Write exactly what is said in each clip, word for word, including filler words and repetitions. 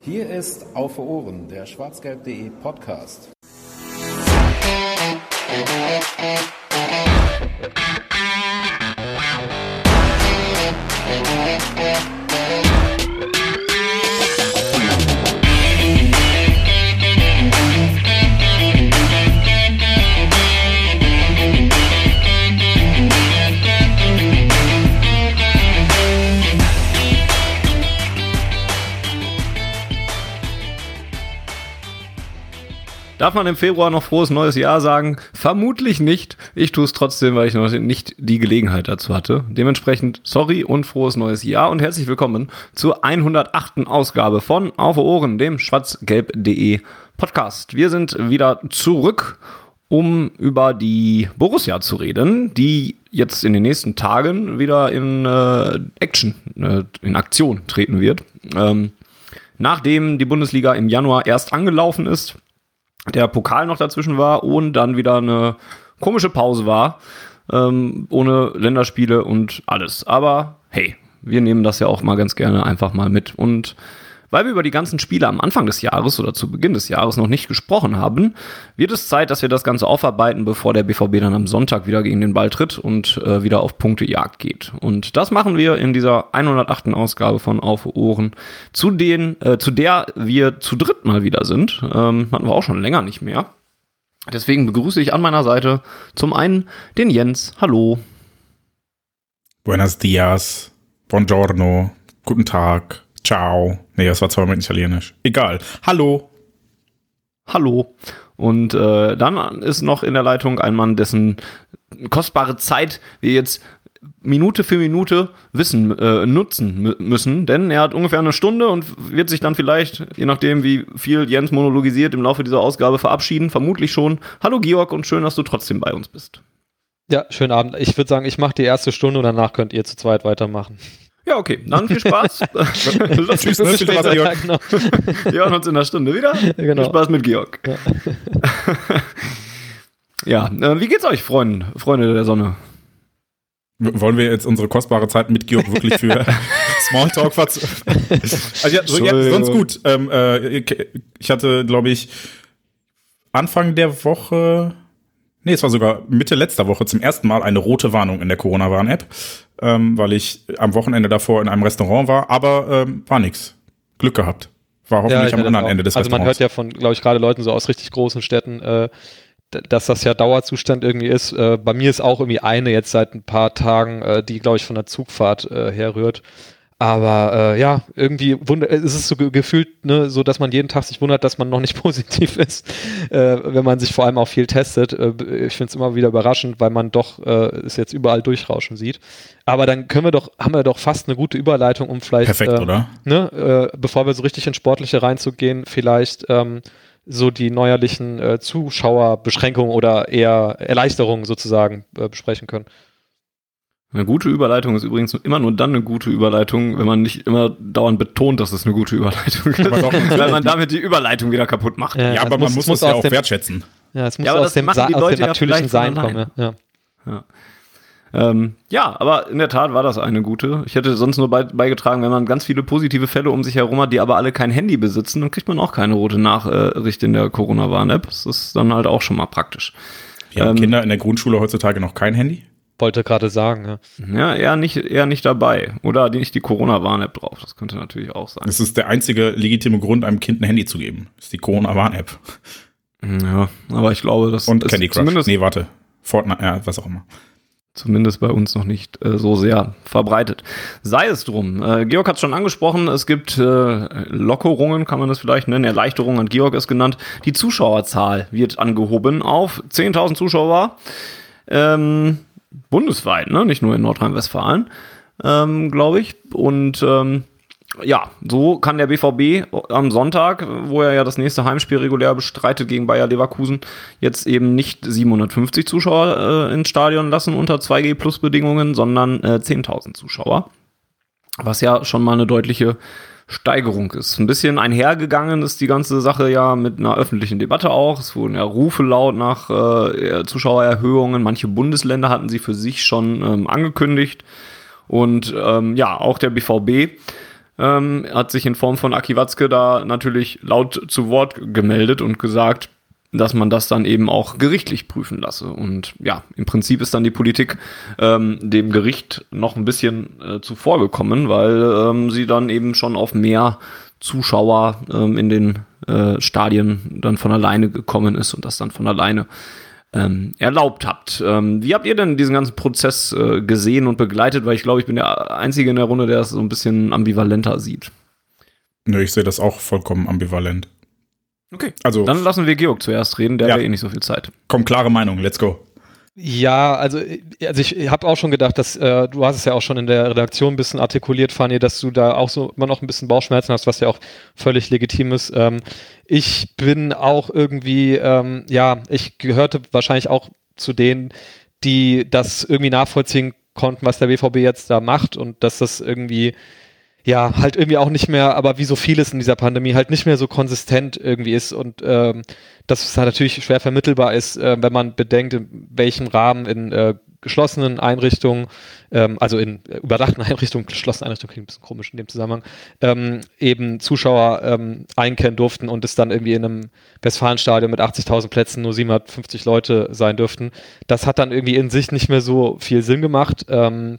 Hier ist Auf Ohren, der schwarzgelb punkt de Podcast. Darf man im Februar noch frohes neues Jahr sagen? Vermutlich nicht. Ich tue es trotzdem, weil ich noch nicht die Gelegenheit dazu hatte. Dementsprechend sorry und frohes neues Jahr und herzlich willkommen zur hundertachten Ausgabe von Auf Ohren, dem schwarzgelb punkt de Podcast. Wir sind wieder zurück, um über die Borussia zu reden, die jetzt in den nächsten Tagen wieder in äh, Action, äh, in Aktion treten wird. Ähm, nachdem die Bundesliga im Januar erst angelaufen ist, der Pokal noch dazwischen war und dann wieder eine komische Pause war, ähm, ohne Länderspiele und alles. Aber hey, wir nehmen das ja auch mal ganz gerne einfach mal mit. Und weil wir über die ganzen Spiele am Anfang des Jahres oder zu Beginn des Jahres noch nicht gesprochen haben, wird es Zeit, dass wir das Ganze aufarbeiten, bevor der B V B dann am Sonntag wieder gegen den Ball tritt und äh, wieder auf Punktejagd geht. Und das machen wir in dieser hundertachten Ausgabe von Auf Ohren, zu, den, äh, zu der wir zu dritt mal wieder sind. Ähm, hatten wir auch schon länger nicht mehr. Deswegen begrüße ich an meiner Seite zum einen den Jens. Hallo. Buenos dias. Buongiorno. Guten Tag. Ciao. Nee, das war zweimal in Italienisch. Egal. Hallo. Hallo. Und äh, dann ist noch in der Leitung ein Mann, dessen kostbare Zeit wir jetzt Minute für Minute wissen, äh, nutzen m- müssen. Denn er hat ungefähr eine Stunde und wird sich dann vielleicht, je nachdem wie viel Jens monologisiert, im Laufe dieser Ausgabe verabschieden. Vermutlich schon. Hallo Georg und schön, dass du trotzdem bei uns bist. Ja, schönen Abend. Ich würde sagen, ich mache die erste Stunde und danach könnt ihr zu zweit weitermachen. Ja, okay. Dann viel Spaß. Tschüss, ne? Viel Spaß, Georg. Genau. Wir hören uns in einer Stunde wieder. Genau. Viel Spaß mit Georg. Ja, ja äh, wie geht's euch, Freunde, Freunde der Sonne? W- wollen wir jetzt unsere kostbare Zeit mit Georg wirklich für Smalltalk verz... Also ja, so, ja, sonst gut. Ähm, äh, ich hatte, glaube ich, Anfang der Woche... Nee, es war sogar Mitte letzter Woche zum ersten Mal eine rote Warnung in der Corona-Warn-App, ähm, weil ich am Wochenende davor in einem Restaurant war, aber ähm, war nix. Glück gehabt. War hoffentlich ja, am anderen Ende des also Restaurants. Man hört ja von, glaube ich, gerade Leuten so aus richtig großen Städten, äh, d- dass das ja Dauerzustand irgendwie ist. Äh, bei mir ist auch irgendwie eine jetzt seit ein paar Tagen, äh, die, glaube ich, von der Zugfahrt äh, herrührt. Aber äh, ja, irgendwie wund- es ist so ge- gefühlt, ne, so dass man jeden Tag sich wundert, dass man noch nicht positiv ist, äh, wenn man sich vor allem auch viel testet. Äh, ich finde es immer wieder überraschend, weil man doch äh, es jetzt überall durchrauschen sieht. Aber dann können wir doch, haben wir doch fast eine gute Überleitung, um vielleicht, Perfekt, äh, oder? Ne, äh, bevor wir so richtig ins Sportliche reinzugehen, vielleicht ähm, so die neuerlichen äh, Zuschauerbeschränkungen oder eher Erleichterungen sozusagen äh, besprechen können. Eine gute Überleitung ist übrigens immer nur dann eine gute Überleitung, wenn man nicht immer dauernd betont, dass es eine gute Überleitung ist, weil man damit die Überleitung wieder kaputt macht. Ja, Ja, aber muss- man muss muss das ja aus auch dem- wertschätzen. Ja, es muss Ja, aber aus das dem, machen Sa- die aus Leute dem ja natürlichen vielleicht Sein von kommen. Ja. Ja. Ähm, ja, aber in der Tat war das eine gute. Ich hätte sonst nur bei, beigetragen, wenn man ganz viele positive Fälle um sich herum hat, die aber alle kein Handy besitzen, dann kriegt man auch keine rote Nachricht in der Corona-Warn-App. Das ist dann halt auch schon mal praktisch. Wir haben Ähm, Kinder in der Grundschule heutzutage noch kein Handy. Wollte gerade sagen, ja. Ja, eher nicht, eher nicht dabei. Oder nicht die Corona-Warn-App drauf. Das könnte natürlich auch sein. Das ist der einzige legitime Grund, einem Kind ein Handy zu geben. Das ist die Corona-Warn-App. Ja, aber ich glaube, das Und ist Candy Crush. zumindest, Nee, warte. Fortnite, ja, was auch immer. zumindest bei uns noch nicht äh, so sehr verbreitet. Sei es drum. Äh, Georg hat es schon angesprochen, es gibt äh, Lockerungen, kann man das vielleicht nennen, Erleichterungen, hat Georg es genannt. Die Zuschauerzahl wird angehoben auf zehntausend Zuschauer. Ähm, bundesweit, ne? Nicht nur in Nordrhein-Westfalen, ähm, glaube ich. Und ähm, ja, so kann der B V B am Sonntag, wo er ja das nächste Heimspiel regulär bestreitet gegen Bayer Leverkusen, jetzt eben nicht siebenhundertfünfzig Zuschauer äh, ins Stadion lassen unter zwei G Plus Bedingungen, sondern äh, zehntausend Zuschauer. Was ja schon mal eine deutliche Steigerung ist. Ein bisschen einhergegangen ist die ganze Sache ja mit einer öffentlichen Debatte auch. Es wurden ja Rufe laut nach äh, Zuschauererhöhungen. Manche Bundesländer hatten sie für sich schon ähm, angekündigt. Und ähm, ja, auch der B V B ähm, hat sich in Form von Aki Watzke da natürlich laut zu Wort gemeldet und gesagt, dass man das dann eben auch gerichtlich prüfen lasse. Und ja, im Prinzip ist dann die Politik ähm, dem Gericht noch ein bisschen äh, zuvorgekommen, weil ähm, sie dann eben schon auf mehr Zuschauer ähm, in den äh, Stadien dann von alleine gekommen ist und das dann von alleine ähm, erlaubt habt. Ähm, wie habt ihr denn diesen ganzen Prozess äh, gesehen und begleitet? Weil ich glaube, ich bin der Einzige in der Runde, der es so ein bisschen ambivalenter sieht. Nö, ich sehe das auch vollkommen ambivalent. Okay, also dann lassen wir Georg zuerst reden, der ja. hat ja eh nicht so viel Zeit. Komm, klare Meinung, let's go. Ja, also, also ich habe auch schon gedacht, dass äh, du hast es ja auch schon in der Redaktion ein bisschen artikuliert, Fanny, dass du da auch so immer noch ein bisschen Bauchschmerzen hast, was ja auch völlig legitim ist. Ähm, ich bin auch irgendwie, ähm, ja, ich gehörte wahrscheinlich auch zu denen, die das irgendwie nachvollziehen konnten, was der B V B jetzt da macht und dass das irgendwie ja, halt irgendwie auch nicht mehr, aber wie so vieles in dieser Pandemie halt nicht mehr so konsistent irgendwie ist und ähm, dass es halt natürlich schwer vermittelbar ist, äh, wenn man bedenkt, in welchem Rahmen in äh, geschlossenen Einrichtungen, ähm, also in äh, überdachten Einrichtungen, geschlossene Einrichtungen klingt ein bisschen komisch in dem Zusammenhang, ähm, eben Zuschauer ähm, einkehren durften und es dann irgendwie in einem Westfalenstadion mit achtzigtausend Plätzen nur siebenhundertfünfzig Leute sein dürften. Das hat dann irgendwie in sich nicht mehr so viel Sinn gemacht. Ähm,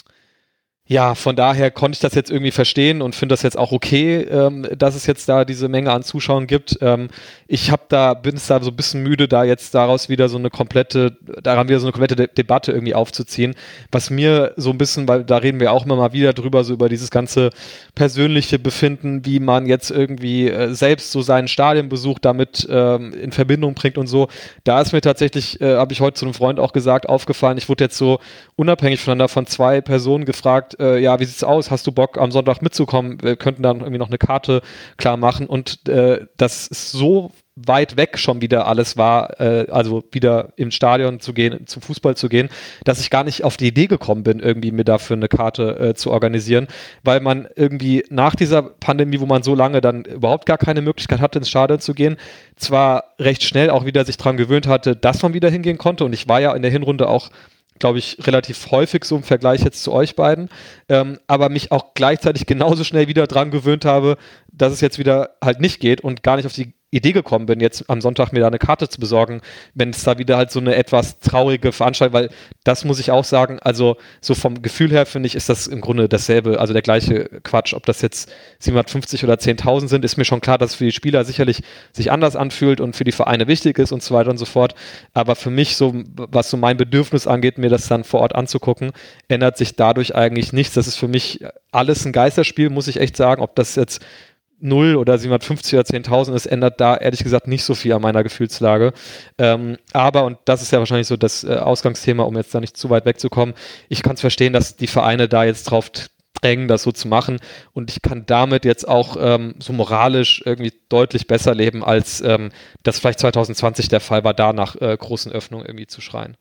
Ja, von daher konnte ich das jetzt irgendwie verstehen und finde das jetzt auch okay, ähm, dass es jetzt da diese Menge an Zuschauern gibt. Ähm, ich habe da, bin es da so ein bisschen müde, da jetzt daraus wieder so eine komplette, daran wieder so eine komplette De- Debatte irgendwie aufzuziehen. Was mir so ein bisschen, weil da reden wir auch immer mal wieder drüber, so über dieses ganze persönliche Befinden, wie man jetzt irgendwie äh, selbst so seinen Stadionbesuch damit ähm, in Verbindung bringt und so. Da ist mir tatsächlich, äh, habe ich heute zu einem Freund auch gesagt, aufgefallen, ich wurde jetzt so unabhängig voneinander von zwei Personen gefragt, äh, ja, wie sieht's aus? Hast du Bock, am Sonntag mitzukommen? Wir könnten dann irgendwie noch eine Karte klar machen und äh, das ist so weit weg schon wieder alles war, äh, also wieder im Stadion zu gehen, zum Fußball zu gehen, dass ich gar nicht auf die Idee gekommen bin, irgendwie mir dafür eine Karte äh, zu organisieren, weil man irgendwie nach dieser Pandemie, wo man so lange dann überhaupt gar keine Möglichkeit hatte, ins Stadion zu gehen, zwar recht schnell auch wieder sich dran gewöhnt hatte, dass man wieder hingehen konnte und ich war ja in der Hinrunde auch, glaube ich, relativ häufig so im Vergleich jetzt zu euch beiden, ähm, aber mich auch gleichzeitig genauso schnell wieder dran gewöhnt habe, dass es jetzt wieder halt nicht geht und gar nicht auf die Idee gekommen bin, jetzt am Sonntag mir da eine Karte zu besorgen, wenn es da wieder halt so eine etwas traurige Veranstaltung, weil das muss ich auch sagen, also so vom Gefühl her finde ich, ist das im Grunde dasselbe, also der gleiche Quatsch, ob das jetzt siebenhundertfünfzig oder zehntausend sind, ist mir schon klar, dass es für die Spieler sicherlich sich anders anfühlt und für die Vereine wichtig ist und so weiter und so fort, aber für mich so, was so mein Bedürfnis angeht, mir das dann vor Ort anzugucken, ändert sich dadurch eigentlich nichts, das ist für mich alles ein Geisterspiel, muss ich echt sagen, ob das jetzt null oder siebenhundertfünfzig oder zehntausend ist, ändert da ehrlich gesagt nicht so viel an meiner Gefühlslage. Ähm, aber, und das ist ja wahrscheinlich so das äh, Ausgangsthema, um jetzt da nicht zu weit wegzukommen, ich kann es verstehen, dass die Vereine da jetzt drauf drängen, das so zu machen und ich kann damit jetzt auch ähm, so moralisch irgendwie deutlich besser leben, als ähm, das vielleicht zwanzig zwanzig der Fall war, da nach äh, großen Öffnungen irgendwie zu schreien.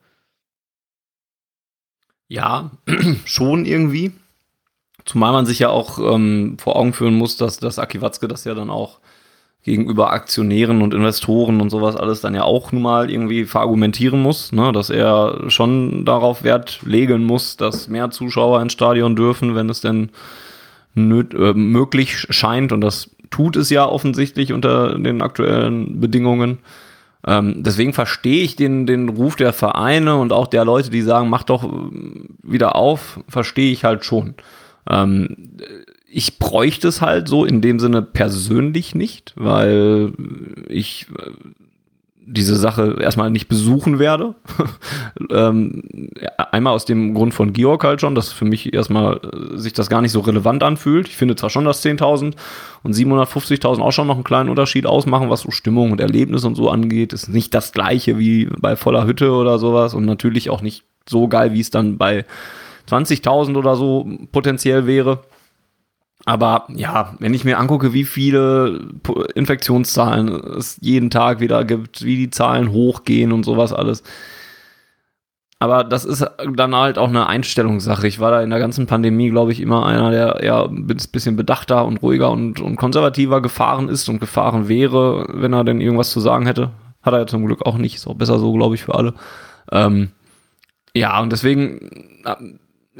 Ja, schon irgendwie. Zumal man sich ja auch ähm, vor Augen führen muss, dass, dass Aki Watzke das ja dann auch gegenüber Aktionären und Investoren und sowas alles dann ja auch nun mal irgendwie verargumentieren muss, ne? Dass er schon darauf Wert legen muss, dass mehr Zuschauer ins Stadion dürfen, wenn es denn nöt- äh, möglich scheint. Und das tut es ja offensichtlich unter den aktuellen Bedingungen. Ähm, deswegen verstehe ich den, den Ruf der Vereine und auch der Leute, die sagen, mach doch wieder auf, verstehe ich halt schon. Ähm, ich bräuchte es halt so in dem Sinne persönlich nicht, weil ich äh, diese Sache erstmal nicht besuchen werde. ähm, einmal aus dem Grund von Georg halt schon, dass für mich erstmal äh, sich das gar nicht so relevant anfühlt. Ich finde zwar schon, dass zehntausend und siebenhundertfünfzigtausend auch schon noch einen kleinen Unterschied ausmachen, was so Stimmung und Erlebnis und so angeht. Ist nicht das gleiche wie bei voller Hütte oder sowas und natürlich auch nicht so geil, wie es dann bei zwanzigtausend oder so potenziell wäre. Aber ja, wenn ich mir angucke, wie viele Infektionszahlen es jeden Tag wieder gibt, wie die Zahlen hochgehen und sowas alles. Aber das ist dann halt auch eine Einstellungssache. Ich war da in der ganzen Pandemie, glaube ich, immer einer, der eher ein bisschen bedachter und ruhiger und, und konservativer gefahren ist und gefahren wäre, wenn er denn irgendwas zu sagen hätte. Hat er ja zum Glück auch nicht. Ist auch besser so, glaube ich, für alle. Ähm, ja, und deswegen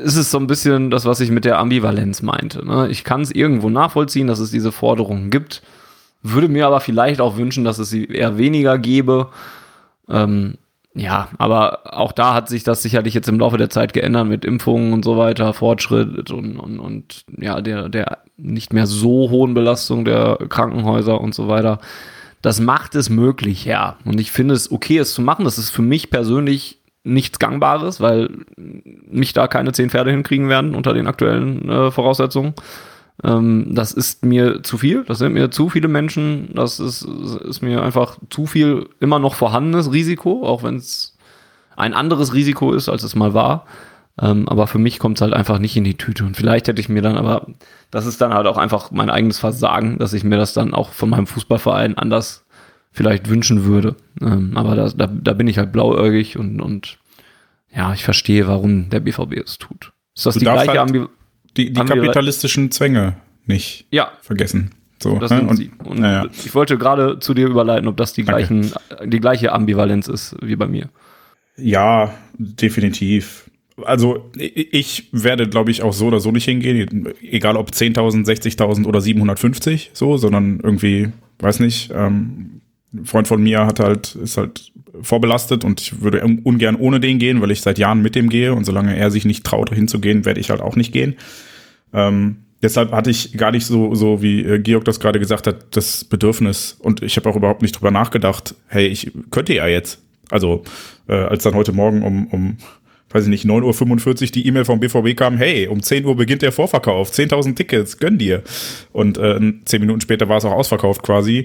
ist es so ein bisschen das, was ich mit der Ambivalenz meinte. Ne? Ich kann es irgendwo nachvollziehen, dass es diese Forderungen gibt, würde mir aber vielleicht auch wünschen, dass es sie eher weniger gäbe. Ähm, ja, aber auch da hat sich das sicherlich jetzt im Laufe der Zeit geändert mit Impfungen und so weiter, Fortschritt und, und, und ja, der, der nicht mehr so hohen Belastung der Krankenhäuser und so weiter. Das macht es möglich, ja. Und ich finde es okay, es zu machen. Das ist für mich persönlich nichts Gangbares, weil mich da keine zehn Pferde hinkriegen werden unter den aktuellen äh, Voraussetzungen. Ähm, das ist mir zu viel. Das sind mir zu viele Menschen. Das ist, ist mir einfach zu viel immer noch vorhandenes Risiko, auch wenn es ein anderes Risiko ist, als es mal war. Ähm, aber für mich kommt es halt einfach nicht in die Tüte. Und vielleicht hätte ich mir dann, aber das ist dann halt auch einfach mein eigenes Versagen, dass ich mir das dann auch von meinem Fußballverein anders vielleicht wünschen würde. Ähm, aber da, da, da bin ich halt blauäugig und, und ja, ich verstehe, warum der B V B es tut. Ist das Du die darfst gleiche halt Ambi- die, die Ambi- kapitalistischen Zwänge nicht Ja, vergessen. So, das ne? sind Und, sie. Und naja. ich wollte gerade zu dir überleiten, ob das die, Danke. gleichen, die gleiche Ambivalenz ist wie bei mir. Ja, definitiv. Also ich werde, glaube ich, auch so oder so nicht hingehen, egal ob zehntausend, sechzigtausend oder siebenhundertfünfzig, so, sondern irgendwie, weiß nicht, ähm, ein Freund von mir hat halt, ist halt vorbelastet und ich würde ungern ohne den gehen, weil ich seit Jahren mit dem gehe und solange er sich nicht traut, hinzugehen, werde ich halt auch nicht gehen. Ähm, deshalb hatte ich gar nicht so, so wie äh, Georg das gerade gesagt hat, das Bedürfnis und ich habe auch überhaupt nicht drüber nachgedacht, hey, ich könnte ja jetzt. Also äh, als dann heute Morgen um, um weiß ich nicht, neun Uhr fünfundvierzig die E-Mail vom B V B kam, hey, um zehn Uhr beginnt der Vorverkauf, zehntausend Tickets, gönn dir. Und äh, zehn Minuten später war es auch ausverkauft quasi.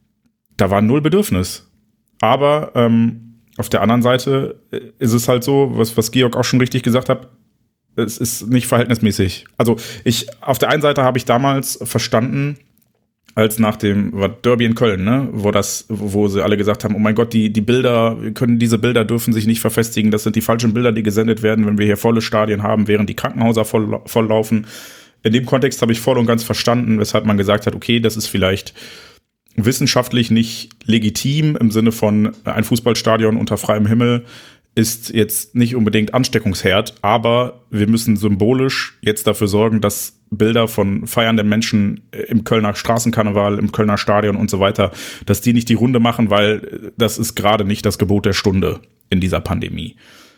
Da war null Bedürfnis. Aber ähm, auf der anderen Seite ist es halt so, was, was Georg auch schon richtig gesagt hat, es ist nicht verhältnismäßig. Also ich, auf der einen Seite habe ich damals verstanden, als nach dem war Derby in Köln, ne, wo das, wo sie alle gesagt haben, oh mein Gott, die die Bilder, wir können diese Bilder dürfen sich nicht verfestigen, das sind die falschen Bilder, die gesendet werden, wenn wir hier volle Stadien haben, während die Krankenhäuser voll, voll laufen. In dem Kontext habe ich voll und ganz verstanden, weshalb man gesagt hat, okay, das ist vielleicht wissenschaftlich nicht legitim im Sinne von ein Fußballstadion unter freiem Himmel ist jetzt nicht unbedingt Ansteckungsherd, aber wir müssen symbolisch jetzt dafür sorgen, dass Bilder von feiernden Menschen im Kölner Straßenkarneval, im Kölner Stadion und so weiter, dass die nicht die Runde machen, weil das ist gerade nicht das Gebot der Stunde in dieser Pandemie.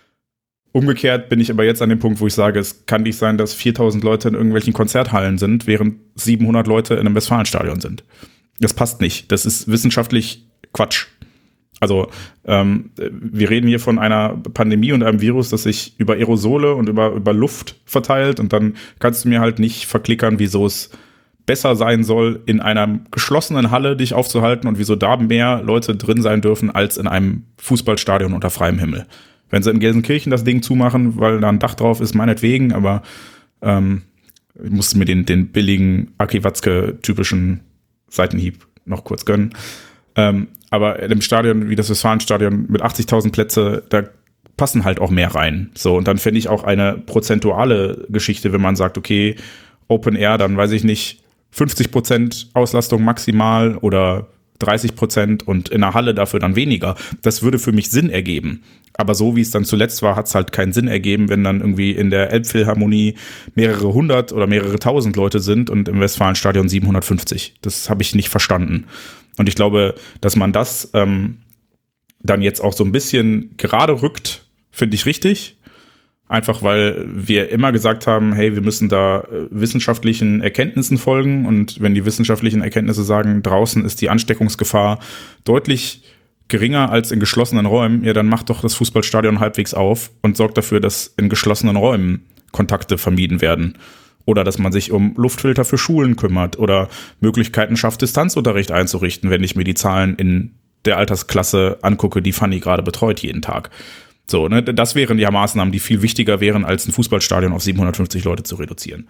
Umgekehrt bin ich aber jetzt an dem Punkt, wo ich sage, es kann nicht sein, dass viertausend Leute in irgendwelchen Konzerthallen sind, während siebenhundert Leute in einem Westfalenstadion sind. Das passt nicht. Das ist wissenschaftlich Quatsch. Also ähm, wir reden hier von einer Pandemie und einem Virus, das sich über Aerosole und über, über Luft verteilt und dann kannst du mir halt nicht verklickern, wieso es besser sein soll, in einer geschlossenen Halle dich aufzuhalten und wieso da mehr Leute drin sein dürfen, als in einem Fußballstadion unter freiem Himmel. Wenn sie in Gelsenkirchen das Ding zumachen, weil da ein Dach drauf ist, meinetwegen, aber ähm, ich musste mir den, den billigen Aki Watzke-typischen Seitenhieb noch kurz gönnen. Ähm, aber in einem Stadion wie das Westfalenstadion mit achtzigtausend Plätze, da passen halt auch mehr rein. So, und dann fände ich auch eine prozentuale Geschichte, wenn man sagt, okay, Open Air, dann weiß ich nicht, fünfzig Prozent Auslastung maximal oder dreißig Prozent und in der Halle dafür dann weniger. Das würde für mich Sinn ergeben. Aber so wie es dann zuletzt war, hat es halt keinen Sinn ergeben, wenn dann irgendwie in der Elbphilharmonie mehrere hundert oder mehrere tausend Leute sind und im Westfalenstadion siebenhundertfünfzig. Das habe ich nicht verstanden. Und ich glaube, dass man das ähm, dann jetzt auch so ein bisschen gerade rückt, finde ich richtig. Einfach weil wir immer gesagt haben, hey, wir müssen da äh, wissenschaftlichen Erkenntnissen folgen. Und wenn die wissenschaftlichen Erkenntnisse sagen, draußen ist die Ansteckungsgefahr deutlich geringer als in geschlossenen Räumen, ja, dann macht doch das Fußballstadion halbwegs auf und sorgt dafür, dass in geschlossenen Räumen Kontakte vermieden werden. Oder dass man sich um Luftfilter für Schulen kümmert oder Möglichkeiten schafft, Distanzunterricht einzurichten, wenn ich mir die Zahlen in der Altersklasse angucke, die Fanny gerade betreut jeden Tag. So, ne, das wären ja Maßnahmen, die viel wichtiger wären, als ein Fußballstadion auf siebenhundertfünfzig Leute zu reduzieren.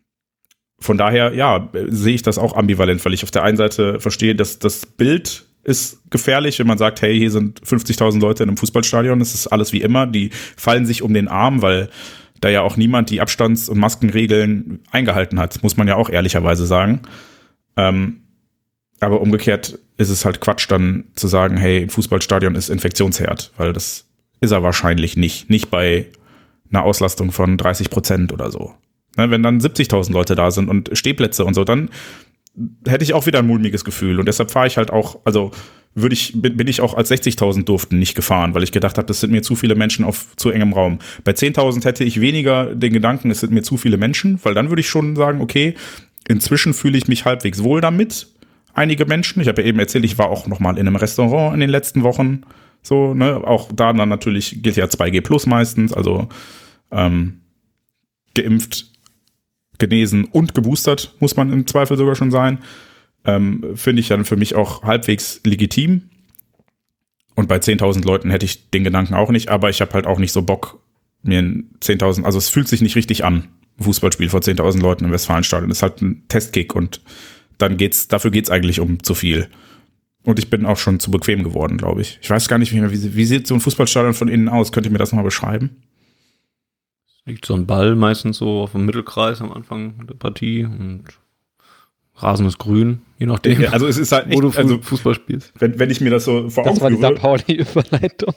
Von daher, ja, sehe ich das auch ambivalent, weil ich auf der einen Seite verstehe, dass das Bild ist gefährlich, wenn man sagt, hey, hier sind fünfzigtausend Leute in einem Fußballstadion, das ist alles wie immer, die fallen sich um den Arm, weil da ja auch niemand die Abstands- und Maskenregeln eingehalten hat, muss man ja auch ehrlicherweise sagen. Ähm, aber umgekehrt ist es halt Quatsch, dann zu sagen, hey, ein Fußballstadion ist Infektionsherd, weil das ist er wahrscheinlich nicht. Nicht bei eine Auslastung von dreißig Prozent oder so. Ne, wenn dann siebzigtausend Leute da sind und Stehplätze und so, dann hätte ich auch wieder ein mulmiges Gefühl. Und deshalb fahre ich halt auch, also würde ich, bin ich auch als sechzigtausend durften nicht gefahren, weil ich gedacht habe, das sind mir zu viele Menschen auf zu engem Raum. Bei zehntausend hätte ich weniger den Gedanken, es sind mir zu viele Menschen, weil dann würde ich schon sagen, okay, inzwischen fühle ich mich halbwegs wohl damit. Einige Menschen, ich habe ja eben erzählt, ich war auch noch mal in einem Restaurant in den letzten Wochen, so, ne, auch da dann natürlich gilt ja zwei G plus meistens, also ähm, geimpft, genesen und geboostert muss man im Zweifel sogar schon sein. Ähm, finde ich dann für mich auch halbwegs legitim. Und bei zehntausend Leuten hätte ich den Gedanken auch nicht, aber ich habe halt auch nicht so Bock, mir ein zehntausend, also es fühlt sich nicht richtig an, ein Fußballspiel vor zehntausend Leuten im Westfalenstadion. Das ist halt ein Testkick und dann geht's, dafür geht's eigentlich um zu viel. Und ich bin auch schon zu bequem geworden, glaube ich. Ich weiß gar nicht, wie, wie, wie sieht so ein Fußballstadion von innen aus? Könnt ihr mir das mal beschreiben? Liegt so ein Ball meistens so auf dem Mittelkreis am Anfang der Partie und Rasen ist grün, je nachdem, ja, also es ist halt echt, wo du also, Fußball spielst. Wenn, wenn ich mir das so vor Das Augen war die führe. Sankt Pauli-Überleitung.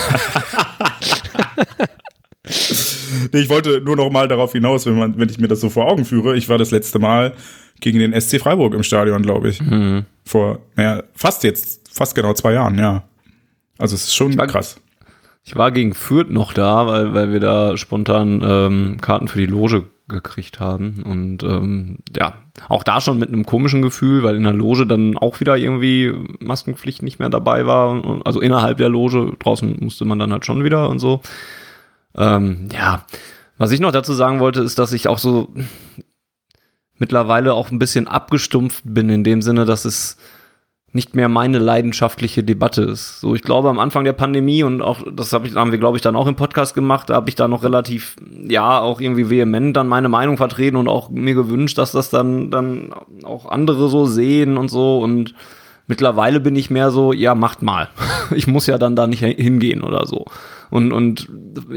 Nee, ich wollte nur noch mal darauf hinaus, wenn, man, wenn ich mir das so vor Augen führe. Ich war das letzte Mal gegen den S C Freiburg im Stadion, glaube ich. Mhm. Vor, naja, fast jetzt, fast genau zwei Jahren, ja. Also es ist schon war, krass. Ich war gegen Fürth noch da, weil, weil wir da spontan ähm, Karten für die Loge gekriegt haben. Und ähm, ja, auch da schon mit einem komischen Gefühl, weil in der Loge dann auch wieder irgendwie Maskenpflicht nicht mehr dabei war. Also innerhalb der Loge, draußen musste man dann halt schon wieder und so. Ähm, ja, was ich noch dazu sagen wollte, ist, dass ich auch so mittlerweile auch ein bisschen abgestumpft bin, in dem Sinne, dass es nicht mehr meine leidenschaftliche Debatte ist. So, ich glaube, am Anfang der Pandemie und auch, das hab ich, haben wir, glaube ich, dann auch im Podcast gemacht, da habe ich da noch relativ, ja, auch irgendwie vehement dann meine Meinung vertreten und auch mir gewünscht, dass das dann, dann auch andere so sehen und so. Und mittlerweile bin ich mehr so, ja, macht mal. Ich muss ja dann da nicht hingehen oder so. Und, und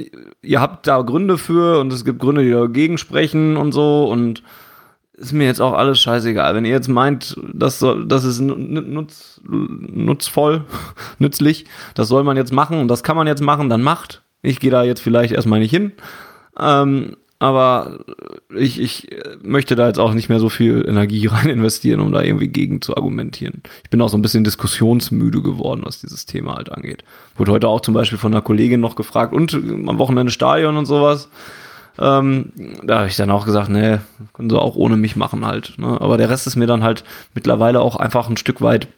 ihr habt da Gründe für und es gibt Gründe, die dagegen sprechen und so und ist mir jetzt auch alles scheißegal. Wenn ihr jetzt meint, das, soll, das ist nutz, nutzvoll, nützlich, das soll man jetzt machen und das kann man jetzt machen, dann macht. Ich gehe da jetzt vielleicht erstmal nicht hin. Ähm, aber ich, ich möchte da jetzt auch nicht mehr so viel Energie rein investieren, um da irgendwie gegen zu argumentieren. Ich bin auch so ein bisschen diskussionsmüde geworden, was dieses Thema halt angeht. Wurde heute auch zum Beispiel von einer Kollegin noch gefragt, und am Wochenende Stadion und sowas. Ähm, da habe ich dann auch gesagt, nee, können sie auch ohne mich machen halt. Ne? Aber der Rest ist mir dann halt mittlerweile auch einfach ein Stück weit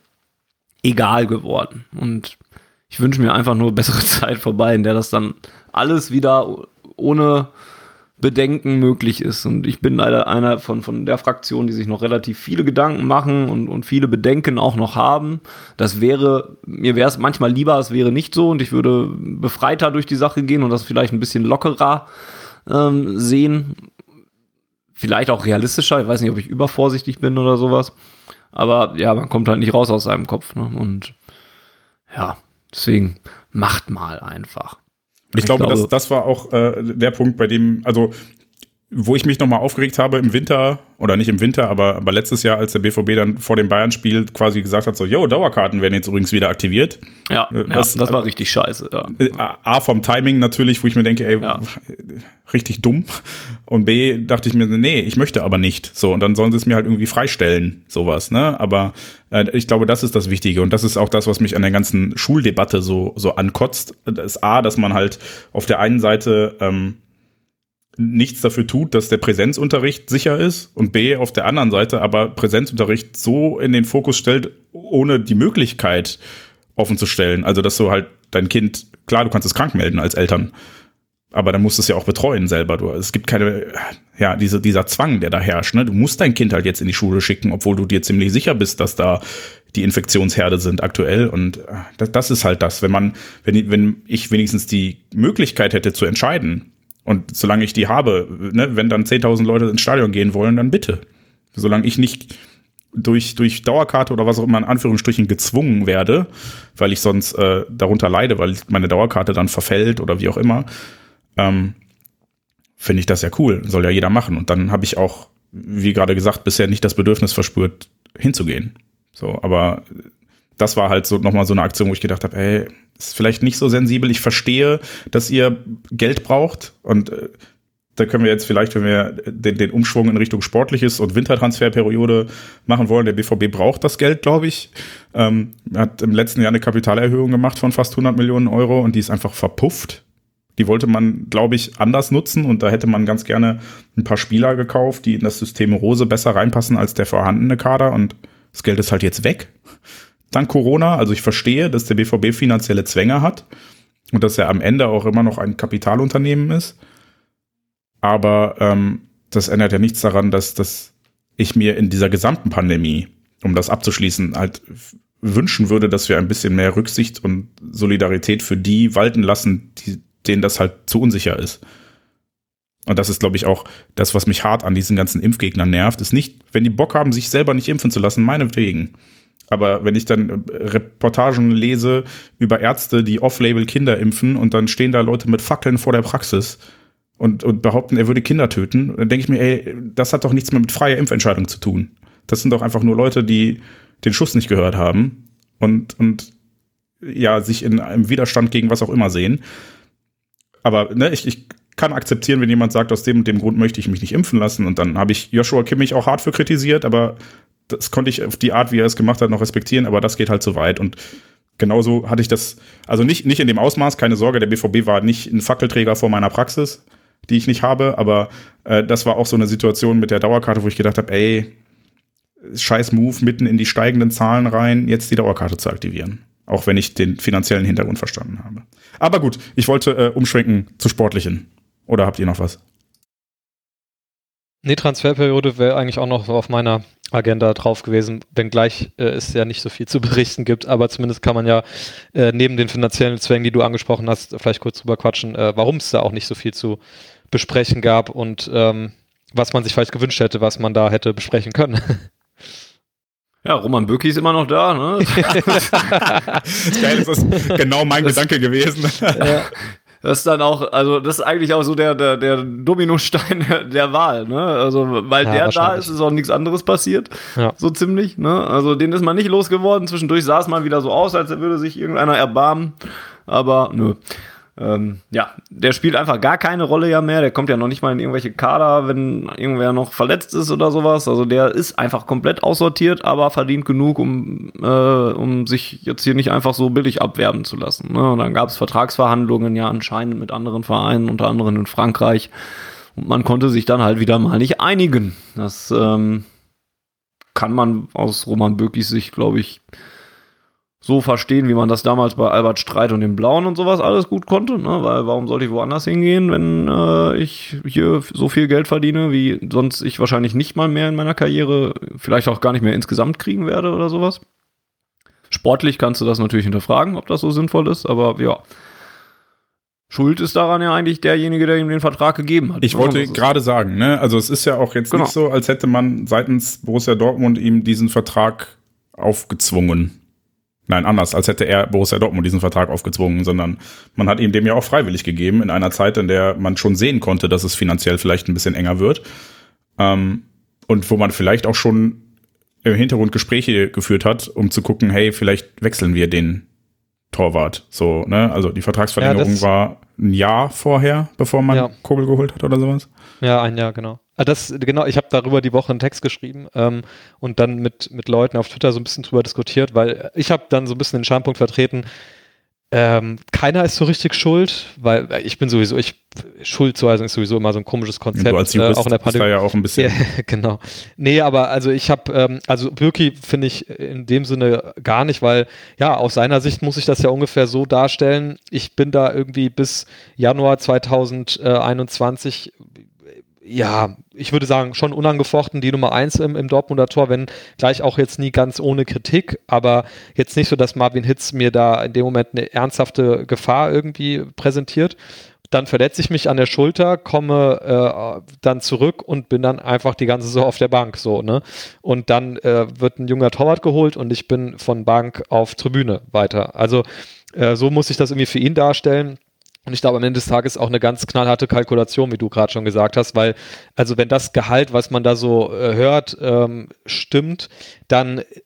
egal geworden. Und ich wünsche mir einfach nur bessere Zeit vorbei, in der das dann alles wieder ohne Bedenken möglich ist. Und ich bin leider einer von, von der Fraktion, die sich noch relativ viele Gedanken machen und, und viele Bedenken auch noch haben. Das wäre, mir wäre es manchmal lieber, es wäre nicht so und ich würde befreiter durch die Sache gehen und das vielleicht ein bisschen lockerer ähm, sehen. Vielleicht auch realistischer. Ich weiß nicht, ob ich übervorsichtig bin oder sowas. Aber ja, man kommt halt nicht raus aus seinem Kopf. Ne? Und ja, deswegen macht mal einfach. Ich, ich glaube, glaube das, das war auch äh, der Punkt, bei dem, also wo ich mich nochmal aufgeregt habe im Winter, oder nicht im Winter, aber, aber letztes Jahr, als der B V B dann vor dem Bayern-Spiel quasi gesagt hat, so, yo, Dauerkarten werden jetzt übrigens wieder aktiviert. Ja, das, ja, das war richtig scheiße. Ja. A, vom Timing natürlich, wo ich mir denke, ey, ja. richtig dumm. Und B, dachte ich mir, nee, ich möchte aber nicht. So, und dann sollen sie es mir halt irgendwie freistellen, sowas, ne? Aber äh, ich glaube, das ist das Wichtige. Und das ist auch das, was mich an der ganzen Schuldebatte so, so ankotzt. Das ist A, dass man halt auf der einen Seite ähm, nichts dafür tut, dass der Präsenzunterricht sicher ist und B, auf der anderen Seite aber Präsenzunterricht so in den Fokus stellt, ohne die Möglichkeit offen zu stellen. Also, dass du halt dein Kind, klar, du kannst es krank melden als Eltern, aber dann musst du es ja auch betreuen selber. Du, es gibt keine, ja, diese, dieser Zwang, der da herrscht, ne? Du musst dein Kind halt jetzt in die Schule schicken, obwohl du dir ziemlich sicher bist, dass da die Infektionsherde sind aktuell und das, das ist halt das, wenn man, wenn, wenn ich wenigstens die Möglichkeit hätte zu entscheiden, und solange ich die habe, ne, wenn dann zehntausend Leute ins Stadion gehen wollen, dann bitte. Solange ich nicht durch, durch Dauerkarte oder was auch immer in Anführungsstrichen gezwungen werde, weil ich sonst äh, darunter leide, weil meine Dauerkarte dann verfällt oder wie auch immer, ähm, finde ich das ja cool. Soll ja jeder machen. Und dann habe ich auch, wie gerade gesagt, bisher nicht das Bedürfnis verspürt, hinzugehen. So, aber das war halt so nochmal so eine Aktion, wo ich gedacht habe, ey, ist vielleicht nicht so sensibel. Ich verstehe, dass ihr Geld braucht und äh, da können wir jetzt vielleicht, wenn wir den, den Umschwung in Richtung Sportliches und Wintertransferperiode machen wollen, der B V B braucht das Geld, glaube ich. Ähm, hat im letzten Jahr eine Kapitalerhöhung gemacht von fast hundert Millionen Euro und die ist einfach verpufft. Die wollte man, glaube ich, anders nutzen und da hätte man ganz gerne ein paar Spieler gekauft, die in das System Rose besser reinpassen als der vorhandene Kader und das Geld ist halt jetzt weg. Dank Corona, also ich verstehe, dass der B V B finanzielle Zwänge hat und dass er am Ende auch immer noch ein Kapitalunternehmen ist. Aber ähm, das ändert ja nichts daran, dass, dass ich mir in dieser gesamten Pandemie, um das abzuschließen, halt wünschen würde, dass wir ein bisschen mehr Rücksicht und Solidarität für die walten lassen, die, denen das halt zu unsicher ist. Und das ist, glaube ich, auch das, was mich hart an diesen ganzen Impfgegnern nervt, ist nicht, wenn die Bock haben, sich selber nicht impfen zu lassen, meinetwegen. Aber wenn ich dann Reportagen lese über Ärzte, die off-label Kinder impfen und dann stehen da Leute mit Fackeln vor der Praxis und, und behaupten, er würde Kinder töten, dann denke ich mir, ey, das hat doch nichts mehr mit freier Impfentscheidung zu tun. Das sind doch einfach nur Leute, die den Schuss nicht gehört haben und, und ja, sich in einem Widerstand gegen was auch immer sehen. Aber ne, ich, ich kann akzeptieren, wenn jemand sagt, aus dem und dem Grund möchte ich mich nicht impfen lassen. Und dann habe ich Joshua Kimmich auch hart für kritisiert, aber das konnte ich auf die Art, wie er es gemacht hat, noch respektieren, aber das geht halt zu weit. Und genauso hatte ich das, also nicht, nicht in dem Ausmaß, keine Sorge, der B V B war nicht ein Fackelträger vor meiner Praxis, die ich nicht habe, aber äh, das war auch so eine Situation mit der Dauerkarte, wo ich gedacht habe, ey, scheiß Move, mitten in die steigenden Zahlen rein, jetzt die Dauerkarte zu aktivieren. Auch wenn ich den finanziellen Hintergrund verstanden habe. Aber gut, ich wollte äh, umschwenken zu Sportlichen. Oder habt ihr noch was? Nee, Transferperiode wäre eigentlich auch noch auf meiner Agenda drauf gewesen, wenngleich äh, es ja nicht so viel zu berichten gibt, aber zumindest kann man ja äh, neben den finanziellen Zwängen, die du angesprochen hast, vielleicht kurz drüber quatschen, äh, warum es da auch nicht so viel zu besprechen gab und ähm, was man sich vielleicht gewünscht hätte, was man da hätte besprechen können. Ja, Roman Bürki ist immer noch da, ne? Das Geile ist, das ist genau mein das, Gedanke gewesen. Ja. Das ist dann auch, also das ist eigentlich auch so der, der, der Dominostein der, der Wahl, ne? Also, weil ja, der da ist, ist auch nichts anderes passiert. Ja. So ziemlich, ne? Also den ist man nicht losgeworden. Zwischendurch sah es mal wieder so aus, als würde sich irgendeiner erbarmen. Aber nö. Ähm, ja, der spielt einfach gar keine Rolle ja mehr. Der kommt ja noch nicht mal in irgendwelche Kader, wenn irgendwer noch verletzt ist oder sowas. Also der ist einfach komplett aussortiert, aber verdient genug, um, äh, um sich jetzt hier nicht einfach so billig abwerben zu lassen. Ne? Und dann gab es Vertragsverhandlungen ja anscheinend mit anderen Vereinen, unter anderem in Frankreich. Und man konnte sich dann halt wieder mal nicht einigen. Das ähm, kann man aus Roman Bürkis Sicht, glaube ich, so verstehen, wie man das damals bei Albert Streit und den Blauen und sowas alles gut konnte, ne? Weil warum sollte ich woanders hingehen, wenn äh, ich hier so viel Geld verdiene, wie sonst ich wahrscheinlich nicht mal mehr in meiner Karriere, vielleicht auch gar nicht mehr insgesamt kriegen werde oder sowas. Sportlich kannst du das natürlich hinterfragen, ob das so sinnvoll ist, aber ja. Schuld ist daran ja eigentlich derjenige, der ihm den Vertrag gegeben hat. Ich wollte gerade sagen, ne, also es ist ja auch jetzt genau. nicht so, als hätte man seitens Borussia Dortmund ihm diesen Vertrag aufgezwungen. Nein, anders, als hätte er Borussia Dortmund diesen Vertrag aufgezwungen, sondern man hat ihm dem ja auch freiwillig gegeben, in einer Zeit, in der man schon sehen konnte, dass es finanziell vielleicht ein bisschen enger wird. Ähm, und wo man vielleicht auch schon im Hintergrund Gespräche geführt hat, um zu gucken, hey, vielleicht wechseln wir den Torwart. So, ne? Also die Vertragsverlängerung ja, war ein Jahr vorher, bevor man ja. Kobel geholt hat oder sowas. Ja, ein Jahr, genau. Das, genau, ich habe darüber die Woche einen Text geschrieben ähm, und dann mit, mit Leuten auf Twitter so ein bisschen drüber diskutiert, weil ich habe dann so ein bisschen den Standpunkt vertreten, ähm, keiner ist so richtig schuld, weil ich bin sowieso, ich Schuldzuweisung ist sowieso immer so ein komisches Konzept. Du als Jurist äh, auch in der Pandemie. Ist da ja auch ein bisschen. Ja, genau. Nee, aber also ich habe, ähm, also Bürki finde ich in dem Sinne gar nicht, weil ja, aus seiner Sicht muss ich das ja ungefähr so darstellen, ich bin da irgendwie bis Januar zweitausendeinundzwanzig ja, ich würde sagen, schon unangefochten die Nummer eins im, im Dortmunder Tor, wenn gleich auch jetzt nie ganz ohne Kritik, aber jetzt nicht so, dass Marvin Hitz mir da in dem Moment eine ernsthafte Gefahr irgendwie präsentiert. Dann verletze ich mich an der Schulter, komme äh, dann zurück und bin dann einfach die ganze Saison auf der Bank, so, ne? Und dann äh, wird ein junger Torwart geholt und ich bin von Bank auf Tribüne weiter. Also äh, so muss ich das irgendwie für ihn darstellen. Und ich glaube, am Ende des Tages auch eine ganz knallharte Kalkulation, wie du gerade schon gesagt hast, weil, also wenn das Gehalt, was man da so äh, hört, ähm, stimmt, dann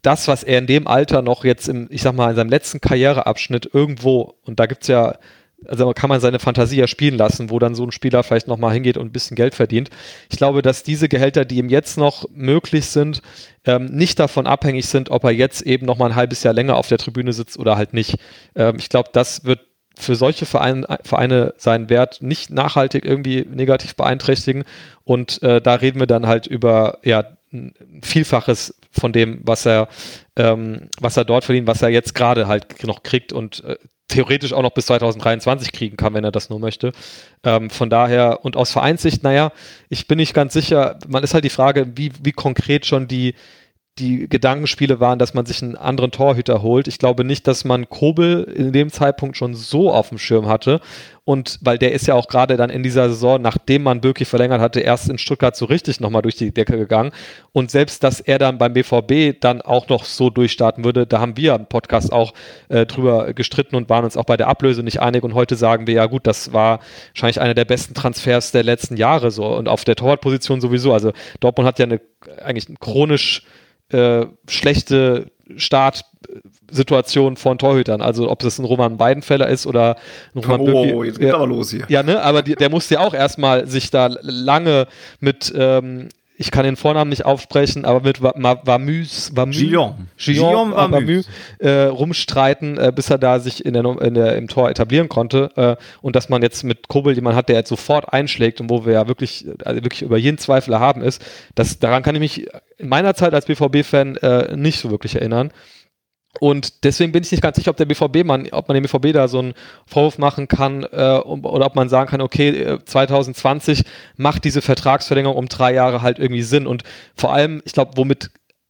das, was er in dem Alter noch jetzt im, ich sag mal, in seinem letzten Karriereabschnitt irgendwo, und da gibt's ja, also kann man seine Fantasie ja spielen lassen, wo dann so ein Spieler vielleicht nochmal hingeht und ein bisschen Geld verdient. Ich glaube, dass diese Gehälter, die ihm jetzt noch möglich sind, ähm, nicht davon abhängig sind, ob er jetzt eben nochmal ein halbes Jahr länger auf der Tribüne sitzt oder halt nicht. Ähm, ich glaube, das wird für solche Vereine, Vereine seinen Wert nicht nachhaltig irgendwie negativ beeinträchtigen. Und äh, da reden wir dann halt über ja ein Vielfaches von dem, was er, ähm, was er dort verdient, was er jetzt gerade halt noch kriegt und äh, theoretisch auch noch bis zwanzig dreiundzwanzig kriegen kann, wenn er das nur möchte. Ähm, von daher, und aus Vereinssicht, naja, ich bin nicht ganz sicher, man ist halt die Frage, wie, wie konkret schon die die Gedankenspiele waren, dass man sich einen anderen Torhüter holt. Ich glaube nicht, dass man Kobel in dem Zeitpunkt schon so auf dem Schirm hatte. Und weil der ist ja auch gerade dann in dieser Saison, nachdem man Bürki verlängert hatte, erst in Stuttgart so richtig nochmal durch die Decke gegangen. Und selbst, dass er dann beim B V B dann auch noch so durchstarten würde, da haben wir im Podcast auch äh, drüber gestritten und waren uns auch bei der Ablöse nicht einig. Und heute sagen wir, ja gut, das war wahrscheinlich einer der besten Transfers der letzten Jahre so. Und auf der Torwartposition sowieso. Also Dortmund hat ja eine eigentlich eine chronisch Äh, schlechte Startsituation von Torhütern. Also ob es ein Roman Weidenfeller ist oder ein Roman Oh, Bürki, jetzt geht ja, aber los hier. Ja, ne, aber die, der musste ja auch erstmal sich da lange mit, ähm, ich kann den Vornamen nicht aufsprechen, aber mit Vamüs, Vamü, Guillaume. Guillaume Guillaume Vamü äh, rumstreiten, äh, bis er da sich in der, in der, im Tor etablieren konnte. Äh, und dass man jetzt mit Kobel jemanden hat, der jetzt sofort einschlägt und wo wir ja wirklich, also wirklich über jeden Zweifel erhaben ist, das, daran kann ich mich in meiner Zeit als B V B-Fan äh, nicht so wirklich erinnern. Und deswegen bin ich nicht ganz sicher, ob der B V B, man, ob man dem B V B da so einen Vorwurf machen kann äh, um, oder ob man sagen kann, okay, zwanzig zwanzig macht diese Vertragsverlängerung um drei Jahre halt irgendwie Sinn. Und vor allem, ich glaube, womit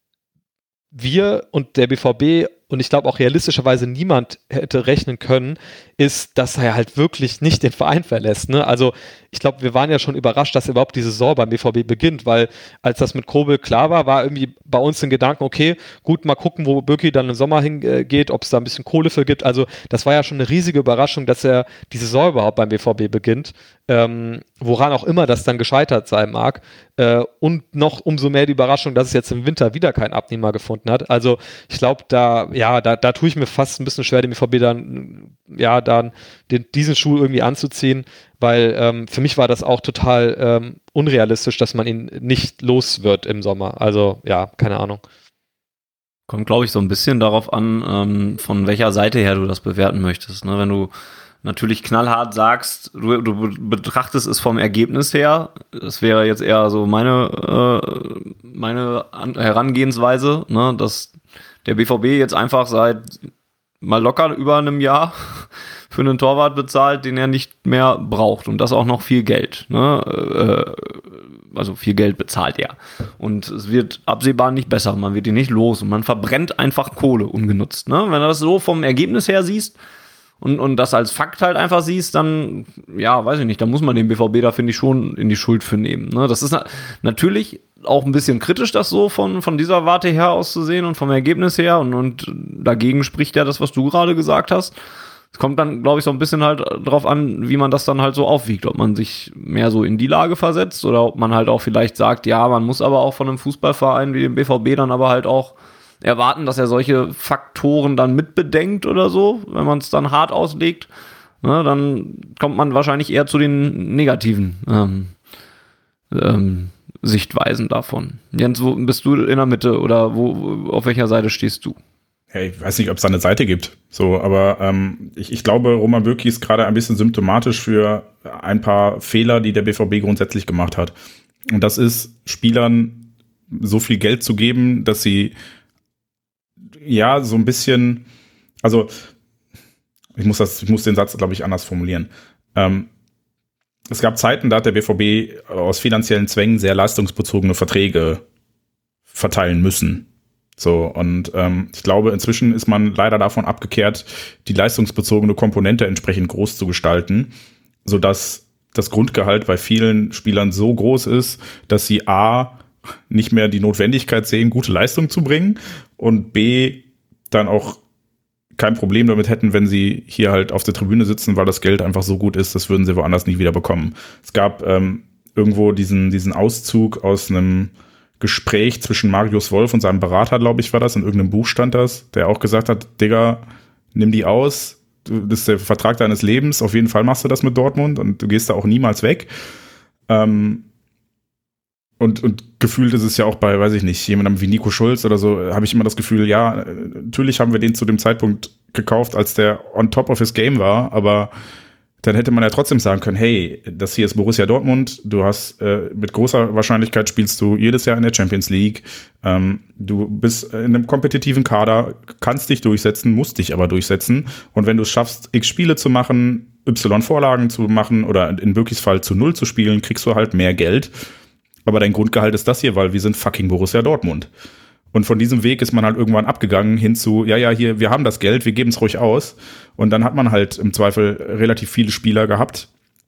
wir und der B V B und ich glaube auch realistischerweise niemand hätte rechnen können, ist, dass er halt wirklich nicht den Verein verlässt. Ne? Also ich glaube, wir waren ja schon überrascht, dass überhaupt die Saison beim B V B beginnt, weil als das mit Kobel klar war, war irgendwie bei uns ein Gedanken, okay, gut, mal gucken, wo Bürki dann im Sommer hingeht, ob es da ein bisschen Kohle für gibt. Also das war ja schon eine riesige Überraschung, dass er die Saison überhaupt beim B V B beginnt, ähm, woran auch immer das dann gescheitert sein mag. Äh, und noch umso mehr die Überraschung, dass es jetzt im Winter wieder keinen Abnehmer gefunden hat. Also ich glaube, da, ja, da, da tue ich mir fast ein bisschen schwer, dem B V B dann, ja, dann den, diesen Schuh irgendwie anzuziehen, weil ähm, für mich war das auch total ähm, unrealistisch, dass man ihn nicht los wird im Sommer. Also ja, keine Ahnung. Kommt, glaube ich, so ein bisschen darauf an, ähm, von welcher Seite her du das bewerten möchtest. Ne? Wenn du natürlich knallhart sagst, du, du betrachtest es vom Ergebnis her, das wäre jetzt eher so meine, äh, meine An- Herangehensweise, ne? Dass der B V B jetzt einfach seit mal locker über einem Jahr für einen Torwart bezahlt, den er nicht mehr braucht und das auch noch viel Geld. Ne? Also viel Geld bezahlt er. Und es wird absehbar nicht besser, man wird ihn nicht los und man verbrennt einfach Kohle ungenutzt. Ne? Wenn du das so vom Ergebnis her siehst und, und das als Fakt halt einfach siehst, dann, ja, weiß ich nicht, da muss man den B V B da, finde ich, schon in die Schuld für nehmen. Ne? Das ist na- natürlich auch ein bisschen kritisch, das so von, von dieser Warte her auszusehen und vom Ergebnis her und, und dagegen spricht ja das, was du gerade gesagt hast. Es kommt dann, glaube ich, so ein bisschen halt drauf an, wie man das dann halt so aufwiegt, ob man sich mehr so in die Lage versetzt oder ob man halt auch vielleicht sagt, ja, man muss aber auch von einem Fußballverein wie dem B V B dann aber halt auch erwarten, dass er solche Faktoren dann mitbedenkt oder so, wenn man es dann hart auslegt, ne, dann kommt man wahrscheinlich eher zu den negativen ähm, ähm, Sichtweisen davon. Jens, wo bist du in der Mitte oder wo, auf welcher Seite stehst du? Hey, ich weiß nicht, ob es da eine Seite gibt. So, aber ähm, ich, ich glaube, Roman Bürki ist gerade ein bisschen symptomatisch für ein paar Fehler, die der B V B grundsätzlich gemacht hat. Und das ist, Spielern so viel Geld zu geben, dass sie ja so ein bisschen, also ich muss das, ich muss den Satz, glaube ich, anders formulieren. Ähm, es gab Zeiten, da hat der B V B aus finanziellen Zwängen sehr leistungsbezogene Verträge verteilen müssen. So, und ähm, ich glaube, inzwischen ist man leider davon abgekehrt, die leistungsbezogene Komponente entsprechend groß zu gestalten, sodass das Grundgehalt bei vielen Spielern so groß ist, dass sie A, nicht mehr die Notwendigkeit sehen, gute Leistung zu bringen und B, dann auch kein Problem damit hätten, wenn sie hier halt auf der Tribüne sitzen, weil das Geld einfach so gut ist, das würden sie woanders nicht wieder bekommen. Es gab ähm, irgendwo diesen, diesen Auszug aus einem Gespräch zwischen Marius Wolf und seinem Berater, glaube ich, war das, in irgendeinem Buch stand das, der auch gesagt hat, Digga, nimm die aus, du, das ist der Vertrag deines Lebens, auf jeden Fall machst du das mit Dortmund und du gehst da auch niemals weg. Ähm, und, und gefühlt ist es ja auch bei, weiß ich nicht, jemandem wie Nico Schulz oder so, habe ich immer das Gefühl, ja, natürlich haben wir den zu dem Zeitpunkt gekauft, als der on top of his game war, aber dann hätte man ja trotzdem sagen können, hey, das hier ist Borussia Dortmund, du hast äh, mit großer Wahrscheinlichkeit spielst du jedes Jahr in der Champions League, ähm, du bist in einem kompetitiven Kader, kannst dich durchsetzen, musst dich aber durchsetzen und wenn du es schaffst, x Spiele zu machen, y Vorlagen zu machen oder in Bürkis Fall zu null zu spielen, kriegst du halt mehr Geld, aber dein Grundgehalt ist das hier, weil wir sind fucking Borussia Dortmund. Und von diesem Weg ist man halt irgendwann abgegangen hin zu, ja, ja, hier, wir haben das Geld, wir geben es ruhig aus. Und dann hat man halt im Zweifel relativ viele Spieler gehabt,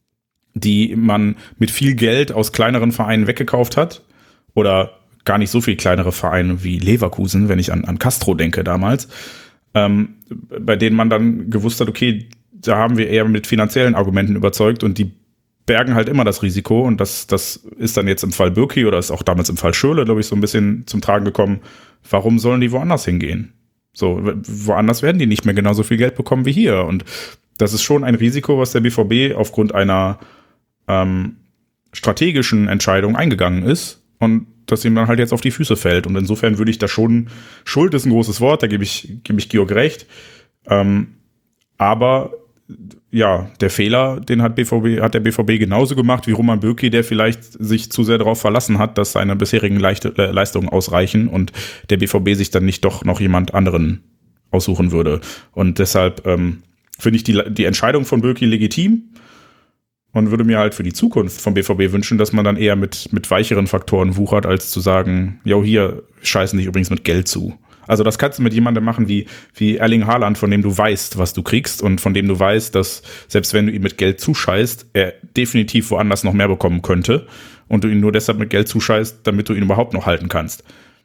die man mit viel Geld aus kleineren Vereinen weggekauft hat. Oder gar nicht so viel kleinere Vereine wie Leverkusen, wenn ich an, an Castro denke damals. Ähm, bei denen man dann gewusst hat, okay, da haben wir eher mit finanziellen Argumenten überzeugt und die bergen halt immer das Risiko und das, das ist dann jetzt im Fall Bürki oder ist auch damals im Fall Schürrle, glaube ich, so ein bisschen zum Tragen gekommen. Warum sollen die woanders hingehen? So, woanders werden die nicht mehr genauso viel Geld bekommen wie hier und das ist schon ein Risiko, was der B V B aufgrund einer ähm, strategischen Entscheidung eingegangen ist und das ihm dann halt jetzt auf die Füße fällt und insofern würde ich da schon, Schuld ist ein großes Wort, da gebe ich, gebe ich Georg recht, ähm, aber ja, der Fehler, den hat B V B, hat der B V B genauso gemacht wie Roman Bürki, der vielleicht sich zu sehr darauf verlassen hat, dass seine bisherigen Leichte, äh, Leistungen ausreichen und der B V B sich dann nicht doch noch jemand anderen aussuchen würde. Und deshalb ähm, finde ich die, die Entscheidung von Bürki legitim und würde mir halt für die Zukunft vom B V B wünschen, dass man dann eher mit, mit weicheren Faktoren wuchert, als zu sagen, jo, hier scheißen dich übrigens mit Geld zu. Also das kannst du mit jemandem machen wie, wie Erling Haaland, von dem du weißt, was du kriegst und von dem du weißt, dass selbst wenn du ihm mit Geld zuscheißt, er definitiv woanders noch mehr bekommen könnte und du ihn nur deshalb mit Geld zuscheißt, damit du ihn überhaupt noch halten kannst.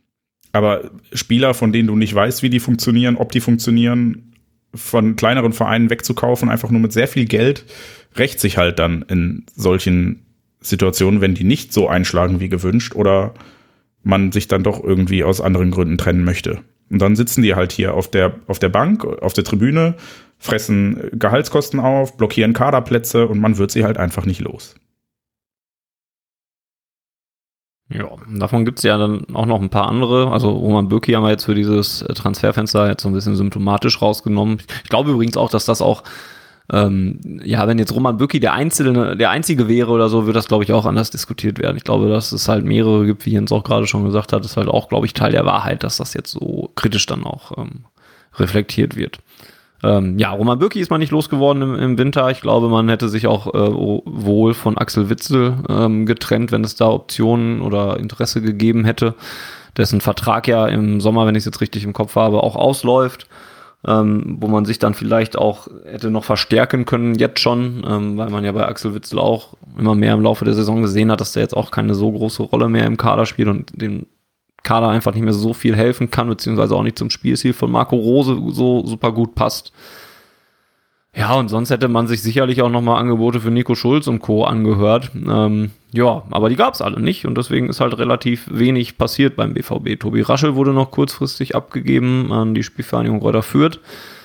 Aber Spieler, von denen du nicht weißt, wie die funktionieren, ob die funktionieren, von kleineren Vereinen wegzukaufen, einfach nur mit sehr viel Geld, rächt sich halt dann in solchen Situationen, wenn die nicht so einschlagen wie gewünscht oder man sich dann doch irgendwie aus anderen Gründen trennen möchte. Und dann sitzen die halt hier auf der, auf der Bank, auf der Tribüne, fressen Gehaltskosten auf, blockieren Kaderplätze und man wird sie halt einfach nicht los. Ja, davon gibt es ja dann auch noch ein paar andere. Also Roman Bürki haben wir jetzt für dieses Transferfenster jetzt so ein bisschen symptomatisch rausgenommen. Ich glaube übrigens auch, dass das auch Ähm, ja, wenn jetzt Roman Bürki der Einzelne, der Einzige wäre oder so, würde das, glaube ich, auch anders diskutiert werden. Ich glaube, dass es halt mehrere gibt, wie Jens auch gerade schon gesagt hat, ist halt auch, glaube ich, Teil der Wahrheit, dass das jetzt so kritisch dann auch ähm, reflektiert wird. Ähm, ja, Roman Bürki ist man nicht losgeworden im, im Winter. Ich glaube, man hätte sich auch äh, wohl von Axel Witsel ähm, getrennt, wenn es da Optionen oder Interesse gegeben hätte, dessen Vertrag ja im Sommer, wenn ich es jetzt richtig im Kopf habe, auch ausläuft. Ähm, wo man sich dann vielleicht auch hätte noch verstärken können, jetzt schon, ähm, weil man ja bei Axel Witsel auch immer mehr im Laufe der Saison gesehen hat, dass der jetzt auch keine so große Rolle mehr im Kader spielt und dem Kader einfach nicht mehr so viel helfen kann, beziehungsweise auch nicht zum Spielstil von Marco Rose so super gut passt. Ja, und sonst hätte man sich sicherlich auch nochmal Angebote für Nico Schulz und Co. angehört. Ähm, ja, aber die gab es alle nicht und deswegen ist halt relativ wenig passiert beim B V B. Tobi Raschel wurde noch kurzfristig abgegeben an die Spielvereinigung Greuther Fürth.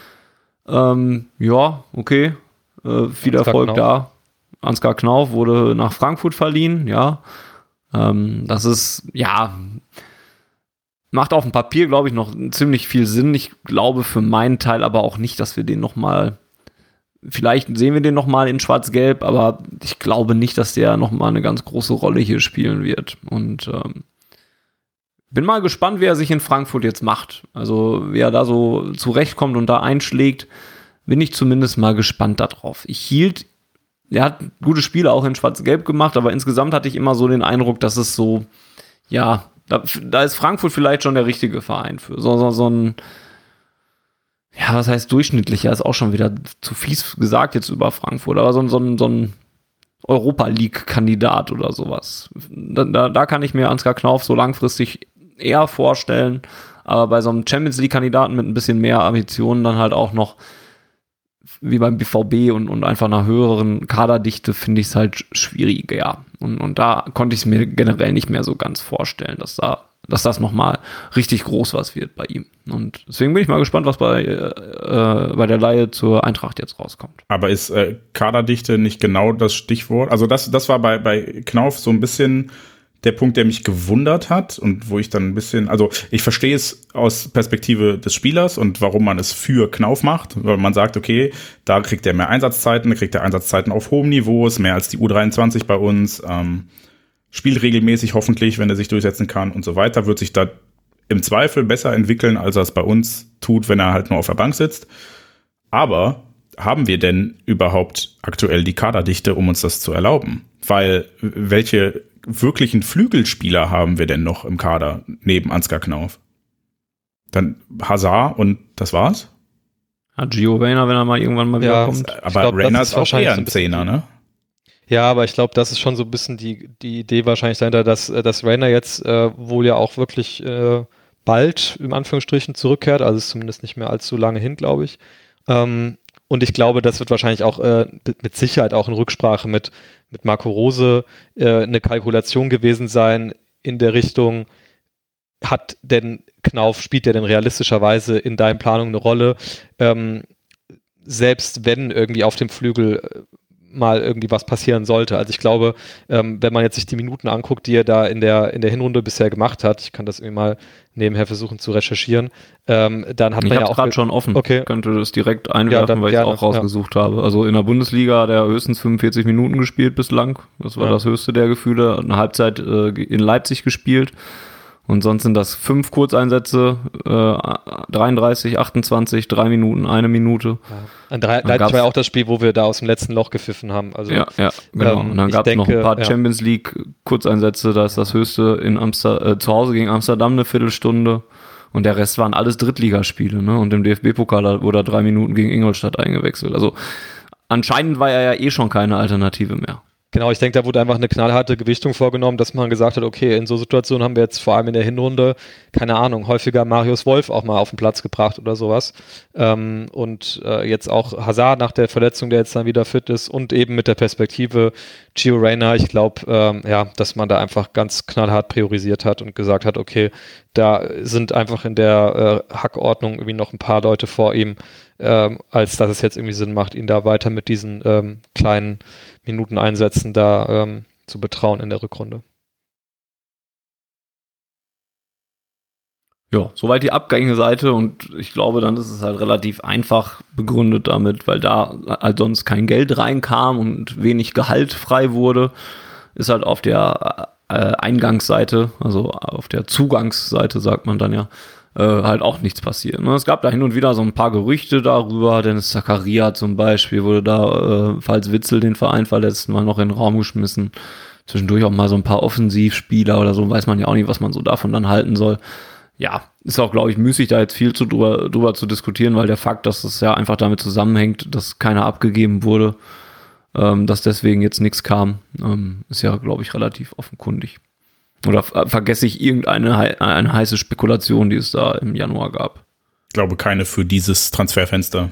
Ähm, ja, okay, äh, viel Ansgar Erfolg Knauf. da. Ansgar Knauf wurde nach Frankfurt verliehen, ja. Ähm, das ist, ja, macht auf dem Papier, glaube ich, noch ziemlich viel Sinn. Ich glaube für meinen Teil aber auch nicht, dass wir den nochmal Vielleicht sehen wir den nochmal in Schwarz-Gelb, aber ich glaube nicht, dass der nochmal eine ganz große Rolle hier spielen wird. Und ähm, bin mal gespannt, wie er sich in Frankfurt jetzt macht. Also wie er da so zurechtkommt und da einschlägt, bin ich zumindest mal gespannt darauf. Ich hielt, er hat gute Spiele auch in Schwarz-Gelb gemacht, aber insgesamt hatte ich immer so den Eindruck, dass es so, ja, da, da ist Frankfurt vielleicht schon der richtige Verein für. So, so, so ein Ja, was heißt durchschnittlicher, ist auch schon wieder zu fies gesagt jetzt über Frankfurt, aber so ein, so ein, so ein Europa-League-Kandidat oder sowas. Da, da, da kann ich mir Ansgar Knauf so langfristig eher vorstellen, aber bei so einem Champions-League-Kandidaten mit ein bisschen mehr Ambitionen dann halt auch noch, wie beim B V B und, und einfach einer höheren Kaderdichte finde ich es halt schwieriger. Ja. Und, und da konnte ich es mir generell nicht mehr so ganz vorstellen, dass da, dass das nochmal richtig groß was wird bei ihm. Und deswegen bin ich mal gespannt, was bei, äh, bei der Leihe zur Eintracht jetzt rauskommt. Aber ist äh, Kaderdichte nicht genau das Stichwort? Also das, das war bei, bei Knauf so ein bisschen der Punkt, der mich gewundert hat und wo ich dann ein bisschen, also ich verstehe es aus Perspektive des Spielers und warum man es für Knauf macht, weil man sagt, okay, da kriegt er mehr Einsatzzeiten, da kriegt er Einsatzzeiten auf hohem Niveau, ist mehr als die U dreiundzwanzig bei uns, ähm, spielt regelmäßig hoffentlich, wenn er sich durchsetzen kann und so weiter, wird sich da im Zweifel besser entwickeln, als er es bei uns tut, wenn er halt nur auf der Bank sitzt. Aber haben wir denn überhaupt aktuell die Kaderdichte, um uns das zu erlauben? Weil welche wirklichen Flügelspieler haben wir denn noch im Kader neben Ansgar Knauf? Dann Hazard und das war's? Hat Gio Reyna, wenn er mal irgendwann mal Ja, wiederkommt. Aber Reyna ist auch eher ein Zehner, ne? Ja, aber ich glaube, das ist schon so ein bisschen die, die Idee wahrscheinlich dahinter, dass, dass Reyna jetzt äh, wohl ja auch wirklich äh, bald, im Anführungsstrichen, zurückkehrt. Also ist zumindest nicht mehr allzu lange hin, glaube ich. Ähm, und ich glaube, das wird wahrscheinlich auch äh, mit Sicherheit auch in Rücksprache mit, mit Marco Rose äh, eine Kalkulation gewesen sein in der Richtung, hat denn Knauf, spielt der denn realistischerweise in deinen Planungen eine Rolle? Ähm, selbst wenn irgendwie auf dem Flügel äh, mal irgendwie was passieren sollte. Also ich glaube, ähm, wenn man jetzt sich die Minuten anguckt, die er da in der in der Hinrunde bisher gemacht hat, ich kann das irgendwie mal nebenher versuchen zu recherchieren, ähm, dann hat ich man ja auch... Ich habe gerade schon offen, okay. Ich könnte das direkt einwerfen, ja, dann, weil ich es auch rausgesucht ja. habe. Also in der Bundesliga hat er höchstens fünfundvierzig Minuten gespielt bislang. Das war ja. das höchste der Gefühle. Eine Halbzeit äh, in Leipzig gespielt. Und sonst sind das fünf Kurzeinsätze, äh, dreiunddreißig, achtundzwanzig, drei Minuten, eine Minute. Ja. An drei, Leipzig war ja auch das Spiel, wo wir da aus dem letzten Loch gepfiffen haben. Also, ja, ja, genau. Ähm, und dann gab es noch ein paar ja. Champions League Kurzeinsätze, da ist das höchste in Amster äh, zu Hause gegen Amsterdam eine Viertelstunde. Und der Rest waren alles Drittligaspiele, ne? Und im D F B-Pokal wurde er drei Minuten gegen Ingolstadt eingewechselt. Also anscheinend war er ja eh schon keine Alternative mehr. Genau, ich denke, da wurde einfach eine knallharte Gewichtung vorgenommen, dass man gesagt hat, okay, in so Situationen haben wir jetzt vor allem in der Hinrunde, keine Ahnung, häufiger Marius Wolf auch mal auf den Platz gebracht oder sowas. Ähm, und äh, jetzt auch Hazard nach der Verletzung, der jetzt dann wieder fit ist und eben mit der Perspektive Gio Reyna, ich glaube, ähm, ja, dass man da einfach ganz knallhart priorisiert hat und gesagt hat, okay, da sind einfach in der äh, Hackordnung irgendwie noch ein paar Leute vor ihm, ähm, als dass es jetzt irgendwie Sinn macht, ihn da weiter mit diesen ähm, kleinen Minuten einsetzen, da ähm, zu betrauen in der Rückrunde. Ja, soweit die Abgänge-Seite und ich glaube, dann ist es halt relativ einfach begründet damit, weil da halt sonst kein Geld reinkam und wenig Gehalt frei wurde, ist halt auf der äh, Eingangsseite, also auf der Zugangsseite, sagt man dann ja, äh, halt auch nichts passiert. Ne? Es gab da hin und wieder so ein paar Gerüchte darüber, Dennis Zakaria zum Beispiel wurde da, äh, falls Witzel den Verein verletzt, mal noch in den Raum geschmissen. Zwischendurch auch mal so ein paar Offensivspieler oder so, weiß man ja auch nicht, was man so davon dann halten soll. Ja, ist auch, glaube ich, müßig, da jetzt viel zu drüber, drüber zu diskutieren, weil der Fakt, dass es ja einfach damit zusammenhängt, dass keiner abgegeben wurde, ähm, dass deswegen jetzt nichts kam, ähm, ist ja, glaube ich, relativ offenkundig. Oder f- vergesse ich irgendeine he- eine heiße Spekulation, die es da im Januar gab? Ich glaube, keine für dieses Transferfenster.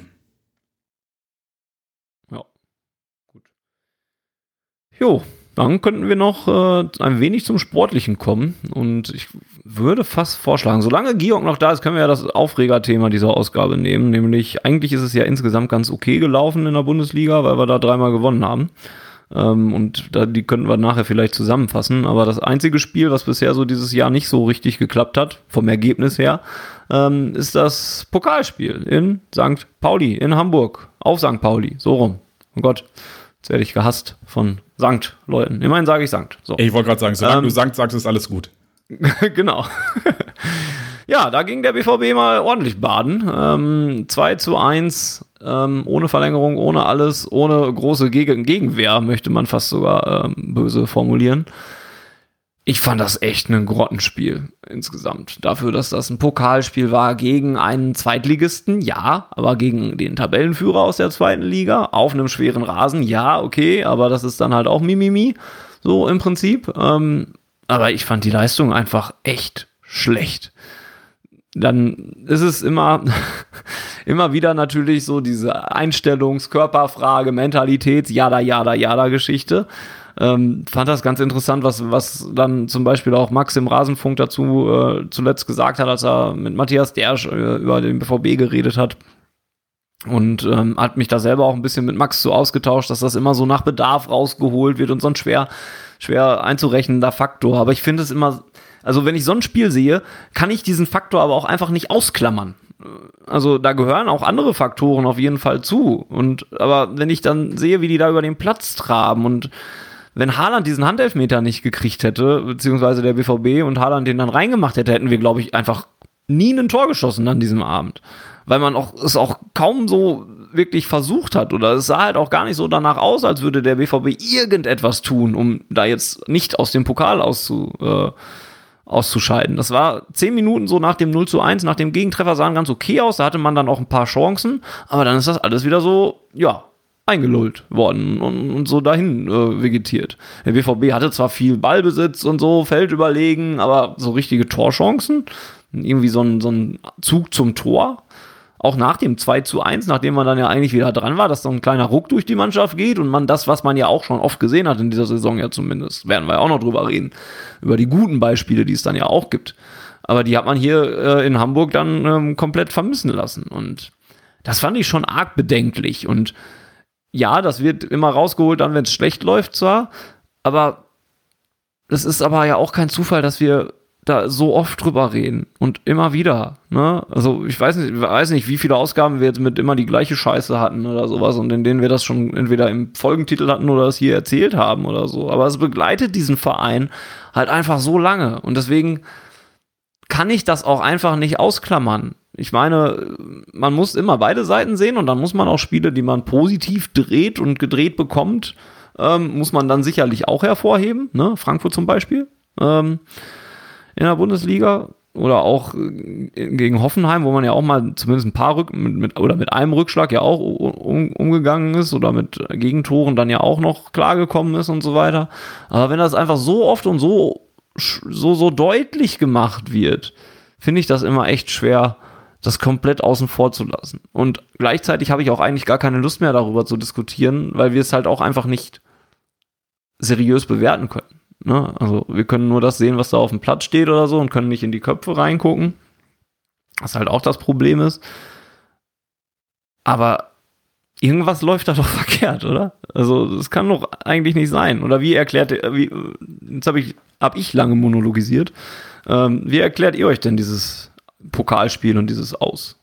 Ja, gut. Jo, dann könnten wir noch äh, ein wenig zum Sportlichen kommen und ich würde fast vorschlagen, solange Georg noch da ist, können wir ja das Aufregerthema dieser Ausgabe nehmen, nämlich eigentlich ist es ja insgesamt ganz okay gelaufen in der Bundesliga, weil wir da dreimal gewonnen haben ähm, und da, die könnten wir nachher vielleicht zusammenfassen, aber das einzige Spiel, was bisher so dieses Jahr nicht so richtig geklappt hat, vom Ergebnis her, ähm, ist das Pokalspiel in Sankt Pauli, in Hamburg, auf Sankt Pauli, so rum, oh Gott. Jetzt werde ich gehasst von Sankt-Leuten. Immerhin sage ich Sankt. So. Ich wollte gerade sagen, solange ähm, du Sankt sagst, ist alles gut. Genau. Ja, da ging der B V B mal ordentlich baden. Ähm, zwei zu eins, ähm, ohne Verlängerung, ohne alles, ohne große Geg- Gegenwehr, möchte man fast sogar ähm, böse formulieren. Ich fand das echt ein Grottenspiel insgesamt. Dafür, dass das ein Pokalspiel war gegen einen Zweitligisten, ja, aber gegen den Tabellenführer aus der zweiten Liga, auf einem schweren Rasen, ja, okay, aber das ist dann halt auch Mimimi, so im Prinzip. Ähm, aber ich fand die Leistung einfach echt schlecht. Dann ist es immer, immer wieder natürlich so diese Einstellungs-, Körperfrage, Mentalitäts-, jada, jada, jada Geschichte. Ähm, fand das ganz interessant, was, was dann zum Beispiel auch Max im Rasenfunk dazu äh, zuletzt gesagt hat, als er mit Matthias Dersch äh, über den B V B geredet hat. Und ähm, hat mich da selber auch ein bisschen mit Max so ausgetauscht, dass das immer so nach Bedarf rausgeholt wird und so ein schwer, schwer einzurechnender Faktor. Aber ich finde es immer, also wenn ich so ein Spiel sehe, kann ich diesen Faktor aber auch einfach nicht ausklammern. Also da gehören auch andere Faktoren auf jeden Fall zu. Und aber wenn ich dann sehe, wie die da über den Platz traben und wenn Haaland diesen Handelfmeter nicht gekriegt hätte, beziehungsweise der B V B und Haaland den dann reingemacht hätte, hätten wir, glaube ich, einfach nie ein Tor geschossen an diesem Abend. Weil man auch es auch kaum so wirklich versucht hat. Oder es sah halt auch gar nicht so danach aus, als würde der B V B irgendetwas tun, um da jetzt nicht aus dem Pokal auszu, äh, auszuscheiden. Das war zehn Minuten so nach dem null zu eins, nach dem Gegentreffer sahen ganz okay aus. Da hatte man dann auch ein paar Chancen. Aber dann ist das alles wieder so, ja, eingelullt worden und, und so dahin äh, vegetiert. Der B V B hatte zwar viel Ballbesitz und so, Feldüberlegen, aber so richtige Torchancen, irgendwie so ein, so ein Zug zum Tor, auch nach dem zwei zu eins, nachdem man dann ja eigentlich wieder dran war, dass so ein kleiner Ruck durch die Mannschaft geht und man das, was man ja auch schon oft gesehen hat in dieser Saison ja zumindest, werden wir ja auch noch drüber reden, über die guten Beispiele, die es dann ja auch gibt. Aber die hat man hier äh, in Hamburg dann ähm, komplett vermissen lassen und das fand ich schon arg bedenklich und ja, das wird immer rausgeholt dann, wenn es schlecht läuft zwar, aber es ist aber ja auch kein Zufall, dass wir da so oft drüber reden und immer wieder, ne? Also ich weiß nicht, ich weiß nicht, wie viele Ausgaben wir jetzt mit immer die gleiche Scheiße hatten oder sowas und in denen wir das schon entweder im Folgentitel hatten oder es hier erzählt haben oder so, aber es begleitet diesen Verein halt einfach so lange und deswegen kann ich das auch einfach nicht ausklammern. Ich meine, man muss immer beide Seiten sehen und dann muss man auch Spiele, die man positiv dreht und gedreht bekommt, ähm, muss man dann sicherlich auch hervorheben, ne? Frankfurt zum Beispiel ähm, in der Bundesliga oder auch gegen Hoffenheim, wo man ja auch mal zumindest ein paar Rück mit, mit oder mit einem Rückschlag ja auch um, umgegangen ist oder mit Gegentoren dann ja auch noch klargekommen ist und so weiter. Aber wenn das einfach so oft und so so so deutlich gemacht wird, finde ich das immer echt schwer, das komplett außen vor zu lassen. Und gleichzeitig habe ich auch eigentlich gar keine Lust mehr darüber zu diskutieren, weil wir es halt auch einfach nicht seriös bewerten können. Ne? Also wir können nur das sehen, was da auf dem Platz steht oder so und können nicht in die Köpfe reingucken. Was halt auch das Problem ist. Aber irgendwas läuft da doch verkehrt, oder? Also das kann doch eigentlich nicht sein. Oder wie erklärt, wie, jetzt habe ich, hab ich lange monologisiert. Ähm, wie erklärt ihr euch denn dieses Pokalspiel und dieses Aus?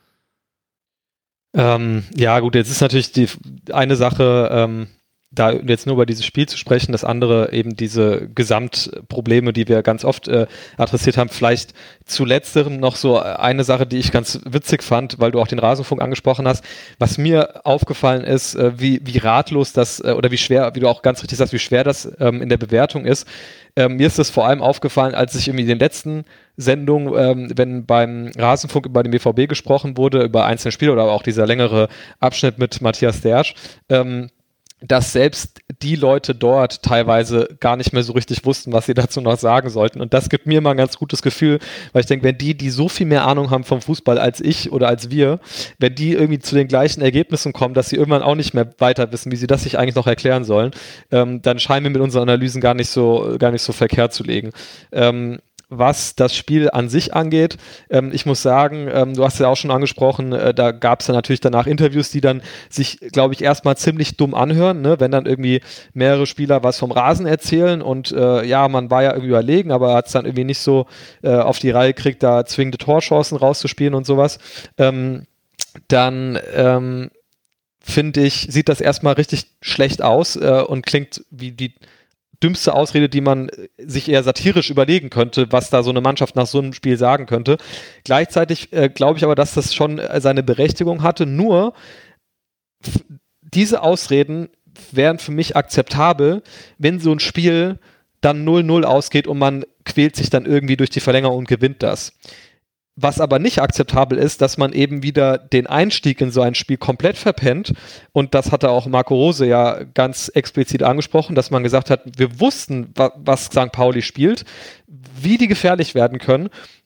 Ähm, ja gut, jetzt ist natürlich die eine Sache, ähm, da jetzt nur über dieses Spiel zu sprechen, das andere eben diese Gesamtprobleme, die wir ganz oft äh, adressiert haben. Vielleicht zu letzterem noch so eine Sache, die ich ganz witzig fand, weil du auch den Rasenfunk angesprochen hast. Was mir aufgefallen ist, äh, wie, wie ratlos das äh, oder wie schwer, wie du auch ganz richtig sagst, wie schwer das ähm, in der Bewertung ist. Ähm, mir ist das vor allem aufgefallen, als ich irgendwie in den letzten Sendungen, ähm, wenn beim Rasenfunk über den B V B gesprochen wurde, über einzelne Spiele oder auch dieser längere Abschnitt mit Matthias Dersch, ähm, dass selbst die Leute dort teilweise gar nicht mehr so richtig wussten, was sie dazu noch sagen sollten. Und das gibt mir mal ein ganz gutes Gefühl, weil ich denke, wenn die, die so viel mehr Ahnung haben vom Fußball als ich oder als wir, wenn die irgendwie zu den gleichen Ergebnissen kommen, dass sie irgendwann auch nicht mehr weiter wissen, wie sie das sich eigentlich noch erklären sollen, ähm, dann scheinen wir mit unseren Analysen gar nicht so, gar nicht so verkehrt zu legen. Ähm, Was das Spiel an sich angeht, ähm, ich muss sagen, ähm, du hast ja auch schon angesprochen, äh, da gab es dann natürlich danach Interviews, die dann sich, glaube ich, erstmal ziemlich dumm anhören, ne? Wenn dann irgendwie mehrere Spieler was vom Rasen erzählen und äh, ja, man war ja irgendwie überlegen, aber hat es dann irgendwie nicht so äh, auf die Reihe gekriegt, da zwingende Torchancen rauszuspielen und sowas, ähm, dann ähm, finde ich, sieht das erstmal richtig schlecht aus äh, und klingt wie die dümmste Ausrede, die man sich eher satirisch überlegen könnte, was da so eine Mannschaft nach so einem Spiel sagen könnte. Gleichzeitig äh, glaube ich aber, dass das schon seine Berechtigung hatte, nur f- diese Ausreden wären für mich akzeptabel, wenn so ein Spiel dann null null ausgeht und man quält sich dann irgendwie durch die Verlängerung und gewinnt das. Was aber nicht akzeptabel ist, dass man eben wieder den Einstieg in so ein Spiel komplett verpennt. Und das hatte auch Marco Rose ja ganz explizit angesprochen, dass man gesagt hat, wir wussten, wa- was Sankt Pauli spielt, wie die gefährlich werden können.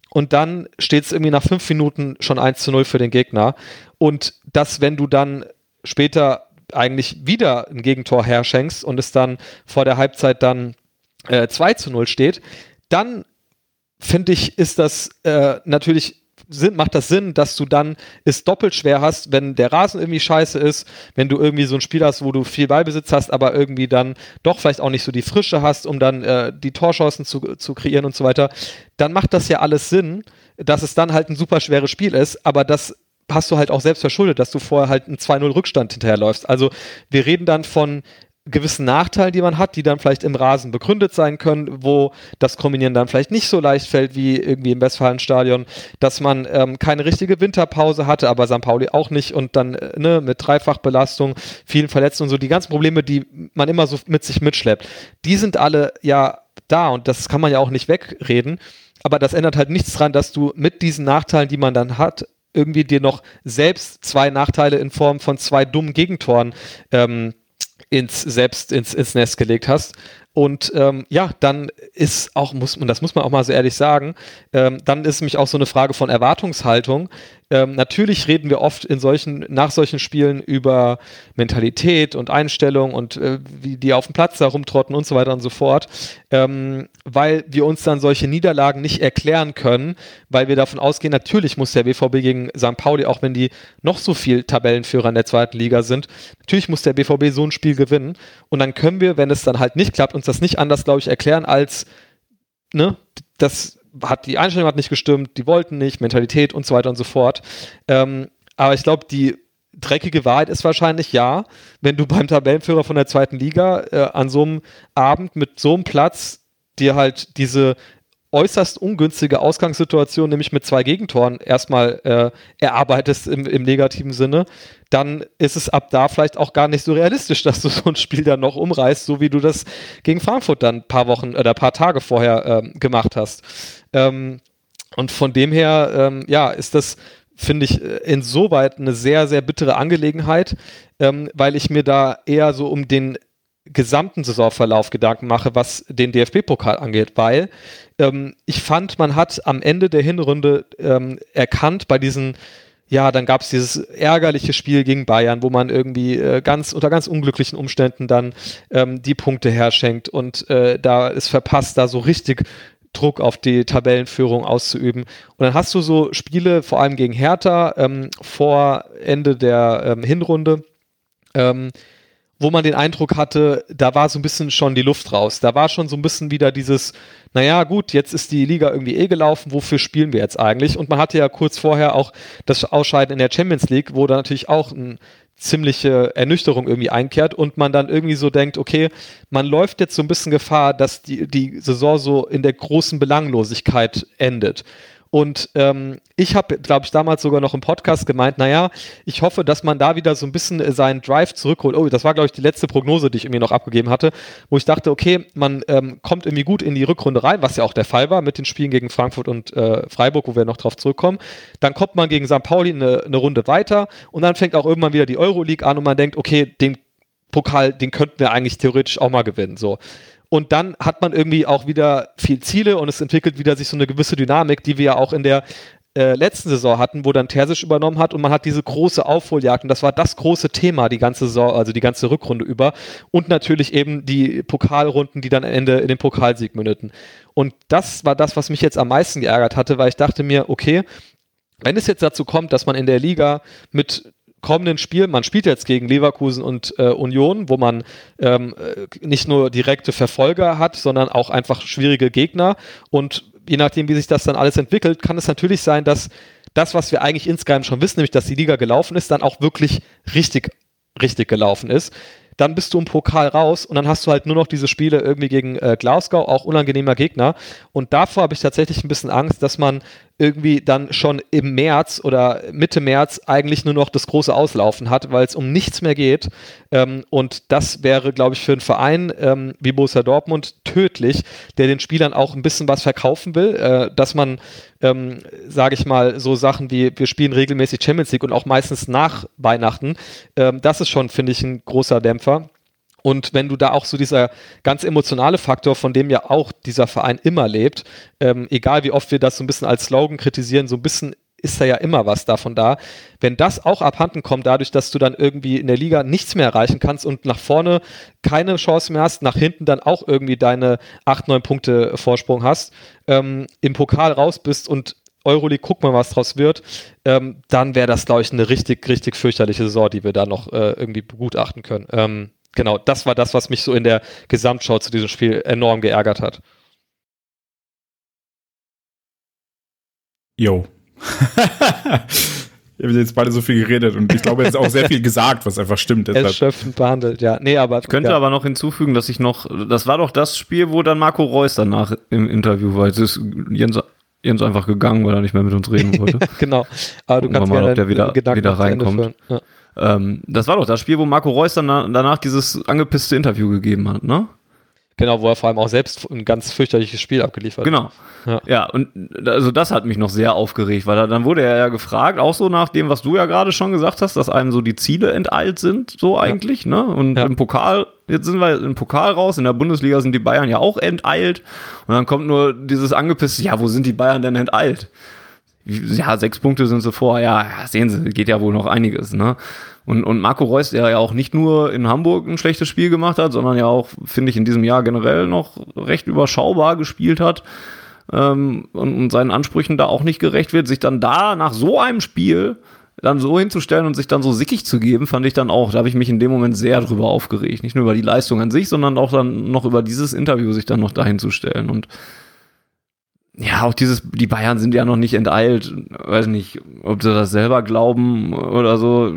und dann steht es irgendwie nach fünf Minuten schon eins zu null für den Gegner. Und das, wenn du dann später eigentlich wieder ein Gegentor herschenkst und es dann vor der Halbzeit dann äh, zwei zu null steht, dann finde ich, ist das äh, natürlich Sinn, macht das Sinn, dass du dann es doppelt schwer hast, wenn der Rasen irgendwie scheiße ist, wenn du irgendwie so ein Spiel hast, wo du viel Ballbesitz hast, aber irgendwie dann doch vielleicht auch nicht so die Frische hast, um dann äh, die Torchancen zu, zu kreieren und so weiter, dann macht das ja alles Sinn, dass es dann halt ein super schweres Spiel ist, aber das hast du halt auch selbst verschuldet, dass du vorher halt einen zwei null Rückstand hinterherläufst. Also wir reden dann von gewissen Nachteilen, die man hat, die dann vielleicht im Rasen begründet sein können, wo das Kombinieren dann vielleicht nicht so leicht fällt wie irgendwie im Westfalenstadion, dass man ähm, keine richtige Winterpause hatte, aber Sankt Pauli auch nicht und dann äh, ne, mit Dreifachbelastung, vielen Verletzten und so, die ganzen Probleme, die man immer so mit sich mitschleppt, die sind alle ja da und das kann man ja auch nicht wegreden, aber das ändert halt nichts dran, dass du mit diesen Nachteilen, die man dann hat, irgendwie dir noch selbst zwei Nachteile in Form von zwei dummen Gegentoren ähm, ins selbst ins, ins Nest gelegt hast. Und ähm, ja, dann ist auch, muss und das muss man auch mal so ehrlich sagen, ähm, dann ist nämlich auch so eine Frage von Erwartungshaltung. Ähm, natürlich reden wir oft in solchen, nach solchen Spielen über Mentalität und Einstellung und äh, wie die auf dem Platz da rumtrotten und so weiter und so fort, ähm, weil wir uns dann solche Niederlagen nicht erklären können, weil wir davon ausgehen, natürlich muss der B V B gegen Sankt Pauli, auch wenn die noch so viel Tabellenführer in der zweiten Liga sind, natürlich muss der B V B so ein Spiel gewinnen und dann können wir, wenn es dann halt nicht klappt, uns das nicht anders, glaube ich, erklären als, ne, das hat die Einstellung hat nicht gestimmt, die wollten nicht, Mentalität und so weiter und so fort. Ähm, aber ich glaube, die dreckige Wahrheit ist wahrscheinlich ja, wenn du beim Tabellenführer von der zweiten Liga äh, an so einem Abend mit so einem Platz dir halt diese äußerst ungünstige Ausgangssituation, nämlich mit zwei Gegentoren, erstmal äh, erarbeitest im, im negativen Sinne, dann ist es ab da vielleicht auch gar nicht so realistisch, dass du so ein Spiel dann noch umreißt, so wie du das gegen Frankfurt dann ein paar Wochen oder ein paar Tage vorher ähm, gemacht hast. Ähm, und von dem her, ähm, ja, ist das, finde ich, insoweit eine sehr, sehr bittere Angelegenheit, ähm, weil ich mir da eher so um den gesamten Saisonverlauf Gedanken mache, was den D F B-Pokal angeht, weil ähm, ich fand, man hat am Ende der Hinrunde ähm, erkannt bei diesen, ja, dann gab es dieses ärgerliche Spiel gegen Bayern, wo man irgendwie äh, ganz unter ganz unglücklichen Umständen dann ähm, die Punkte herschenkt und äh, da ist verpasst, da so richtig Druck auf die Tabellenführung auszuüben. Und dann hast du so Spiele, vor allem gegen Hertha, ähm, vor Ende der ähm, Hinrunde, ähm, wo man den Eindruck hatte, da war so ein bisschen schon die Luft raus. Da war schon so ein bisschen wieder dieses, naja gut, jetzt ist die Liga irgendwie eh gelaufen, wofür spielen wir jetzt eigentlich? Und man hatte ja kurz vorher auch das Ausscheiden in der Champions League, wo da natürlich auch eine ziemliche Ernüchterung irgendwie einkehrt und man dann irgendwie so denkt, okay, man läuft jetzt so ein bisschen Gefahr, dass die, die Saison so in der großen Belanglosigkeit endet. Und ähm, ich habe, glaube ich, damals sogar noch im Podcast gemeint, naja, ich hoffe, dass man da wieder so ein bisschen äh, seinen Drive zurückholt. Oh, das war, glaube ich, die letzte Prognose, die ich irgendwie noch abgegeben hatte, wo ich dachte, okay, man ähm, kommt irgendwie gut in die Rückrunde rein, was ja auch der Fall war mit den Spielen gegen Frankfurt und äh, Freiburg, wo wir noch drauf zurückkommen. Dann kommt man gegen Sankt Pauli eine, eine Runde weiter und dann fängt auch irgendwann wieder die Euroleague an und man denkt, okay, den Pokal, den könnten wir eigentlich theoretisch auch mal gewinnen, so. Und dann hat man irgendwie auch wieder viel Ziele und es entwickelt wieder sich so eine gewisse Dynamik, die wir ja auch in der äh, letzten Saison hatten, wo dann Terzic übernommen hat und man hat diese große Aufholjagd und das war das große Thema die ganze Saison, also die ganze Rückrunde über und natürlich eben die Pokalrunden, die dann am Ende in den Pokalsieg mündeten. Und das war das, was mich jetzt am meisten geärgert hatte, weil ich dachte mir, okay, wenn es jetzt dazu kommt, dass man in der Liga mit kommenden Spiel, man spielt jetzt gegen Leverkusen und äh, Union, wo man ähm, nicht nur direkte Verfolger hat, sondern auch einfach schwierige Gegner und je nachdem, wie sich das dann alles entwickelt, kann es natürlich sein, dass das, was wir eigentlich insgeheim schon wissen, nämlich dass die Liga gelaufen ist, dann auch wirklich richtig, richtig gelaufen ist. Dann bist du im Pokal raus und dann hast du halt nur noch diese Spiele irgendwie gegen äh, Glasgow, auch unangenehmer Gegner und davor habe ich tatsächlich ein bisschen Angst, dass man irgendwie dann schon im März oder Mitte März eigentlich nur noch das große Auslaufen hat, weil es um nichts mehr geht. Ähm, und das wäre, glaube ich, für einen Verein ähm, wie Borussia Dortmund tödlich, der den Spielern auch ein bisschen was verkaufen will, äh, dass man, ähm, sage ich mal, so Sachen wie wir spielen regelmäßig Champions League und auch meistens nach Weihnachten, ähm, das ist schon, finde ich, ein großer Dämpfer. Und wenn du da auch so dieser ganz emotionale Faktor, von dem ja auch dieser Verein immer lebt, ähm, egal wie oft wir das so ein bisschen als Slogan kritisieren, so ein bisschen ist da ja immer was davon da. Wenn das auch abhanden kommt, dadurch, dass du dann irgendwie in der Liga nichts mehr erreichen kannst und nach vorne keine Chance mehr hast, nach hinten dann auch irgendwie deine acht, neun Punkte Vorsprung hast, ähm, im Pokal raus bist und Euroleague, guck mal, was draus wird, ähm, dann wäre das, glaube ich, eine richtig, richtig fürchterliche Saison, die wir da noch äh, irgendwie begutachten können. Ähm, genau, das war das, was mich so in der Gesamtschau zu diesem Spiel enorm geärgert hat. Jo. Wir haben jetzt beide so viel geredet und ich glaube, jetzt auch sehr viel gesagt, was einfach stimmt. Erschöpfend behandelt, ja. Nee, aber, ich könnte ja. aber noch hinzufügen, dass ich noch, das war doch das Spiel, wo dann Marco Reus danach im Interview war. Jetzt ist Jens, Jens einfach gegangen, weil er nicht mehr mit uns reden wollte. Genau. Aber du Gucken kannst wir mal, ja ob der wieder, wieder reinkommt. Ja. Ähm, das war doch das Spiel, wo Marco Reus dann danach dieses angepisste Interview gegeben hat, ne? Genau, wo er vor allem auch selbst ein ganz fürchterliches Spiel abgeliefert hat. Genau. Ja. ja, und also das hat mich noch sehr aufgeregt, weil dann wurde er ja gefragt, auch so nach dem, was du ja gerade schon gesagt hast, dass einem so die Ziele enteilt sind, so eigentlich, ja. ne? Und ja. im Pokal, jetzt sind wir im Pokal raus, in der Bundesliga sind die Bayern ja auch enteilt. Und dann kommt nur dieses angepisste, ja, wo sind die Bayern denn enteilt? Ja, sechs Punkte sind sie vor, ja, ja, sehen Sie, geht ja wohl noch einiges, ne? Und, und Marco Reus, der ja auch nicht nur in Hamburg ein schlechtes Spiel gemacht hat, sondern ja auch, finde ich, in diesem Jahr generell noch recht überschaubar gespielt hat ähm, und, und seinen Ansprüchen da auch nicht gerecht wird, sich dann da nach so einem Spiel dann so hinzustellen und sich dann so sickig zu geben, fand ich dann auch, da habe ich mich in dem Moment sehr drüber aufgeregt. Nicht nur über die Leistung an sich, sondern auch dann noch über dieses Interview sich dann noch dahin zu stellen. Und ja, auch dieses, die Bayern sind ja noch nicht enteilt, weiß nicht, ob sie das selber glauben oder so,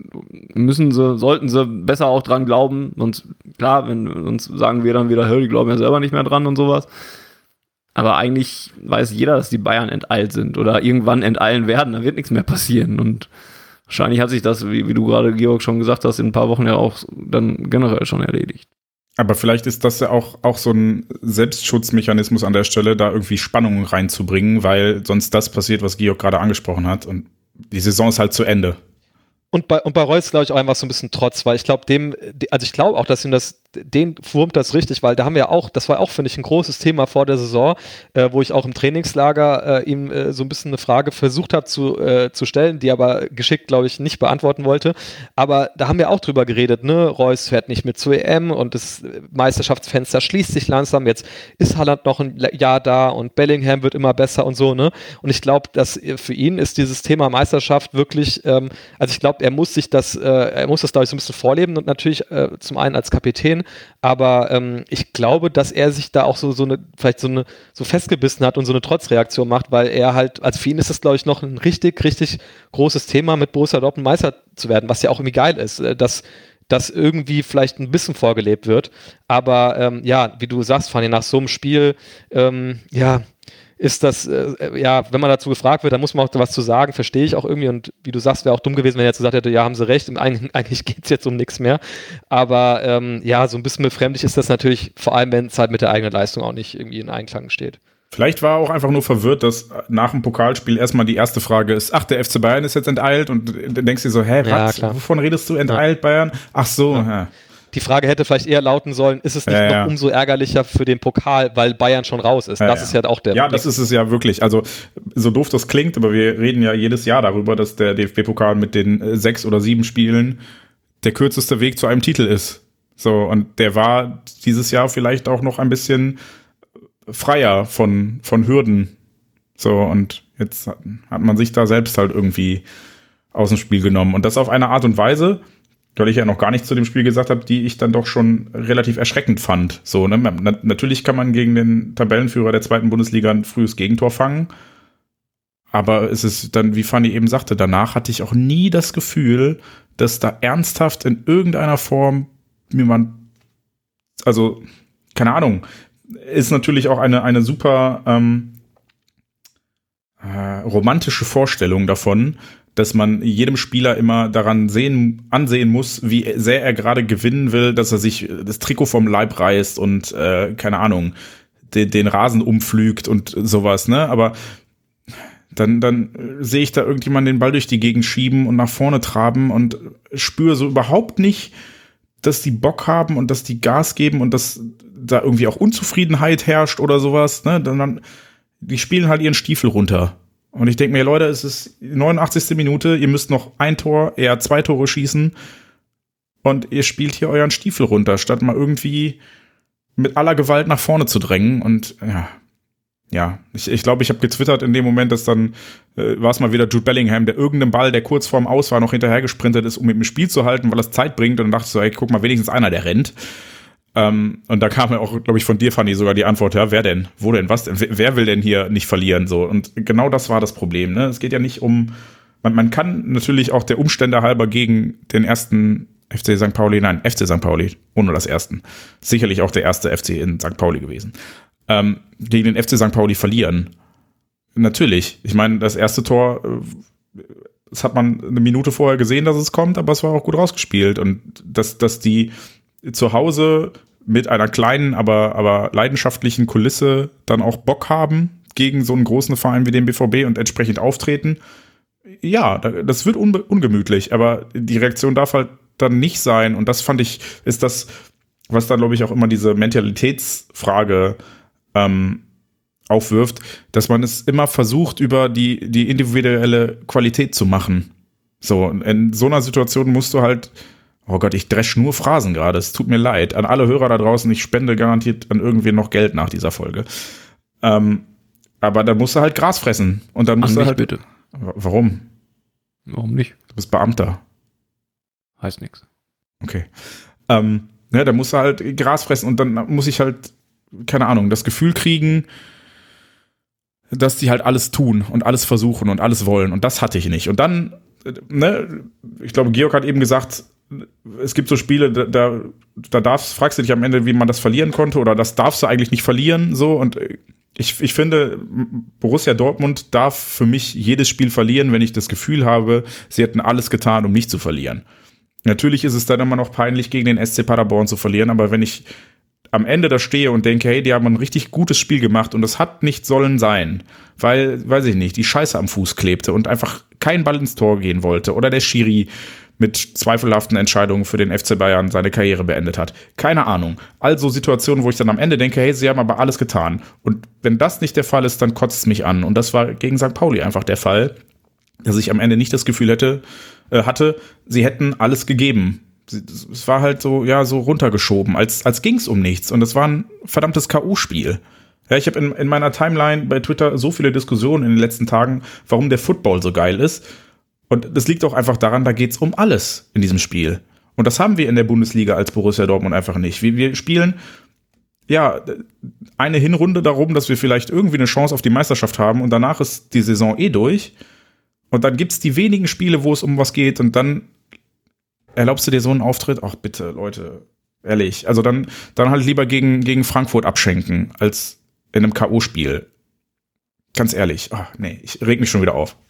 müssen sie, sollten sie besser auch dran glauben, sonst, klar, wenn, sonst sagen wir dann wieder, hey, die glauben ja selber nicht mehr dran und sowas. Aber eigentlich weiß jeder, dass die Bayern enteilt sind oder irgendwann enteilen werden, da wird nichts mehr passieren und wahrscheinlich hat sich das, wie, wie du gerade, Georg, schon gesagt hast, in ein paar Wochen ja auch dann generell schon erledigt. Aber vielleicht ist das ja auch, auch so ein Selbstschutzmechanismus an der Stelle, da irgendwie Spannungen reinzubringen, weil sonst das passiert, was Georg gerade angesprochen hat. Und die Saison ist halt zu Ende. Und bei, und bei Reus glaube ich auch einfach so ein bisschen Trotz, weil ich glaube dem, also ich glaube auch, dass ihm das, den wurmt das richtig, weil da haben wir auch, das war auch, finde ich, ein großes Thema vor der Saison, äh, wo ich auch im Trainingslager äh, ihm äh, so ein bisschen eine Frage versucht habe zu, äh, zu stellen, die aber geschickt, glaube ich, nicht beantworten wollte. Aber da haben wir auch drüber geredet, ne? Reus fährt nicht mit zur E M und das Meisterschaftsfenster schließt sich langsam. Jetzt ist Haaland noch ein Jahr da und Bellingham wird immer besser und so, ne? Und ich glaube, dass für ihn ist dieses Thema Meisterschaft wirklich, ähm, also ich glaube, er muss sich das, äh, er muss das, glaube ich, so ein bisschen vorleben und natürlich äh, zum einen als Kapitän, aber ähm, ich glaube, dass er sich da auch so, so eine, vielleicht so eine, so festgebissen hat und so eine Trotzreaktion macht, weil er halt, also für ihn ist das, glaube ich, noch ein richtig, richtig großes Thema, mit Borussia Dortmund Meister zu werden, was ja auch irgendwie geil ist, äh, dass das irgendwie vielleicht ein bisschen vorgelebt wird, aber ähm, ja, wie du sagst, Fanny, nach so einem Spiel, ähm, ja, ist das, äh, ja, wenn man dazu gefragt wird, dann muss man auch was zu sagen, verstehe ich auch irgendwie und wie du sagst, wäre auch dumm gewesen, wenn er jetzt gesagt hätte, ja, haben sie recht, Eig- eigentlich geht es jetzt um nichts mehr, aber ähm, ja, so ein bisschen befremdlich ist das natürlich, vor allem wenn es halt mit der eigenen Leistung auch nicht irgendwie in Einklang steht. Vielleicht war er auch einfach nur verwirrt, dass nach dem Pokalspiel erstmal die erste Frage ist, ach, der F C Bayern ist jetzt enteilt und dann denkst du dir so, hä, was, ja, wovon redest du, enteilt ja. Bayern? Ach so, ja. ja. Die Frage hätte vielleicht eher lauten sollen, ist es nicht ja, noch ja. umso ärgerlicher für den Pokal, weil Bayern schon raus ist? Ja, das ja. ist ja auch der Ja, Blick. Das ist es ja wirklich. Also so doof das klingt, aber wir reden ja jedes Jahr darüber, dass der D F B-Pokal mit den äh, sechs oder sieben Spielen der kürzeste Weg zu einem Titel ist. So, und der war dieses Jahr vielleicht auch noch ein bisschen freier von, von Hürden. So, und jetzt hat, hat man sich da selbst halt irgendwie aus dem Spiel genommen. Und das auf eine Art und Weise, weil ich ja noch gar nichts zu dem Spiel gesagt habe, die ich dann doch schon relativ erschreckend fand. So, ne? Na, natürlich kann man gegen den Tabellenführer der zweiten Bundesliga ein frühes Gegentor fangen. Aber es ist dann, wie Fanny eben sagte, danach hatte ich auch nie das Gefühl, dass da ernsthaft in irgendeiner Form mir man, also, keine Ahnung, ist natürlich auch eine, eine super ähm, äh, romantische Vorstellung davon, dass man jedem Spieler immer daran sehen, ansehen muss, wie sehr er gerade gewinnen will, dass er sich das Trikot vom Leib reißt und, äh, keine Ahnung, den, den Rasen umpflügt und sowas, ne? Aber dann, dann sehe ich da irgendjemanden den Ball durch die Gegend schieben und nach vorne traben und spüre so überhaupt nicht dass die Bock haben und dass die Gas geben und dass da irgendwie auch Unzufriedenheit herrscht oder sowas, ne, dann, dann die spielen halt ihren Stiefel runter. Und ich denke mir, Leute, es ist die neunundachtzigste Minute, ihr müsst noch ein Tor, eher zwei Tore schießen und ihr spielt hier euren Stiefel runter, statt mal irgendwie mit aller Gewalt nach vorne zu drängen. Und ja, ja, ich glaube, ich, glaub, ich habe getwittert in dem Moment, dass dann äh, war es mal wieder Jude Bellingham, der irgendeinen Ball, der kurz vorm Aus war, noch hinterher gesprintet ist, um mit dem Spiel zu halten, weil das Zeit bringt. Und dann dachte ich so, ey, guck mal, wenigstens einer, der rennt. Ähm, und da kam ja auch, glaube ich, von dir, Fanny, sogar die Antwort, ja, wer denn? Wo denn? Was denn? Wer will denn hier nicht verlieren? So. Und genau das war das Problem. Ne? Es geht ja nicht um, man, man kann natürlich auch der Umstände halber gegen den ersten F C Sankt Pauli, nein, F C Sankt Pauli, ohne das ersten. Sicherlich auch der erste F C in Sankt Pauli gewesen. Ähm, gegen den F C Sankt Pauli verlieren. Natürlich. Ich meine, das erste Tor, das hat man eine Minute vorher gesehen, dass es kommt, aber es war auch gut rausgespielt. Und dass, dass die zu Hause mit einer kleinen, aber, aber leidenschaftlichen Kulisse dann auch Bock haben gegen so einen großen Verein wie den B V B und entsprechend auftreten. Ja, das wird unbe- ungemütlich, aber die Reaktion darf halt dann nicht sein. Und das fand ich, ist das, was dann, glaube ich, auch immer diese Mentalitätsfrage ähm, aufwirft, dass man es immer versucht, über die, die individuelle Qualität zu machen. So, in so einer Situation musst du halt, oh Gott, ich dresch nur Phrasen gerade, es tut mir leid. An alle Hörer da draußen, ich spende garantiert an irgendwen noch Geld nach dieser Folge. Ähm, aber dann musst du halt Gras fressen. Und dann musst an du mich halt. bitte. Warum? Warum nicht? Du bist Beamter. Heißt nichts. Okay. Ähm, ne, da musst du halt Gras fressen und dann muss ich halt, keine Ahnung, das Gefühl kriegen, dass die halt alles tun und alles versuchen und alles wollen. Und das hatte ich nicht. Und dann, ne, ich glaube, Georg hat eben gesagt, es gibt so Spiele, da, da, da darfst, fragst du dich am Ende, wie man das verlieren konnte, oder das darfst du eigentlich nicht verlieren, so. Und ich, ich finde, Borussia Dortmund darf für mich jedes Spiel verlieren, wenn ich das Gefühl habe, sie hätten alles getan, um nicht zu verlieren. Natürlich ist es dann immer noch peinlich, gegen den S C Paderborn zu verlieren, aber wenn ich am Ende da stehe und denke, hey, die haben ein richtig gutes Spiel gemacht und es hat nicht sollen sein, weil, weiß ich nicht, die Scheiße am Fuß klebte und einfach kein Ball ins Tor gehen wollte oder der Schiri mit zweifelhaften Entscheidungen für den F C Bayern seine Karriere beendet hat. Keine Ahnung. Also Situationen, wo ich dann am Ende denke, hey, sie haben aber alles getan. Und wenn das nicht der Fall ist, dann kotzt es mich an. Und das war gegen Sankt Pauli einfach der Fall, dass ich am Ende nicht das Gefühl hätte, äh, hatte, sie hätten alles gegeben. Es war halt so, ja, so runtergeschoben, als, als ging es um nichts. Und es war ein verdammtes K O-Spiel. Ja, ich habe in, in meiner Timeline bei Twitter so viele Diskussionen in den letzten Tagen, warum der Football so geil ist. Und das liegt auch einfach daran, da geht's um alles in diesem Spiel. Und das haben wir in der Bundesliga als Borussia Dortmund einfach nicht. Wir, wir spielen, ja, eine Hinrunde darum, dass wir vielleicht irgendwie eine Chance auf die Meisterschaft haben und danach ist die Saison eh durch. Und dann gibt's die wenigen Spiele, wo es um was geht und dann erlaubst du dir so einen Auftritt? Ach bitte, Leute, ehrlich. Also dann, dann halt lieber gegen, gegen Frankfurt abschenken, als in einem K O-Spiel. Ganz ehrlich. Ach nee, ich reg mich schon wieder auf.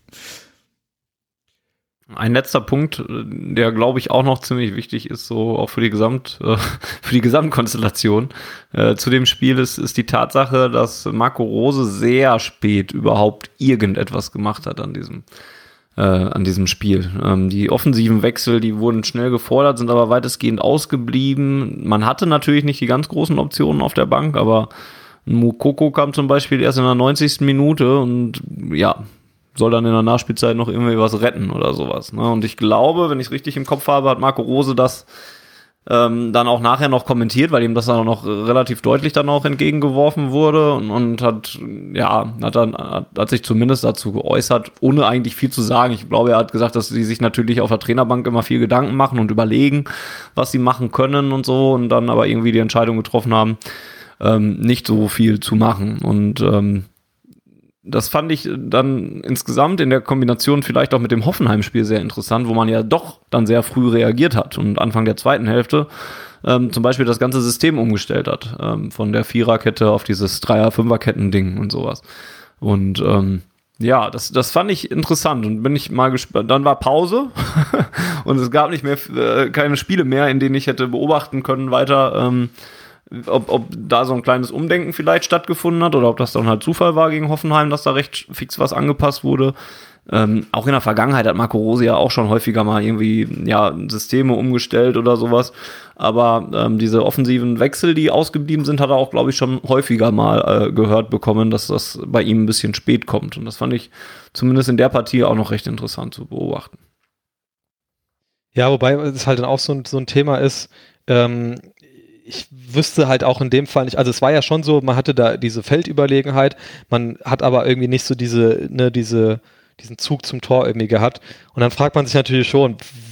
Ein letzter Punkt, der glaube ich auch noch ziemlich wichtig ist, so auch für die Gesamt, äh, für die Gesamtkonstellation äh, zu dem Spiel ist, ist die Tatsache, dass Marco Rose sehr spät überhaupt irgendetwas gemacht hat an diesem äh, an diesem Spiel. Ähm, die offensiven Wechsel, die wurden schnell gefordert, sind aber weitestgehend ausgeblieben. Man hatte natürlich nicht die ganz großen Optionen auf der Bank, aber Moukoko kam zum Beispiel erst in der neunzigsten Minute und ja, soll dann in der Nachspielzeit noch irgendwie was retten oder sowas. Ne? Und ich glaube, wenn ich es richtig im Kopf habe, hat Marco Rose das ähm, dann auch nachher noch kommentiert, weil ihm das dann auch noch relativ deutlich dann auch entgegengeworfen wurde und, und hat, ja, hat dann hat, hat sich zumindest dazu geäußert, ohne eigentlich viel zu sagen. Ich glaube, er hat gesagt, dass sie sich natürlich auf der Trainerbank immer viel Gedanken machen und überlegen, was sie machen können und so und dann aber irgendwie die Entscheidung getroffen haben, ähm, nicht so viel zu machen. Und ähm, das fand ich dann insgesamt in der Kombination vielleicht auch mit dem Hoffenheim-Spiel sehr interessant, wo man ja doch dann sehr früh reagiert hat und Anfang der zweiten Hälfte ähm, zum Beispiel das ganze System umgestellt hat, ähm, von der Viererkette auf dieses Dreier-Fünferketten-Ding und sowas. Und ähm, ja, das, das fand ich interessant und bin ich mal gespannt. Dann war Pause und es gab nicht mehr äh, keine Spiele mehr, in denen ich hätte beobachten können weiter, ähm, Ob, ob da so ein kleines Umdenken vielleicht stattgefunden hat oder ob das dann halt Zufall war gegen Hoffenheim, dass da recht fix was angepasst wurde. Ähm, auch in der Vergangenheit hat Marco Rose ja auch schon häufiger mal irgendwie ja Systeme umgestellt oder sowas. Aber ähm, diese offensiven Wechsel, die ausgeblieben sind, hat er auch, glaube ich, schon häufiger mal äh, gehört bekommen, dass das bei ihm ein bisschen spät kommt. Und das fand ich zumindest in der Partie auch noch recht interessant zu beobachten. Ja, wobei es halt dann auch so ein, so ein Thema ist, ähm, ich wüsste halt auch in dem Fall nicht, also es war ja schon so, man hatte da diese Feldüberlegenheit, man hat aber irgendwie nicht so diese, ne, diese, diesen Zug zum Tor irgendwie gehabt. Und dann fragt man sich natürlich schon,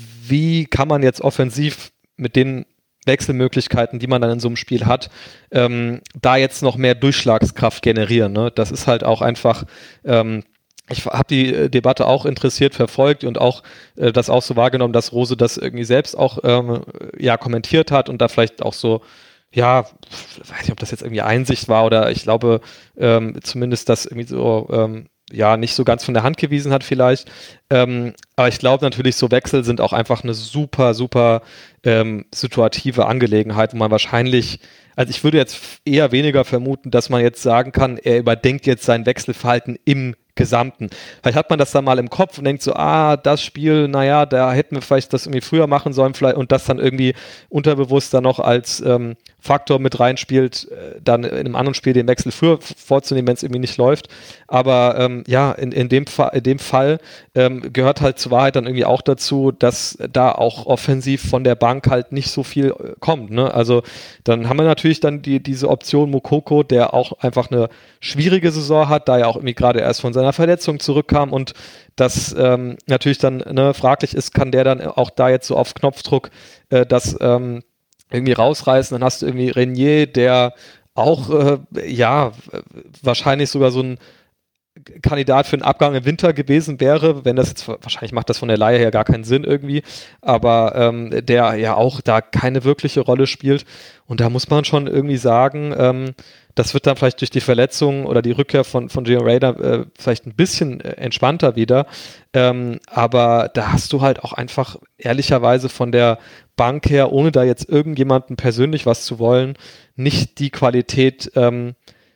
wie kann man jetzt offensiv mit den Wechselmöglichkeiten, die man dann in so einem Spiel hat, ähm, da jetzt noch mehr Durchschlagskraft generieren. Ne? Das ist halt auch einfach, ähm, ich habe die Debatte auch interessiert verfolgt und auch äh, das auch so wahrgenommen, dass Rose das irgendwie selbst auch ähm, ja kommentiert hat und da vielleicht auch so, ja, weiß nicht, ob das jetzt irgendwie Einsicht war oder ich glaube ähm, zumindest das irgendwie so ähm, ja, nicht so ganz von der Hand gewiesen hat vielleicht. Ähm, aber ich glaube natürlich, so Wechsel sind auch einfach eine super, super ähm, situative Angelegenheit, wo man wahrscheinlich, also ich würde jetzt eher weniger vermuten, dass man jetzt sagen kann, er überdenkt jetzt sein Wechselverhalten im Gesamten. Vielleicht hat man das dann mal im Kopf und denkt so, ah, das Spiel, naja, da hätten wir vielleicht das irgendwie früher machen sollen vielleicht und das dann irgendwie unterbewusst dann noch als ähm, Faktor mit reinspielt, äh, dann in einem anderen Spiel den Wechsel früher vorzunehmen, wenn es irgendwie nicht läuft. Aber ähm, ja, in, in, dem Fa- in dem Fall ähm, gehört halt zur Wahrheit dann irgendwie auch dazu, dass da auch offensiv von der Bank halt nicht so viel äh, kommt. Ne? Also dann haben wir natürlich dann die, diese Option Moukoko, der auch einfach eine schwierige Saison hat, da er auch irgendwie gerade erst von seiner Verletzung zurückkam und das ähm, natürlich dann ne, fraglich ist, kann der dann auch da jetzt so auf Knopfdruck äh, das ähm, irgendwie rausreißen. Dann hast du irgendwie Renier, der auch äh, ja wahrscheinlich sogar so ein Kandidat für einen Abgang im Winter gewesen wäre, wenn das jetzt, wahrscheinlich macht das von der Leihe her gar keinen Sinn irgendwie, aber ähm, der ja auch da keine wirkliche Rolle spielt und da muss man schon irgendwie sagen, ähm, das wird dann vielleicht durch die Verletzung oder die Rückkehr von, von Gio Reyna äh, vielleicht ein bisschen äh, entspannter wieder. Ähm, aber da hast du halt auch einfach ehrlicherweise von der Bank her, ohne da jetzt irgendjemanden persönlich was zu wollen, nicht die Qualität, ähm,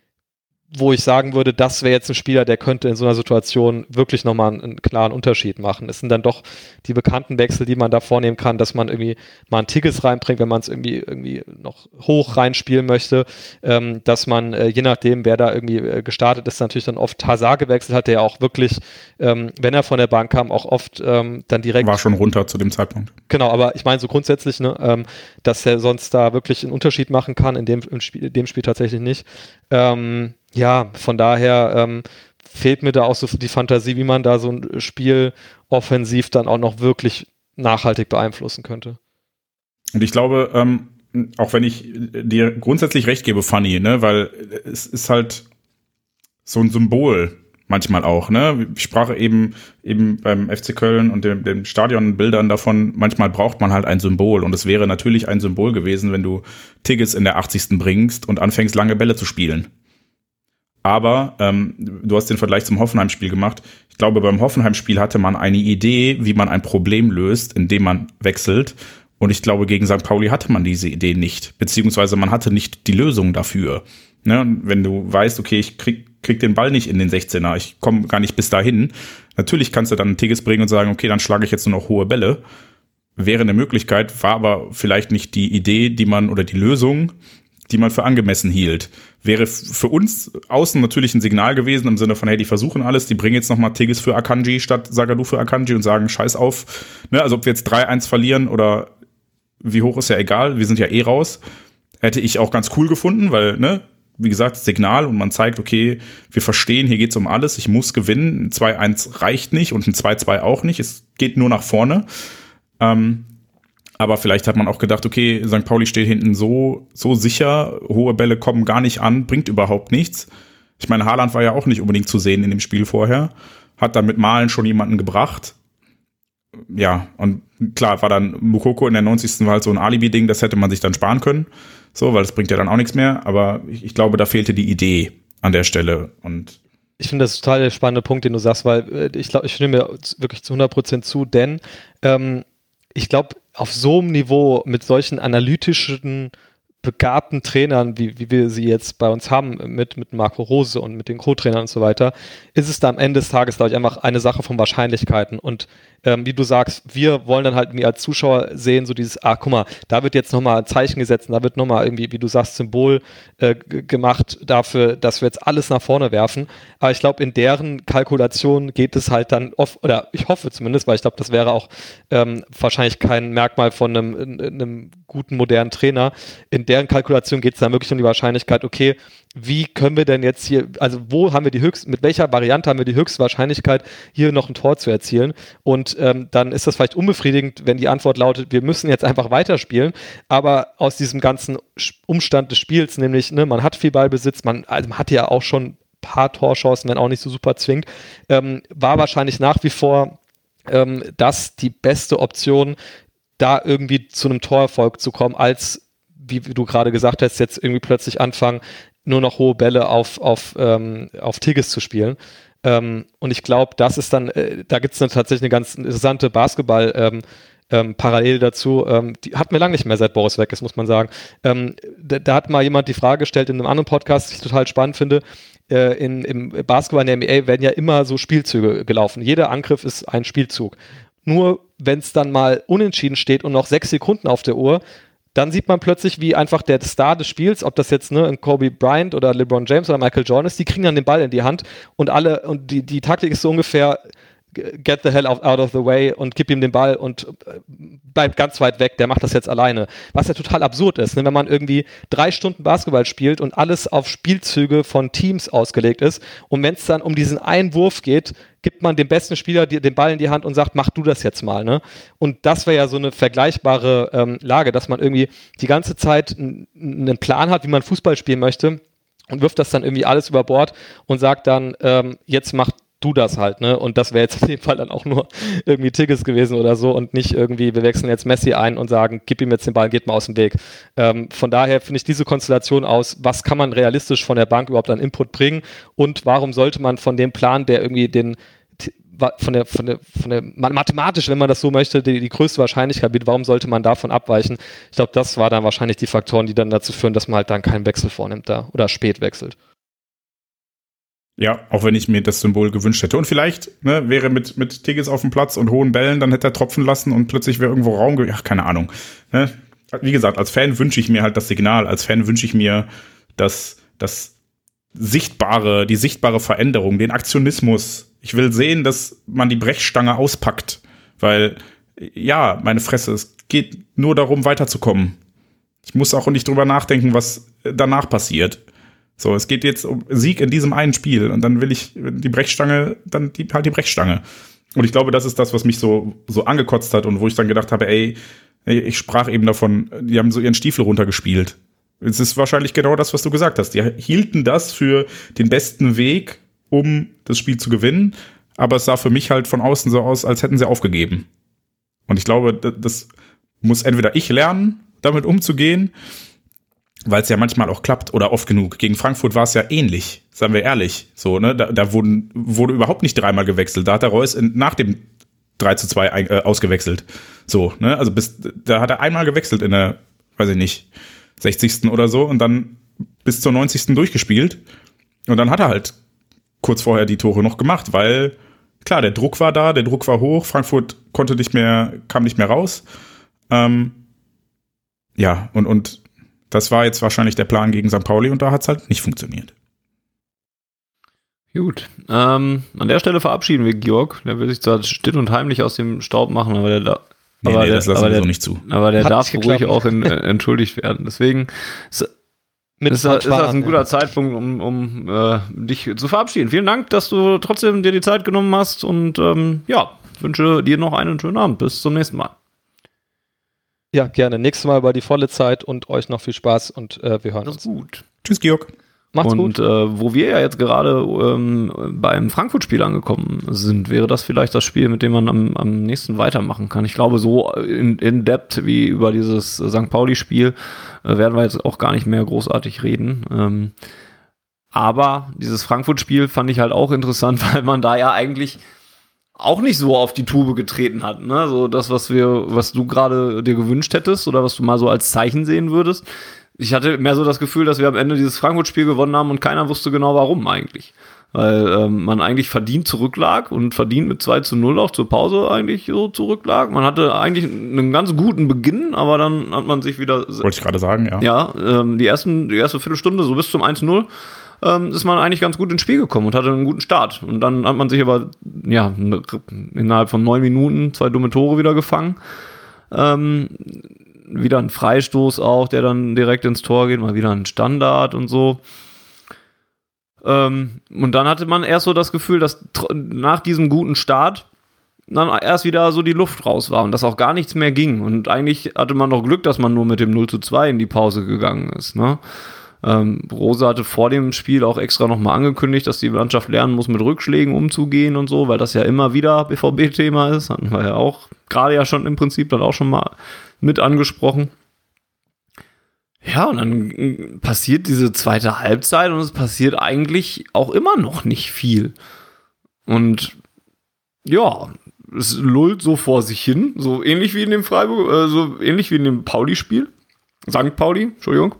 wo ich sagen würde, das wäre jetzt ein Spieler, der könnte in so einer Situation wirklich nochmal einen, einen klaren Unterschied machen. Es sind dann doch die bekannten Wechsel, die man da vornehmen kann, dass man irgendwie mal ein Tickets reinbringt, wenn man es irgendwie irgendwie noch hoch reinspielen möchte, ähm, dass man, äh, je nachdem, wer da irgendwie äh, gestartet ist, natürlich dann oft Hazard gewechselt hat, der ja auch wirklich, ähm, wenn er von der Bank kam, auch oft ähm, dann direkt... War schon runter zu dem Zeitpunkt. Genau, aber ich meine so grundsätzlich, ne, ähm, dass er sonst da wirklich einen Unterschied machen kann, in dem, im Spiel, in dem Spiel tatsächlich nicht. Ähm, Ja, von daher ähm, fehlt mir da auch so die Fantasie, wie man da so ein Spiel offensiv dann auch noch wirklich nachhaltig beeinflussen könnte. Und ich glaube, ähm, auch wenn ich dir grundsätzlich recht gebe, Fanny, ne, weil es ist halt so ein Symbol manchmal auch, ne. Ich sprach eben eben beim F C Köln und dem, dem Stadionbildern davon, manchmal braucht man halt ein Symbol und es wäre natürlich ein Symbol gewesen, wenn du Tigges in der achtzigsten bringst und anfängst, lange Bälle zu spielen. Aber ähm, du hast den Vergleich zum Hoffenheim-Spiel gemacht. Ich glaube, beim Hoffenheim-Spiel hatte man eine Idee, wie man ein Problem löst, indem man wechselt. Und ich glaube, gegen Sankt Pauli hatte man diese Idee nicht. Beziehungsweise man hatte nicht die Lösung dafür. Ne? Und wenn du weißt, okay, ich krieg, krieg den Ball nicht in den sechzehner, ich komme gar nicht bis dahin. Natürlich kannst du dann einen Tigges bringen und sagen, okay, dann schlage ich jetzt nur noch hohe Bälle. Wäre eine Möglichkeit, war aber vielleicht nicht die Idee, die man oder die Lösung, die man für angemessen hielt. Wäre für uns außen natürlich ein Signal gewesen im Sinne von, hey, die versuchen alles, die bringen jetzt nochmal Tigges für Akanji statt Zagadou für Akanji und sagen, scheiß auf. Ne, also ob wir jetzt drei eins verlieren oder wie hoch ist ja egal, wir sind ja eh raus. Hätte ich auch ganz cool gefunden, weil, ne, wie gesagt, Signal und man zeigt, okay, wir verstehen, hier geht's um alles, ich muss gewinnen, ein zwei eins reicht nicht und ein zwei zwei auch nicht, es geht nur nach vorne. Ähm, Aber vielleicht hat man auch gedacht, okay, Sankt Pauli steht hinten so so sicher, hohe Bälle kommen gar nicht an, bringt überhaupt nichts. Ich meine, Haaland war ja auch nicht unbedingt zu sehen in dem Spiel vorher, hat dann mit Malen schon jemanden gebracht. Ja, und klar, war dann Moukoko in der neunzigsten war halt so ein Alibi-Ding, das hätte man sich dann sparen können, so, weil das bringt ja dann auch nichts mehr. Aber ich, ich glaube, da fehlte die Idee an der Stelle. Und ich finde, das ist total der spannende Punkt, den du sagst, weil äh, ich glaube, ich stimme mir wirklich zu hundert Prozent zu, denn ähm, ich glaube, auf so einem Niveau mit solchen analytischen begabten Trainern, wie, wie wir sie jetzt bei uns haben, mit, mit Marco Rose und mit den Co-Trainern und so weiter, ist es da am Ende des Tages, glaube ich, einfach eine Sache von Wahrscheinlichkeiten. Und ähm, wie du sagst, wir wollen dann halt irgendwie als Zuschauer sehen, so dieses, ah, guck mal, da wird jetzt nochmal ein Zeichen gesetzt und da wird nochmal irgendwie, wie du sagst, Symbol äh, g- gemacht dafür, dass wir jetzt alles nach vorne werfen. Aber ich glaube, in deren Kalkulation geht es halt dann oft, oder ich hoffe zumindest, weil ich glaube, das wäre auch ähm, wahrscheinlich kein Merkmal von einem, einem guten, modernen Trainer. In deren Kalkulation geht es dann wirklich um die Wahrscheinlichkeit, okay, wie können wir denn jetzt hier, also wo haben wir die höchste, mit welcher Variante haben wir die höchste Wahrscheinlichkeit, hier noch ein Tor zu erzielen? Und ähm, dann ist das vielleicht unbefriedigend, wenn die Antwort lautet, wir müssen jetzt einfach weiterspielen, aber aus diesem ganzen Umstand des Spiels, nämlich, ne, man hat viel Ballbesitz, man, also man hatte ja auch schon ein paar Torchancen, wenn auch nicht so super zwingend, ähm, war wahrscheinlich nach wie vor ähm, das die beste Option, da irgendwie zu einem Torerfolg zu kommen, als, wie du gerade gesagt hast, jetzt irgendwie plötzlich anfangen, nur noch hohe Bälle auf, auf, ähm, auf Tigges zu spielen. Ähm, und ich glaube, das ist dann, äh, da gibt es tatsächlich eine ganz interessante Basketball- ähm, ähm, Parallel dazu. Ähm, die hat mir lange nicht mehr, seit Boris weg ist, muss man sagen. Ähm, da, da hat mal jemand die Frage gestellt in einem anderen Podcast, den ich total spannend finde. Äh, in, im Basketball in der N B A werden ja immer so Spielzüge gelaufen. Jeder Angriff ist ein Spielzug. Nur wenn es dann mal unentschieden steht und noch sechs Sekunden auf der Uhr, dann sieht man plötzlich, wie einfach der Star des Spiels, ob das jetzt ne, ein Kobe Bryant oder LeBron James oder Michael Jordan ist, die kriegen dann den Ball in die Hand und alle, und die, die Taktik ist so ungefähr, get the hell out of the way und gib ihm den Ball und bleibt ganz weit weg, der macht das jetzt alleine. Was ja total absurd ist, ne? Wenn man irgendwie drei Stunden Basketball spielt und alles auf Spielzüge von Teams ausgelegt ist und wenn es dann um diesen einen Wurf geht, gibt man dem besten Spieler die, den Ball in die Hand und sagt, mach du das jetzt mal. Ne? Und das wäre ja so eine vergleichbare ähm, Lage, dass man irgendwie die ganze Zeit n- einen Plan hat, wie man Fußball spielen möchte und wirft das dann irgendwie alles über Bord und sagt dann, ähm, jetzt macht du das halt, ne? Und das wäre jetzt in dem Fall dann auch nur irgendwie Tigges gewesen oder so und nicht irgendwie, wir wechseln jetzt Messi ein und sagen, gib ihm jetzt den Ball, geht mal aus dem Weg. Ähm, von daher finde ich diese Konstellation aus, was kann man realistisch von der Bank überhaupt an Input bringen und warum sollte man von dem Plan, der irgendwie den von der, von der, von der mathematisch, wenn man das so möchte, die, die größte Wahrscheinlichkeit bietet, warum sollte man davon abweichen? Ich glaube, das war dann wahrscheinlich die Faktoren, die dann dazu führen, dass man halt dann keinen Wechsel vornimmt da oder spät wechselt. Ja, auch wenn ich mir das Symbol gewünscht hätte. Und vielleicht ne, wäre mit, mit Tigges auf dem Platz und hohen Bällen, dann hätte er tropfen lassen und plötzlich wäre irgendwo Raum gewesen. Ach, keine Ahnung. Ne? Wie gesagt, als Fan wünsche ich mir halt das Signal. Als Fan wünsche ich mir das, das sichtbare, die sichtbare Veränderung, den Aktionismus. Ich will sehen, dass man die Brechstange auspackt. Weil, ja, meine Fresse, es geht nur darum, weiterzukommen. Ich muss auch nicht drüber nachdenken, was danach passiert. So, es geht jetzt um Sieg in diesem einen Spiel und dann will ich die Brechstange, dann die, halt die Brechstange. Und ich glaube, das ist das, was mich so, so angekotzt hat und wo ich dann gedacht habe, ey, ich sprach eben davon, die haben so ihren Stiefel runtergespielt. Es ist wahrscheinlich genau das, was du gesagt hast. Die hielten das für den besten Weg, um das Spiel zu gewinnen, aber es sah für mich halt von außen so aus, als hätten sie aufgegeben. Und ich glaube, das muss entweder ich lernen, damit umzugehen, weil es ja manchmal auch klappt oder oft genug. Gegen Frankfurt war es ja ähnlich, seien wir ehrlich. So, ne? Da, da wurden, wurde überhaupt nicht dreimal gewechselt. Da hat der Reus in, nach dem drei zu zwei ein, äh, ausgewechselt. So, ne? Also bis, da hat er einmal gewechselt in der, weiß ich nicht, sechzigsten oder so und dann bis zur neunzigsten durchgespielt. Und dann hat er halt kurz vorher die Tore noch gemacht, weil, klar, der Druck war da, der Druck war hoch, Frankfurt konnte nicht mehr, kam nicht mehr raus. Ähm, ja, und, und das war jetzt wahrscheinlich der Plan gegen Sankt Pauli und da hat es halt nicht funktioniert. Gut, ähm, an der Stelle verabschieden wir Georg. Der will sich zwar still und heimlich aus dem Staub machen, aber der, da, nee, aber nee, der, das lassen aber wir der, so nicht zu. Aber der Hat darf nicht ruhig geklappt. auch in, äh, entschuldigt werden. Deswegen ist, Mit ist, das, ist das ein ja. guter Zeitpunkt, um, um äh, dich zu verabschieden. Vielen Dank, dass du trotzdem dir die Zeit genommen hast und ähm, ja, wünsche dir noch einen schönen Abend. Bis zum nächsten Mal. Ja, gerne. Nächstes Mal über die volle Zeit und euch noch viel Spaß und äh, wir hören Das uns. ist gut. Tschüss, Georg. Macht's und gut. äh, wo wir ja jetzt gerade ähm, beim Frankfurt-Spiel angekommen sind, wäre das vielleicht das Spiel, mit dem man am, am nächsten weitermachen kann. Ich glaube, so in, in depth wie über dieses Sankt Pauli-Spiel äh, werden wir jetzt auch gar nicht mehr großartig reden. Ähm, aber dieses Frankfurt-Spiel fand ich halt auch interessant, weil man da ja eigentlich auch nicht so auf die Tube getreten hat, ne? So das, was wir, was du gerade dir gewünscht hättest oder was du mal so als Zeichen sehen würdest. ich hatte mehr so das Gefühl, dass wir am Ende dieses Frankfurt-Spiel gewonnen haben und keiner wusste genau warum eigentlich. Weil ähm, man eigentlich verdient zurücklag und verdient mit zwei zu null auch zur Pause eigentlich so zurücklag. Man hatte eigentlich einen ganz guten Beginn, aber dann hat man sich wieder... Wollte ich gerade sagen, ja. Ja, ähm, die, ersten, die erste Viertelstunde, so bis zum eins zu null, ähm, ist man eigentlich ganz gut ins Spiel gekommen und hatte einen guten Start. Und dann hat man sich aber ja innerhalb von neun Minuten zwei dumme Tore wieder gefangen. Ähm, wieder ein Freistoß auch, der dann direkt ins Tor geht, mal wieder ein Standard und so. Ähm, und dann hatte man erst so das Gefühl, dass tr- nach diesem guten Start dann erst wieder so die Luft raus war und dass auch gar nichts mehr ging. Und eigentlich hatte man noch Glück, dass man nur mit dem null zu zwei in die Pause gegangen ist. Ne? Ähm, Rose hatte vor dem Spiel auch extra nochmal angekündigt, dass die Mannschaft lernen muss, mit Rückschlägen umzugehen und so, weil das ja immer wieder B V B-Thema ist. Hatten wir ja auch gerade ja schon im Prinzip dann auch schon mal mit angesprochen. Ja, und dann passiert diese zweite Halbzeit und es passiert eigentlich auch immer noch nicht viel. Und ja, es lullt so vor sich hin, so ähnlich wie in dem Freiburg, äh, so ähnlich wie in dem Pauli-Spiel. Sankt Pauli, Entschuldigung.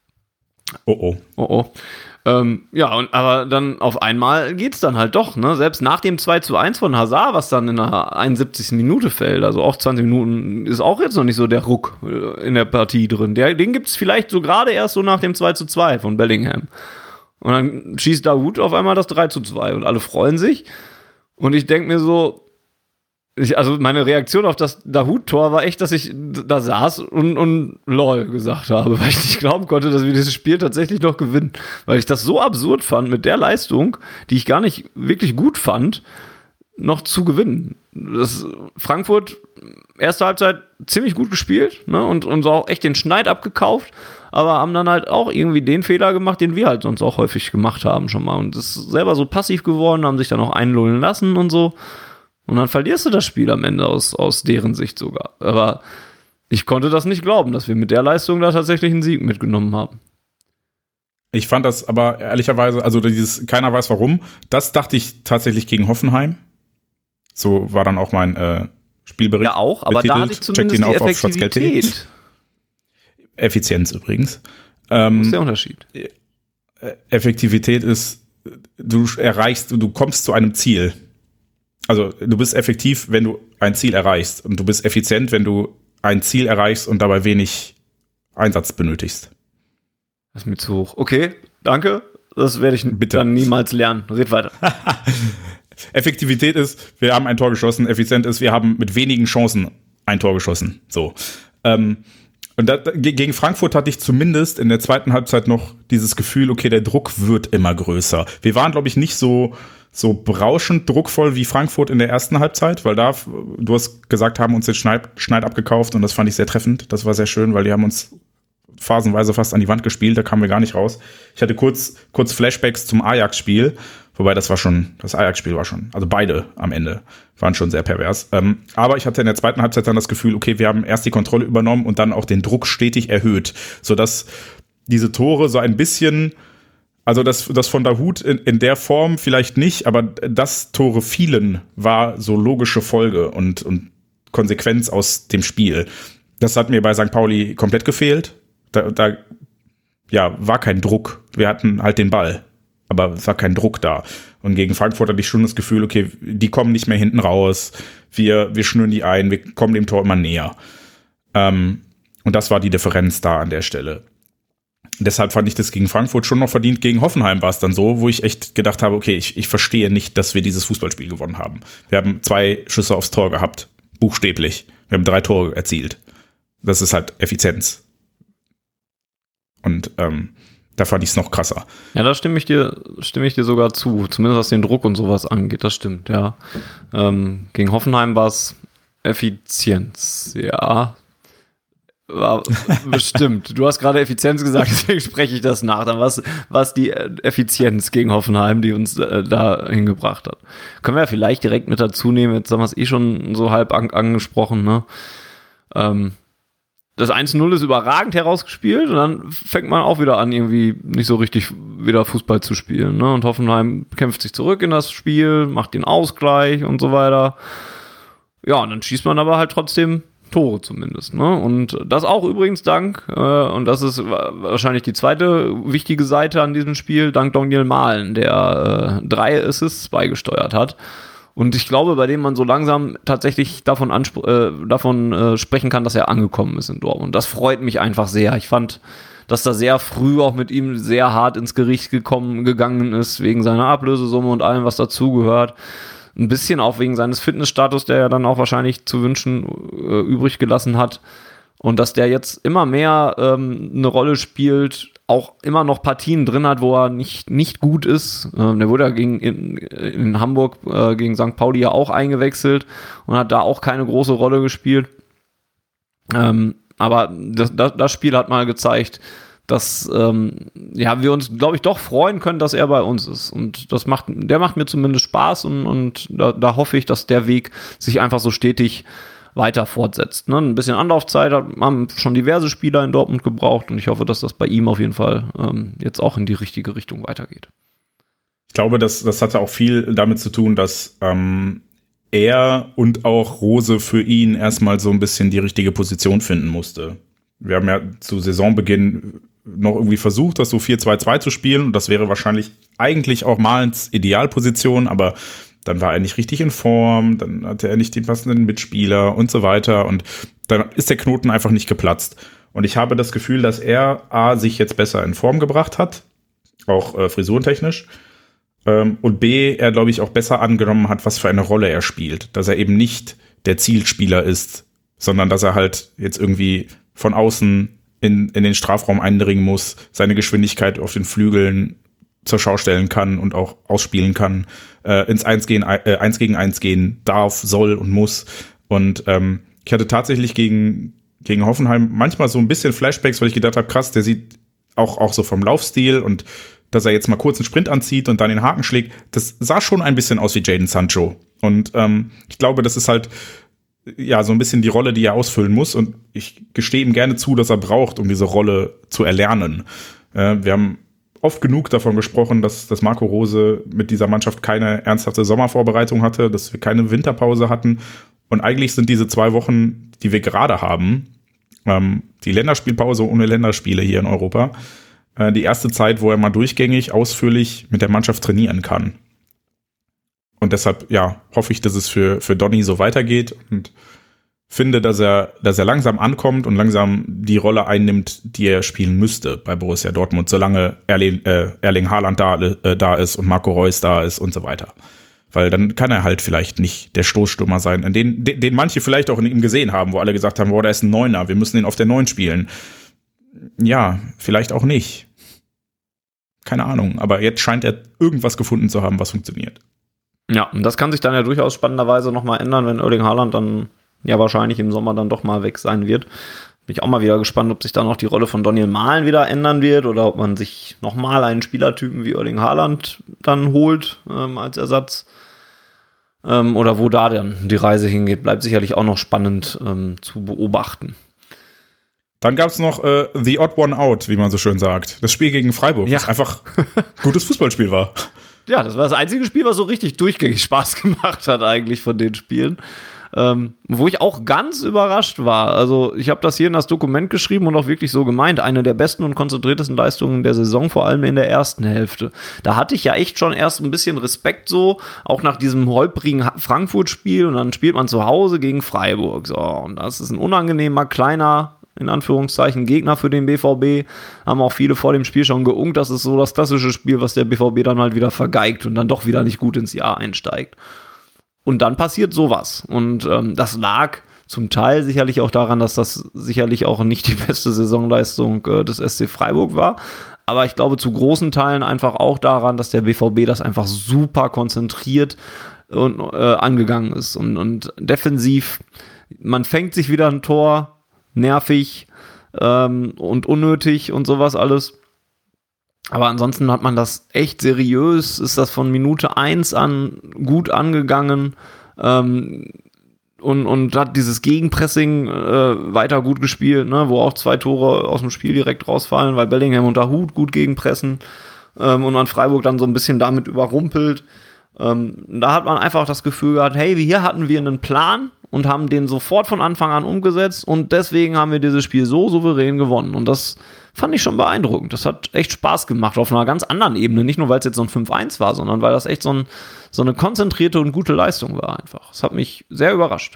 Oh oh. Oh oh. Ähm, ja, und aber dann auf einmal geht's dann halt doch, ne? Selbst nach dem zwei zu eins von Hazard, was dann in der einundsiebzigsten Minute fällt, also auch zwanzig Minuten, ist auch jetzt noch nicht so der Ruck in der Partie drin. Der, den gibt's vielleicht so gerade erst so nach dem zwei zu zwei von Bellingham. Und dann schießt Dahoud auf einmal das drei zu zwei und alle freuen sich. Und ich denke mir so, ich, also meine Reaktion auf das Dahoud-Tor war echt, dass ich da saß und, und lol gesagt habe, weil ich nicht glauben konnte, dass wir dieses Spiel tatsächlich noch gewinnen. Weil ich das so absurd fand, mit der Leistung, die ich gar nicht wirklich gut fand, noch zu gewinnen. Das Frankfurt, erste Halbzeit ziemlich gut gespielt, ne, und uns auch echt den Schneid abgekauft, aber haben dann halt auch irgendwie den Fehler gemacht, den wir halt sonst auch häufig gemacht haben schon mal. Und das ist selber so passiv geworden, haben sich dann auch einlullen lassen und so. Und dann verlierst du das Spiel am Ende aus, aus deren Sicht sogar. Aber ich konnte das nicht glauben, dass wir mit der Leistung da tatsächlich einen Sieg mitgenommen haben. Ich fand das aber ehrlicherweise, also dieses keiner weiß warum, das dachte ich tatsächlich gegen Hoffenheim. So war dann auch mein äh, Spielbericht. Ja auch, aber betitelt. da hatte ich zumindest die Effektivität. Effizienz übrigens. Ähm, das ist der Unterschied. Effektivität ist, du erreichst, du kommst zu einem Ziel. Also du bist effektiv, wenn du ein Ziel erreichst. Und du bist effizient, wenn du ein Ziel erreichst und dabei wenig Einsatz benötigst. Das ist mir zu hoch. Okay, danke. Das werde ich Bitte. dann niemals lernen. Red weiter. Effektivität ist, wir haben ein Tor geschossen. Effizient ist, wir haben mit wenigen Chancen ein Tor geschossen. So. Ähm, und da, gegen Frankfurt hatte ich zumindest in der zweiten Halbzeit noch dieses Gefühl, okay, der Druck wird immer größer. Wir waren, glaube ich, nicht so so berauschend druckvoll wie Frankfurt in der ersten Halbzeit, weil da, du hast gesagt, haben uns den Schneid, Schneid abgekauft und das fand ich sehr treffend. Das war sehr schön, weil die haben uns phasenweise fast an die Wand gespielt, da kamen wir gar nicht raus. Ich hatte kurz, kurz Flashbacks zum Ajax-Spiel, wobei das war schon, das Ajax-Spiel war schon, also beide am Ende waren schon sehr pervers. Ähm, aber ich hatte in der zweiten Halbzeit dann das Gefühl, okay, wir haben erst die Kontrolle übernommen und dann auch den Druck stetig erhöht, sodass diese Tore so ein bisschen, also das, das von Dahoud in, in der Form vielleicht nicht, aber dass Tore fielen, war so logische Folge und, und Konsequenz aus dem Spiel. Das hat mir bei Sankt Pauli komplett gefehlt. Da, da ja, war kein Druck. Wir hatten halt den Ball, aber es war kein Druck da. Und gegen Frankfurt hatte ich schon das Gefühl, okay, die kommen nicht mehr hinten raus. Wir, wir schnüren die ein, wir kommen dem Tor immer näher. Ähm, und das war die Differenz da an der Stelle. Deshalb fand ich das gegen Frankfurt schon noch verdient. Gegen Hoffenheim war es dann so, wo ich echt gedacht habe, okay, ich, ich verstehe nicht, dass wir dieses Fußballspiel gewonnen haben. Wir haben zwei Schüsse aufs Tor gehabt, buchstäblich. Wir haben drei Tore erzielt. Das ist halt Effizienz. Und ähm, da fand ich es noch krasser. Ja, da stimme ich dir, stimme ich dir sogar zu. Zumindest was den Druck und sowas angeht, das stimmt, ja. Ähm, gegen Hoffenheim war es Effizienz, ja. War bestimmt. Du hast gerade Effizienz gesagt, deswegen spreche ich das nach. Dann war es die Effizienz gegen Hoffenheim, die uns äh, da hingebracht hat. Können wir ja vielleicht direkt mit dazu nehmen, jetzt haben wir es eh schon so halb an, angesprochen, ne? Ähm, das eins zu null ist überragend herausgespielt und dann fängt man auch wieder an, irgendwie nicht so richtig wieder Fußball zu spielen, ne? Und Hoffenheim kämpft sich zurück in das Spiel, macht den Ausgleich und so weiter. Ja, und dann schießt man aber halt trotzdem Tore zumindest. Ne? Und das auch übrigens dank, äh, und das ist wahrscheinlich die zweite wichtige Seite an diesem Spiel, dank Daniel Mahlen, der äh, drei Assists beigesteuert hat. Und ich glaube, bei dem man so langsam tatsächlich davon, anspr- äh, davon äh, sprechen kann, dass er angekommen ist in Dortmund. Das freut mich einfach sehr. Ich fand, dass da sehr früh auch mit ihm sehr hart ins Gericht gekommen, gegangen ist, wegen seiner Ablösesumme und allem, was dazugehört. Ein bisschen auch wegen seines Fitnessstatus, der ja dann auch wahrscheinlich zu wünschen äh, übrig gelassen hat. Und dass der jetzt immer mehr ähm, eine Rolle spielt, auch immer noch Partien drin hat, wo er nicht, nicht gut ist. Ähm, der wurde ja gegen, in, in Hamburg äh, gegen Sankt Pauli ja auch eingewechselt und hat da auch keine große Rolle gespielt. Ähm, aber das, das, das Spiel hat mal gezeigt, dass ähm, ja, wir uns, glaube ich, doch freuen können, dass er bei uns ist. Und das macht, der macht mir zumindest Spaß und, und da, da hoffe ich, dass der Weg sich einfach so stetig weiter fortsetzt. Ne? Ein bisschen Anlaufzeit haben schon diverse Spieler in Dortmund gebraucht und ich hoffe, dass das bei ihm auf jeden Fall ähm, jetzt auch in die richtige Richtung weitergeht. Ich glaube, das, das hatte auch viel damit zu tun, dass ähm, er und auch Rose für ihn erstmal so ein bisschen die richtige Position finden musste. Wir haben ja zu Saisonbeginn noch irgendwie versucht, das so vier zwei zwei zu spielen und das wäre wahrscheinlich eigentlich auch Malens Idealposition, aber dann war er nicht richtig in Form, dann hatte er nicht den passenden Mitspieler und so weiter und dann ist der Knoten einfach nicht geplatzt. Und ich habe das Gefühl, dass er A, sich jetzt besser in Form gebracht hat, auch äh, frisurentechnisch, ähm, und B, er, glaube ich, auch besser angenommen hat, was für eine Rolle er spielt. Dass er eben nicht der Zielspieler ist, sondern dass er halt jetzt irgendwie von außen in, in den Strafraum eindringen muss, seine Geschwindigkeit auf den Flügeln zur Schau stellen kann und auch ausspielen kann, äh, ins Eins gehen, äh, Eins gegen Eins gehen darf, soll und muss. Und ähm, ich hatte tatsächlich gegen, gegen Hoffenheim manchmal so ein bisschen Flashbacks, weil ich gedacht habe, krass, der sieht auch, auch so vom Laufstil und dass er jetzt mal kurz einen Sprint anzieht und dann den Haken schlägt, das sah schon ein bisschen aus wie Jadon Sancho. Und ähm, ich glaube, das ist halt ja so ein bisschen die Rolle, die er ausfüllen muss. Und ich gestehe ihm gerne zu, dass er braucht, um diese Rolle zu erlernen. Äh, wir haben oft genug davon gesprochen, dass, dass Marco Rose mit dieser Mannschaft keine ernsthafte Sommervorbereitung hatte, dass wir keine Winterpause hatten. Und eigentlich sind diese zwei Wochen, die wir gerade haben, ähm, die Länderspielpause ohne Länderspiele hier in Europa, äh, die erste Zeit, wo er mal durchgängig, ausführlich mit der Mannschaft trainieren kann. Und deshalb, ja, hoffe ich, dass es für, für Donny so weitergeht und finde, dass er, dass er langsam ankommt und langsam die Rolle einnimmt, die er spielen müsste bei Borussia Dortmund, solange Erling, äh, Erling Haaland da, äh, da ist und Marco Reus da ist und so weiter. Weil dann kann er halt vielleicht nicht der Stoßstürmer sein, in den, den, den manche vielleicht auch in ihm gesehen haben, wo alle gesagt haben, boah, der ist ein Neuner, wir müssen ihn auf der Neun spielen. Ja, vielleicht auch nicht. Keine Ahnung, aber jetzt scheint er irgendwas gefunden zu haben, was funktioniert. Ja, und das kann sich dann ja durchaus spannenderweise nochmal ändern, wenn Erling Haaland dann ja wahrscheinlich im Sommer dann doch mal weg sein wird. Bin ich auch mal wieder gespannt, ob sich dann auch die Rolle von Daniel Mahlen wieder ändern wird oder ob man sich nochmal einen Spielertypen wie Erling Haaland dann holt ähm, als Ersatz. Ähm, oder wo da dann die Reise hingeht, bleibt sicherlich auch noch spannend ähm, zu beobachten. Dann gab es noch äh, The Odd One Out, wie man so schön sagt. Das Spiel gegen Freiburg, ja. das einfach gutes Fußballspiel war. Ja, das war das einzige Spiel, was so richtig durchgängig Spaß gemacht hat eigentlich von den Spielen. Ähm, wo ich auch ganz überrascht war. Also ich habe das hier in das Dokument geschrieben und auch wirklich so gemeint. Eine der besten und konzentriertesten Leistungen der Saison, vor allem in der ersten Hälfte. Da hatte ich ja echt schon erst ein bisschen Respekt so, auch nach diesem holprigen Frankfurt-Spiel und dann spielt man zu Hause gegen Freiburg. So, und das ist ein unangenehmer, kleiner, in Anführungszeichen, Gegner für den B V B. Haben auch viele vor dem Spiel schon geunkt. Das ist so das klassische Spiel, was der B V B dann halt wieder vergeigt und dann doch wieder nicht gut ins Jahr einsteigt. Und dann passiert sowas. Und ähm, das lag zum Teil sicherlich auch daran, dass das sicherlich auch nicht die beste Saisonleistung äh, des S C Freiburg war. Aber ich glaube zu großen Teilen einfach auch daran, dass der B V B das einfach super konzentriert und äh, angegangen ist. Und, und defensiv, man fängt sich wieder ein Tor, nervig ähm, und unnötig und sowas alles. Aber ansonsten hat man das echt seriös, ist das von Minute eins an gut angegangen ähm, und, und hat dieses Gegenpressing äh, weiter gut gespielt, ne, wo auch zwei Tore aus dem Spiel direkt rausfallen, weil Bellingham und Dahoud gut gegenpressen ähm, und man Freiburg dann so ein bisschen damit überrumpelt. Ähm, da hat man einfach das Gefühl gehabt, hey, hier hatten wir einen Plan und haben den sofort von Anfang an umgesetzt und deswegen haben wir dieses Spiel so souverän gewonnen und das fand ich schon beeindruckend. Das hat echt Spaß gemacht auf einer ganz anderen Ebene, nicht nur weil es jetzt so ein fünf eins war, sondern weil das echt so, ein, so eine konzentrierte und gute Leistung war einfach. Das hat mich sehr überrascht.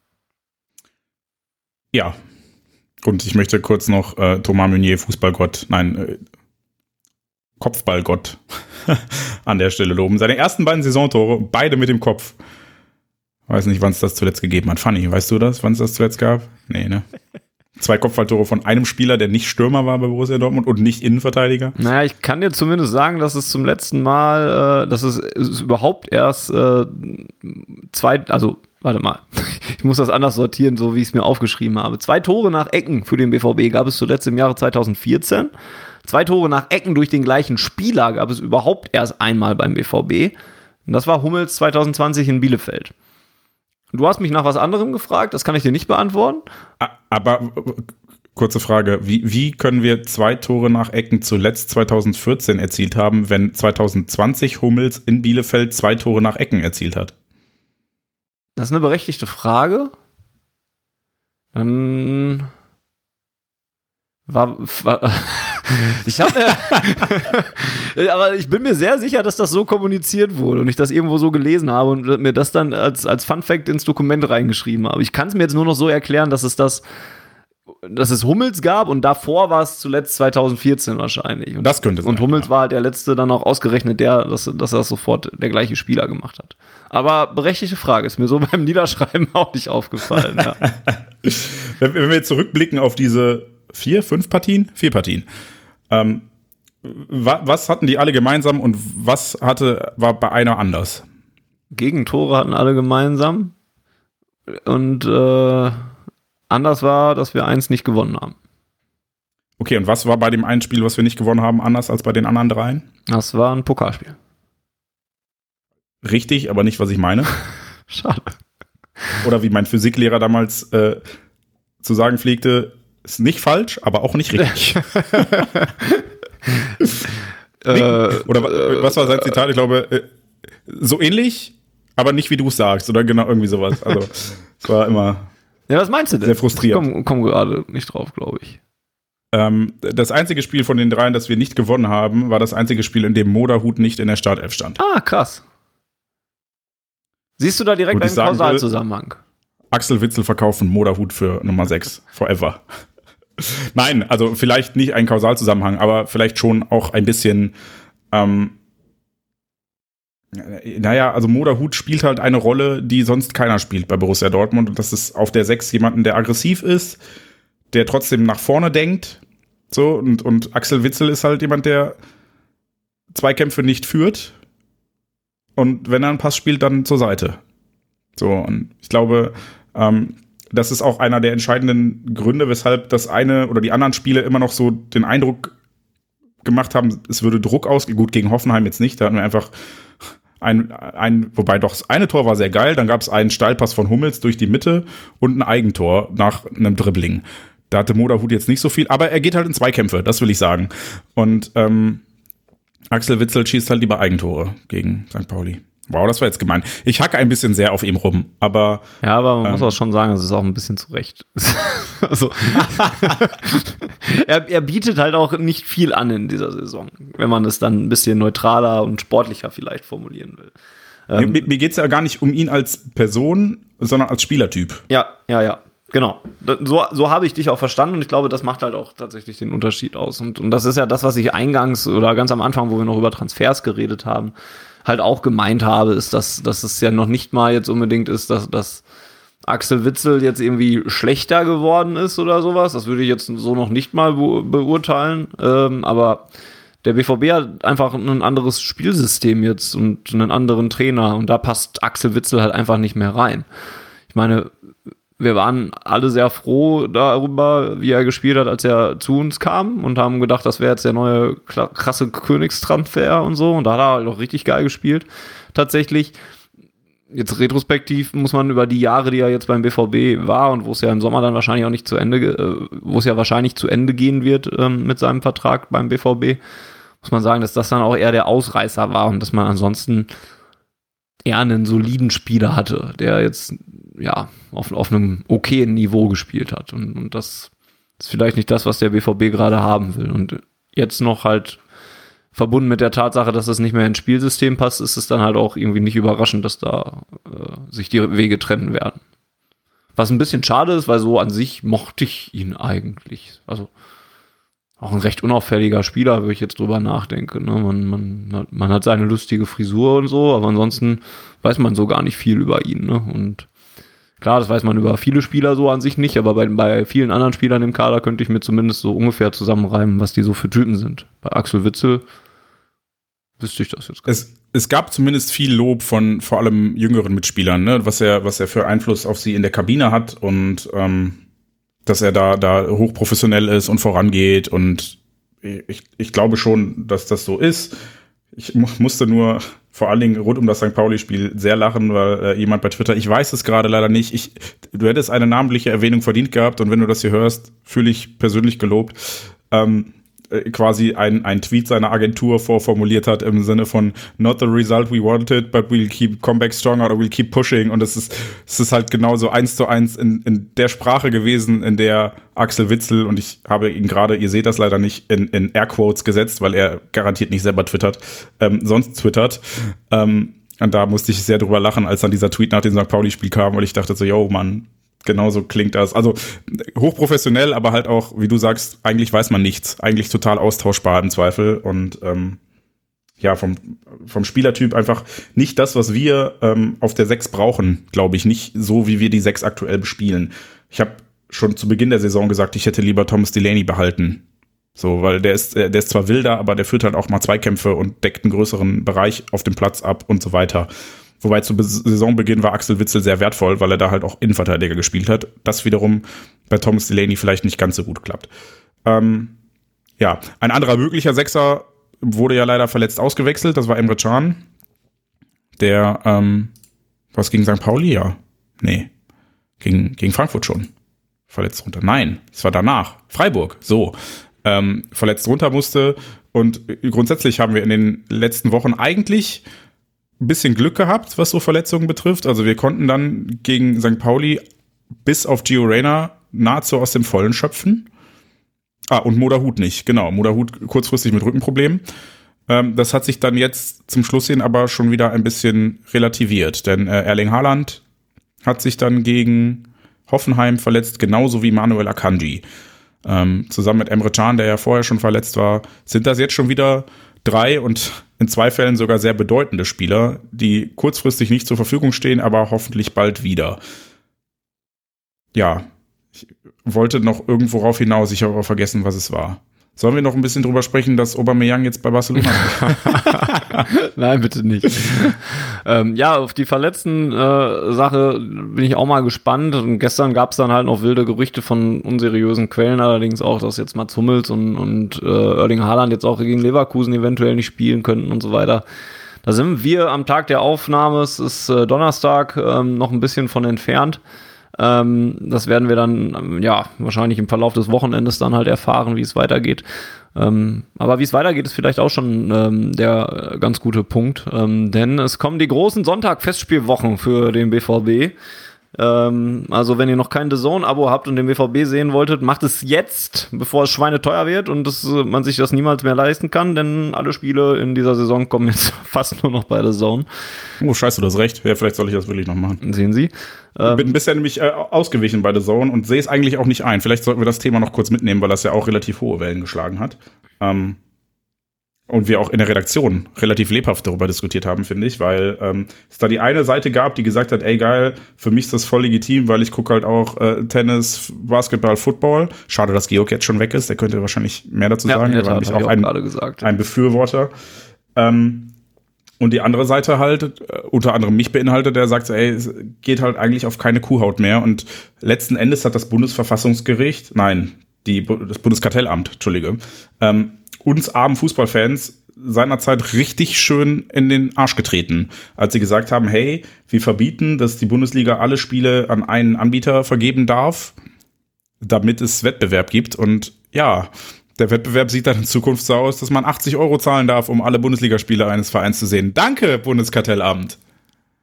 Ja, und ich möchte kurz noch äh, Thomas Meunier, Fußballgott, nein, äh, Kopfballgott an der Stelle loben. Seine ersten beiden Saisontore, beide mit dem Kopf. Weiß nicht, wann es das zuletzt gegeben hat. Fanny, weißt du das, wann es das zuletzt gab? Nee, ne? Zwei Kopfballtore von einem Spieler, der nicht Stürmer war bei Borussia Dortmund und nicht Innenverteidiger. Naja, ich kann dir zumindest sagen, dass es zum letzten Mal, äh, dass es, es ist überhaupt erst äh, zwei, also warte mal, ich muss das anders sortieren, so wie ich es mir aufgeschrieben habe. Zwei Tore nach Ecken für den B V B gab es zuletzt im Jahre zweitausendvierzehn. Zwei Tore nach Ecken durch den gleichen Spieler gab es überhaupt erst einmal beim B V B. Und das war Hummels zweitausendzwanzig in Bielefeld. Du hast mich nach was anderem gefragt, das kann ich dir nicht beantworten. Aber kurze Frage, wie, wie können wir zwei Tore nach Ecken zuletzt zweitausendvierzehn erzielt haben, wenn zweitausendzwanzig Hummels in Bielefeld zwei Tore nach Ecken erzielt hat? Das ist eine berechtigte Frage. Dann war, war ich habe aber ich bin mir sehr sicher, dass das so kommuniziert wurde und ich das irgendwo so gelesen habe und mir das dann als als Fun Fact ins Dokument reingeschrieben habe. Ich kann es mir jetzt nur noch so erklären, dass es das dass es Hummels gab und davor war es zuletzt zweitausendvierzehn wahrscheinlich. Und das könnte sein. Und Hummels ja. war halt der letzte dann auch ausgerechnet der, dass, dass er das sofort der gleiche Spieler gemacht hat. Aber berechtigte Frage, ist mir so beim Niederschreiben auch nicht aufgefallen. Ja. wenn, wenn wir jetzt zurückblicken auf diese vier, fünf Partien, vier Partien, ähm, wa, was hatten die alle gemeinsam und was hatte war bei einer anders? Gegentore hatten alle gemeinsam und äh, anders war, dass wir eins nicht gewonnen haben. Okay, und was war bei dem einen Spiel, was wir nicht gewonnen haben, anders als bei den anderen dreien? Das war ein Pokalspiel. Richtig, aber nicht, was ich meine. Schade. Oder wie mein Physiklehrer damals äh, zu sagen pflegte, ist nicht falsch, aber auch nicht richtig. äh, Oder was war sein Zitat? Ich glaube, äh, so ähnlich, aber nicht wie du es sagst. Oder genau irgendwie sowas. Also es war immer ja, was meinst du denn? sehr frustrierend. Ich komm, komm gerade nicht drauf, glaube ich. Ähm, das einzige Spiel von den dreien, das wir nicht gewonnen haben, war das einzige Spiel, in dem Moderhut nicht in der Startelf stand. Ah, krass. Siehst du da direkt einen Kausalzusammenhang? Axel Witsel verkaufen Moderhut für Nummer sechs. Forever. Nein, also vielleicht nicht ein Kausalzusammenhang, aber vielleicht schon auch ein bisschen, ähm, naja, also Moderhut spielt halt eine Rolle, die sonst keiner spielt bei Borussia Dortmund. Und das ist auf der sechs jemanden, der aggressiv ist, der trotzdem nach vorne denkt. So, und, und Axel Witsel ist halt jemand, der Zweikämpfe nicht führt. Und wenn er einen Pass spielt, dann zur Seite. So, und ich glaube, ähm, das ist auch einer der entscheidenden Gründe, weshalb das eine oder die anderen Spiele immer noch so den Eindruck gemacht haben, es würde Druck ausgehen. Gut, gegen Hoffenheim jetzt nicht, da hatten wir einfach ein, ein wobei doch das eine Tor war sehr geil, dann gab es einen Steilpass von Hummels durch die Mitte und ein Eigentor nach einem Dribbling. Da hatte Moderhut jetzt nicht so viel, aber er geht halt in Zweikämpfe, das will ich sagen. Und ähm, Axel Witsel schießt halt lieber Eigentore gegen Sankt Pauli. Wow, das war jetzt gemein. Ich hacke ein bisschen sehr auf ihm rum, aber ja, aber man ähm, muss auch schon sagen, das ist auch ein bisschen zu Recht. Also, er, er bietet halt auch nicht viel an in dieser Saison, wenn man es dann ein bisschen neutraler und sportlicher vielleicht formulieren will. Ähm, mir mir geht es ja gar nicht um ihn als Person, sondern als Spielertyp. Ja, ja, ja. Genau, so, so habe ich dich auch verstanden und ich glaube, das macht halt auch tatsächlich den Unterschied aus. Und, und das ist ja das, was ich eingangs oder ganz am Anfang, wo wir noch über Transfers geredet haben, halt auch gemeint habe, ist, dass, dass es ja noch nicht mal jetzt unbedingt ist, dass, dass Axel Witsel jetzt irgendwie schlechter geworden ist oder sowas. Das würde ich jetzt so noch nicht mal be- beurteilen. Ähm, aber der B V B hat einfach ein anderes Spielsystem jetzt und einen anderen Trainer und da passt Axel Witsel halt einfach nicht mehr rein. Ich meine, wir waren alle sehr froh darüber, wie er gespielt hat, als er zu uns kam und haben gedacht, das wäre jetzt der neue krasse Königstransfer und so. Und da hat er halt auch richtig geil gespielt, tatsächlich. Jetzt retrospektiv muss man über die Jahre, die er jetzt beim B V B war und wo es ja im Sommer dann wahrscheinlich auch nicht zu Ende, äh, wo es ja wahrscheinlich zu Ende gehen wird ähm, mit seinem Vertrag beim B V B, muss man sagen, dass das dann auch eher der Ausreißer war und dass man ansonsten eher einen soliden Spieler hatte, der jetzt ja auf, auf einem okayen Niveau gespielt hat. Und, und das ist vielleicht nicht das, was der B V B gerade haben will. Und jetzt noch halt verbunden mit der Tatsache, dass es nicht mehr ins Spielsystem passt, ist es dann halt auch irgendwie nicht überraschend, dass da äh, sich die Wege trennen werden. Was ein bisschen schade ist, weil so an sich mochte ich ihn eigentlich. Also auch ein recht unauffälliger Spieler, wenn ich jetzt drüber nachdenke. Ne? Man, man, hat, man hat seine lustige Frisur und so, aber ansonsten weiß man so gar nicht viel über ihn. Ne? Und klar, das weiß man über viele Spieler so an sich nicht, aber bei, bei vielen anderen Spielern im Kader könnte ich mir zumindest so ungefähr zusammenreimen, was die so für Typen sind. Bei Axel Witsel wüsste ich das jetzt gar nicht. Es, es gab zumindest viel Lob von vor allem jüngeren Mitspielern, ne? was er, was er für Einfluss auf sie in der Kabine hat und ähm, dass er da, da hochprofessionell ist und vorangeht. Und ich, ich glaube schon, dass das so ist. Ich mu- musste nur vor allen Dingen rund um das Sankt Pauli-Spiel sehr lachen, weil äh, jemand bei Twitter, ich weiß es gerade leider nicht, ich, du hättest eine namentliche Erwähnung verdient gehabt und wenn du das hier hörst, fühle ich persönlich gelobt, ähm, quasi ein, ein Tweet seiner Agentur vorformuliert hat im Sinne von not the result we wanted, but we'll keep come back stronger or we'll keep pushing. Und es ist, es ist halt genauso eins zu eins in, in der Sprache gewesen, in der Axel Witsel, und ich habe ihn gerade, ihr seht das leider nicht, in, in Airquotes gesetzt, weil er garantiert nicht selber twittert, ähm, sonst twittert. Ähm, und da musste ich sehr drüber lachen, als dann dieser Tweet nach dem Sankt Pauli-Spiel kam, weil ich dachte so, yo, Mann, genauso klingt das. Also hochprofessionell, aber halt auch, wie du sagst, eigentlich weiß man nichts. Eigentlich total austauschbar im Zweifel. Und ähm, ja, vom, vom Spielertyp einfach nicht das, was wir ähm, auf der sechs brauchen, glaube ich. Nicht so, wie wir die sechs aktuell bespielen. Ich habe schon zu Beginn der Saison gesagt, ich hätte lieber Thomas Delaney behalten. So, weil der ist, der ist zwar wilder, aber der führt halt auch mal Zweikämpfe und deckt einen größeren Bereich auf dem Platz ab und so weiter. Wobei zu Saisonbeginn war Axel Witsel sehr wertvoll, weil er da halt auch Innenverteidiger gespielt hat. Das wiederum bei Thomas Delaney vielleicht nicht ganz so gut klappt. Ähm, ja, ein anderer möglicher Sechser wurde ja leider verletzt ausgewechselt. Das war Emre Can. Der, ähm, was gegen Sankt Pauli? Ja. Nee. Gegen, gegen Frankfurt schon. Verletzt runter. Nein, es war danach. Freiburg. So. Ähm, verletzt runter musste. Und grundsätzlich haben wir in den letzten Wochen eigentlich ein bisschen Glück gehabt, was so Verletzungen betrifft. Also wir konnten dann gegen Sankt Pauli bis auf Gio Reyna nahezu aus dem Vollen schöpfen. Ah, und Moderhut nicht, genau. Moderhut kurzfristig mit Rückenproblemen. Ähm, das hat sich dann jetzt zum Schluss hin aber schon wieder ein bisschen relativiert. Denn äh, Erling Haaland hat sich dann gegen Hoffenheim verletzt, genauso wie Manuel Akanji. Ähm, zusammen mit Emre Can, der ja vorher schon verletzt war, sind das jetzt schon wieder drei und in zwei Fällen sogar sehr bedeutende Spieler, die kurzfristig nicht zur Verfügung stehen, aber hoffentlich bald wieder. Ja, ich wollte noch irgendwo rauf hinaus, ich habe aber vergessen, was es war. Sollen wir noch ein bisschen drüber sprechen, dass Aubameyang jetzt bei Barcelona ist? Nein, bitte nicht. ähm, ja, auf die verletzten äh, Sache bin ich auch mal gespannt. Und gestern gab es dann halt noch wilde Gerüchte von unseriösen Quellen, allerdings auch, dass jetzt Mats Hummels und, und äh, Erling Haaland jetzt auch gegen Leverkusen eventuell nicht spielen könnten und so weiter. Da sind wir am Tag der Aufnahme, es ist äh, Donnerstag, ähm, noch ein bisschen von entfernt. Ähm, das werden wir dann, ähm, ja, wahrscheinlich im Verlauf des Wochenendes dann halt erfahren, wie es weitergeht. Ähm, aber wie es weitergeht, ist vielleicht auch schon ähm, der äh, ganz gute Punkt. Ähm, denn es kommen die großen Sonntag-Festspielwochen für den B V B. Ähm, also wenn ihr noch kein D A Z N-Abo habt und den B V B sehen wolltet, macht es jetzt, bevor es schweineteuer wird und das, äh, man sich das niemals mehr leisten kann, denn alle Spiele in dieser Saison kommen jetzt fast nur noch bei D A Z N. Oh, scheiße, du hast recht. Ja, vielleicht soll ich das wirklich noch machen. Sehen Sie. Ich bin bisher nämlich äh, ausgewichen bei D A Z N und sehe es eigentlich auch nicht ein. Vielleicht sollten wir das Thema noch kurz mitnehmen, weil das ja auch relativ hohe Wellen geschlagen hat. Ähm, und wir auch in der Redaktion relativ lebhaft darüber diskutiert haben, finde ich, weil ähm, es da die eine Seite gab, die gesagt hat, ey geil, für mich ist das voll legitim, weil ich gucke halt auch äh, Tennis, Basketball, Football. Schade, dass Georg jetzt schon weg ist, der könnte wahrscheinlich mehr dazu ja, sagen. Der war nämlich auch, auch ein, gesagt. ein Befürworter. Ähm, Und die andere Seite halt, äh, unter anderem mich beinhaltet, der sagt, ey, es geht halt eigentlich auf keine Kuhhaut mehr. Und letzten Endes hat das Bundesverfassungsgericht, nein, die, das Bundeskartellamt, Entschuldige, ähm, uns armen Fußballfans seinerzeit richtig schön in den Arsch getreten, als sie gesagt haben, hey, wir verbieten, dass die Bundesliga alle Spiele an einen Anbieter vergeben darf, damit es Wettbewerb gibt. Und ja, der Wettbewerb sieht dann in Zukunft so aus, dass man achtzig Euro zahlen darf, um alle Bundesligaspiele eines Vereins zu sehen. Danke, Bundeskartellamt.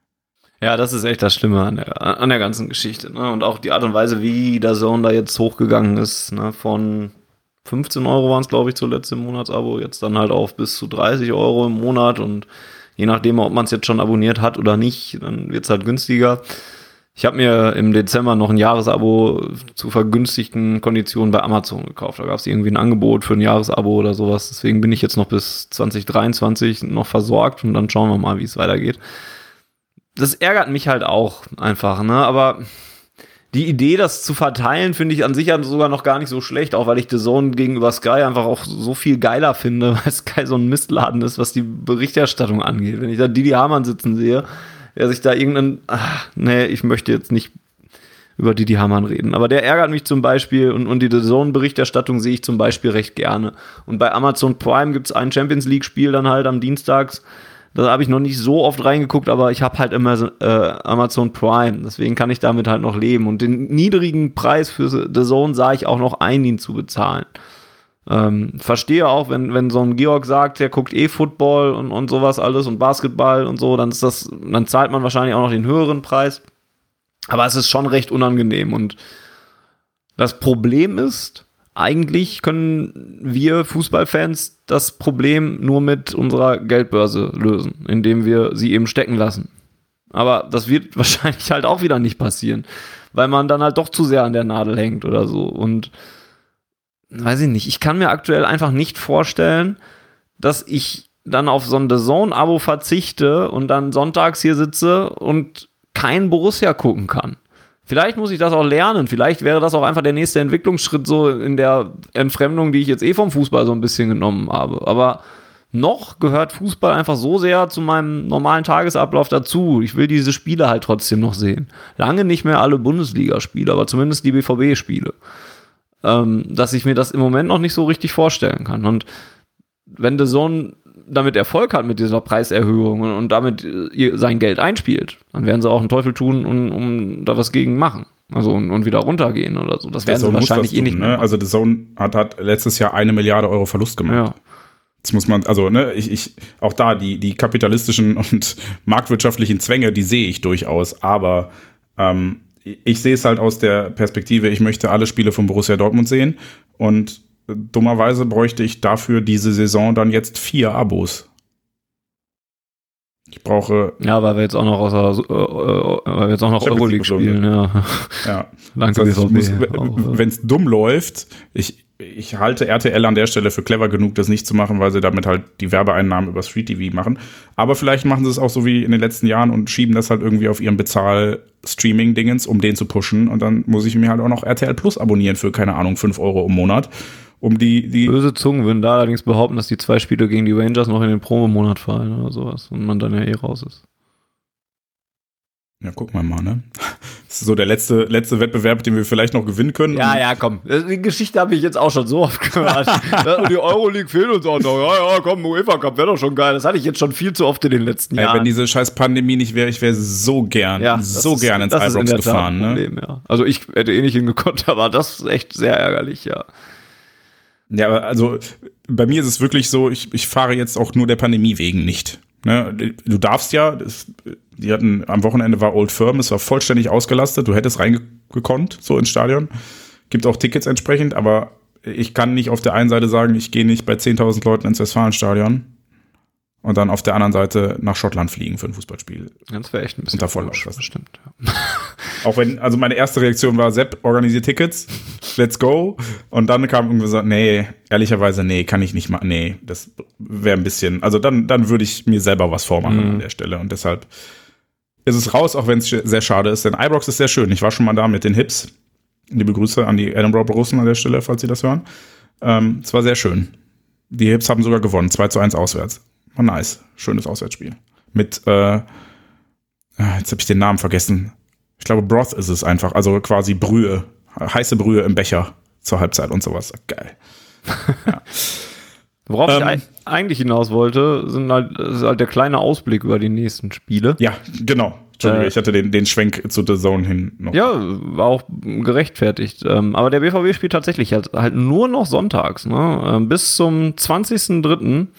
Ja, das ist echt das Schlimme an der, an der ganzen Geschichte. Ne? Und auch die Art und Weise, wie der Zone da jetzt hochgegangen ist, ne? Von fünfzehn Euro waren es, glaube ich, zuletzt im Monatsabo, jetzt dann halt auf bis zu dreißig Euro im Monat und je nachdem, ob man es jetzt schon abonniert hat oder nicht, dann wird es halt günstiger. Ich habe mir im Dezember noch ein Jahresabo zu vergünstigten Konditionen bei Amazon gekauft. Da gab es irgendwie ein Angebot für ein Jahresabo oder sowas. Deswegen bin ich jetzt noch bis zwanzig dreiundzwanzig noch versorgt und dann schauen wir mal, wie es weitergeht. Das ärgert mich halt auch einfach, ne? Aber die Idee, das zu verteilen, finde ich an sich sogar noch gar nicht so schlecht, auch weil ich The Zone gegenüber Sky einfach auch so viel geiler finde, weil Sky so ein Mistladen ist, was die Berichterstattung angeht. Wenn ich da Didi Hamann sitzen sehe, der sich da irgendeinen, ach, nee, ich möchte jetzt nicht über Didi Hamann reden, aber der ärgert mich zum Beispiel und, und die The Zone-Berichterstattung sehe ich zum Beispiel recht gerne. Und bei Amazon Prime gibt es ein Champions-League-Spiel dann halt am Dienstags. Da habe ich noch nicht so oft reingeguckt, aber ich habe halt immer äh, Amazon Prime. Deswegen kann ich damit halt noch leben. Und den niedrigen Preis für The Zone sah ich auch noch ein, ihn zu bezahlen. Ähm, verstehe auch, wenn, wenn so ein Georg sagt, der guckt eh Football und, und sowas alles und Basketball und so, dann ist das, dann zahlt man wahrscheinlich auch noch den höheren Preis. Aber es ist schon recht unangenehm. Und das Problem ist, eigentlich können wir Fußballfans das Problem nur mit unserer Geldbörse lösen, indem wir sie eben stecken lassen. Aber das wird wahrscheinlich halt auch wieder nicht passieren, weil man dann halt doch zu sehr an der Nadel hängt oder so. Und weiß ich nicht, ich kann mir aktuell einfach nicht vorstellen, dass ich dann auf so ein The Zone-Abo verzichte und dann sonntags hier sitze und kein Borussia gucken kann. Vielleicht muss ich das auch lernen. Vielleicht wäre das auch einfach der nächste Entwicklungsschritt so in der Entfremdung, die ich jetzt eh vom Fußball so ein bisschen genommen habe. Aber noch gehört Fußball einfach so sehr zu meinem normalen Tagesablauf dazu. Ich will diese Spiele halt trotzdem noch sehen. Lange nicht mehr alle Bundesligaspiele, aber zumindest die B V B-Spiele. Ähm, dass ich mir das im Moment noch nicht so richtig vorstellen kann. Und wenn The Zone damit Erfolg hat mit dieser Preiserhöhung und, und damit ihr sein Geld einspielt, dann werden sie auch einen Teufel tun und um da was gegen machen. Also und, und wieder runtergehen oder so. Das werden sie wahrscheinlich eh nicht mehr. Ne? Also The Zone hat, hat letztes Jahr eine Milliarde Euro Verlust gemacht. Ja. Das muss man, also ne, ich, ich auch da die die kapitalistischen und marktwirtschaftlichen Zwänge, die sehe ich durchaus. Aber ähm, ich sehe es halt aus der Perspektive, ich möchte alle Spiele von Borussia Dortmund sehen und dummerweise bräuchte ich dafür diese Saison dann jetzt vier Abos. Ich brauche. Ja, weil wir jetzt auch noch aus der, äh, äh, weil wir jetzt auch noch Euroleague spielen, ja. Ja. Danke, das heißt, wenn es dumm läuft, ich, ich halte R T L an der Stelle für clever genug, das nicht zu machen, weil sie damit halt die Werbeeinnahmen über Street T V machen. Aber vielleicht machen sie es auch so wie in den letzten Jahren und schieben das halt irgendwie auf ihren Bezahl-Streaming-Dingens, um den zu pushen. Und dann muss ich mir halt auch noch R T L Plus abonnieren für, keine Ahnung, fünf Euro im Monat. Um die, die Böse Zungen würden da allerdings behaupten, dass die zwei Spiele gegen die Rangers noch in den Promo-Monat fallen oder sowas und man dann ja eh raus ist. Ja, gucken wir mal, ne? Das ist so der letzte, letzte Wettbewerb, den wir vielleicht noch gewinnen können. Ja, ja, komm. Die Geschichte habe ich jetzt auch schon so oft gehört. Die Euroleague fehlt uns auch noch. Ja, ja, komm, UEFA Cup wäre doch schon geil. Das hatte ich jetzt schon viel zu oft in den letzten Jahren. Ey, wenn diese scheiß Pandemie nicht wäre, ich wäre so gern, ja, so ist, gern ins Ibrox gefahren. Ne? Problem, ja. Also ich hätte eh nicht hingekonnt, aber das ist echt sehr ärgerlich, ja. Ja, also bei mir ist es wirklich so, ich, ich fahre jetzt auch nur der Pandemie wegen nicht. Ne? Du darfst ja, das, die hatten, am Wochenende war Old Firm, es war vollständig ausgelastet, du hättest reingekonnt, so ins Stadion. Gibt auch Tickets entsprechend, aber ich kann nicht auf der einen Seite sagen, ich gehe nicht bei zehntausend Leuten ins Westfalenstadion und dann auf der anderen Seite nach Schottland fliegen für ein Fußballspiel. Das wäre echt ein bisschen unter Vollauslastung. Bestimmt, ja. Auch wenn, also meine erste Reaktion war, Sepp, organisiert Tickets, let's go. Und dann kam irgendwie so, nee, ehrlicherweise, nee, kann ich nicht machen. Nee, das wäre ein bisschen, also dann, dann würde ich mir selber was vormachen mhm. an der Stelle. Und deshalb ist es raus, auch wenn es sehr schade ist. Denn Ibrox ist sehr schön. Ich war schon mal da mit den Hips. Liebe Grüße an die Edinburgh Borussen an der Stelle, falls Sie das hören. Ähm, es war sehr schön. Die Hips haben sogar gewonnen, zwei zu eins auswärts. War nice. Schönes Auswärtsspiel. Mit, äh, jetzt habe ich den Namen vergessen. Ich glaube, Broth ist es einfach. Also quasi Brühe. Heiße Brühe im Becher zur Halbzeit und sowas. Geil. Ja. Worauf ähm, ich eigentlich hinaus wollte, sind halt, ist halt der kleine Ausblick über die nächsten Spiele. Ja, genau. Entschuldigung, äh, ich hatte den, den Schwenk zu The Zone hin noch. Ja, war auch gerechtfertigt. Ähm, aber der B V B spielt tatsächlich halt, halt nur noch sonntags. Ne? Ähm, bis zum zwanzigsten dritten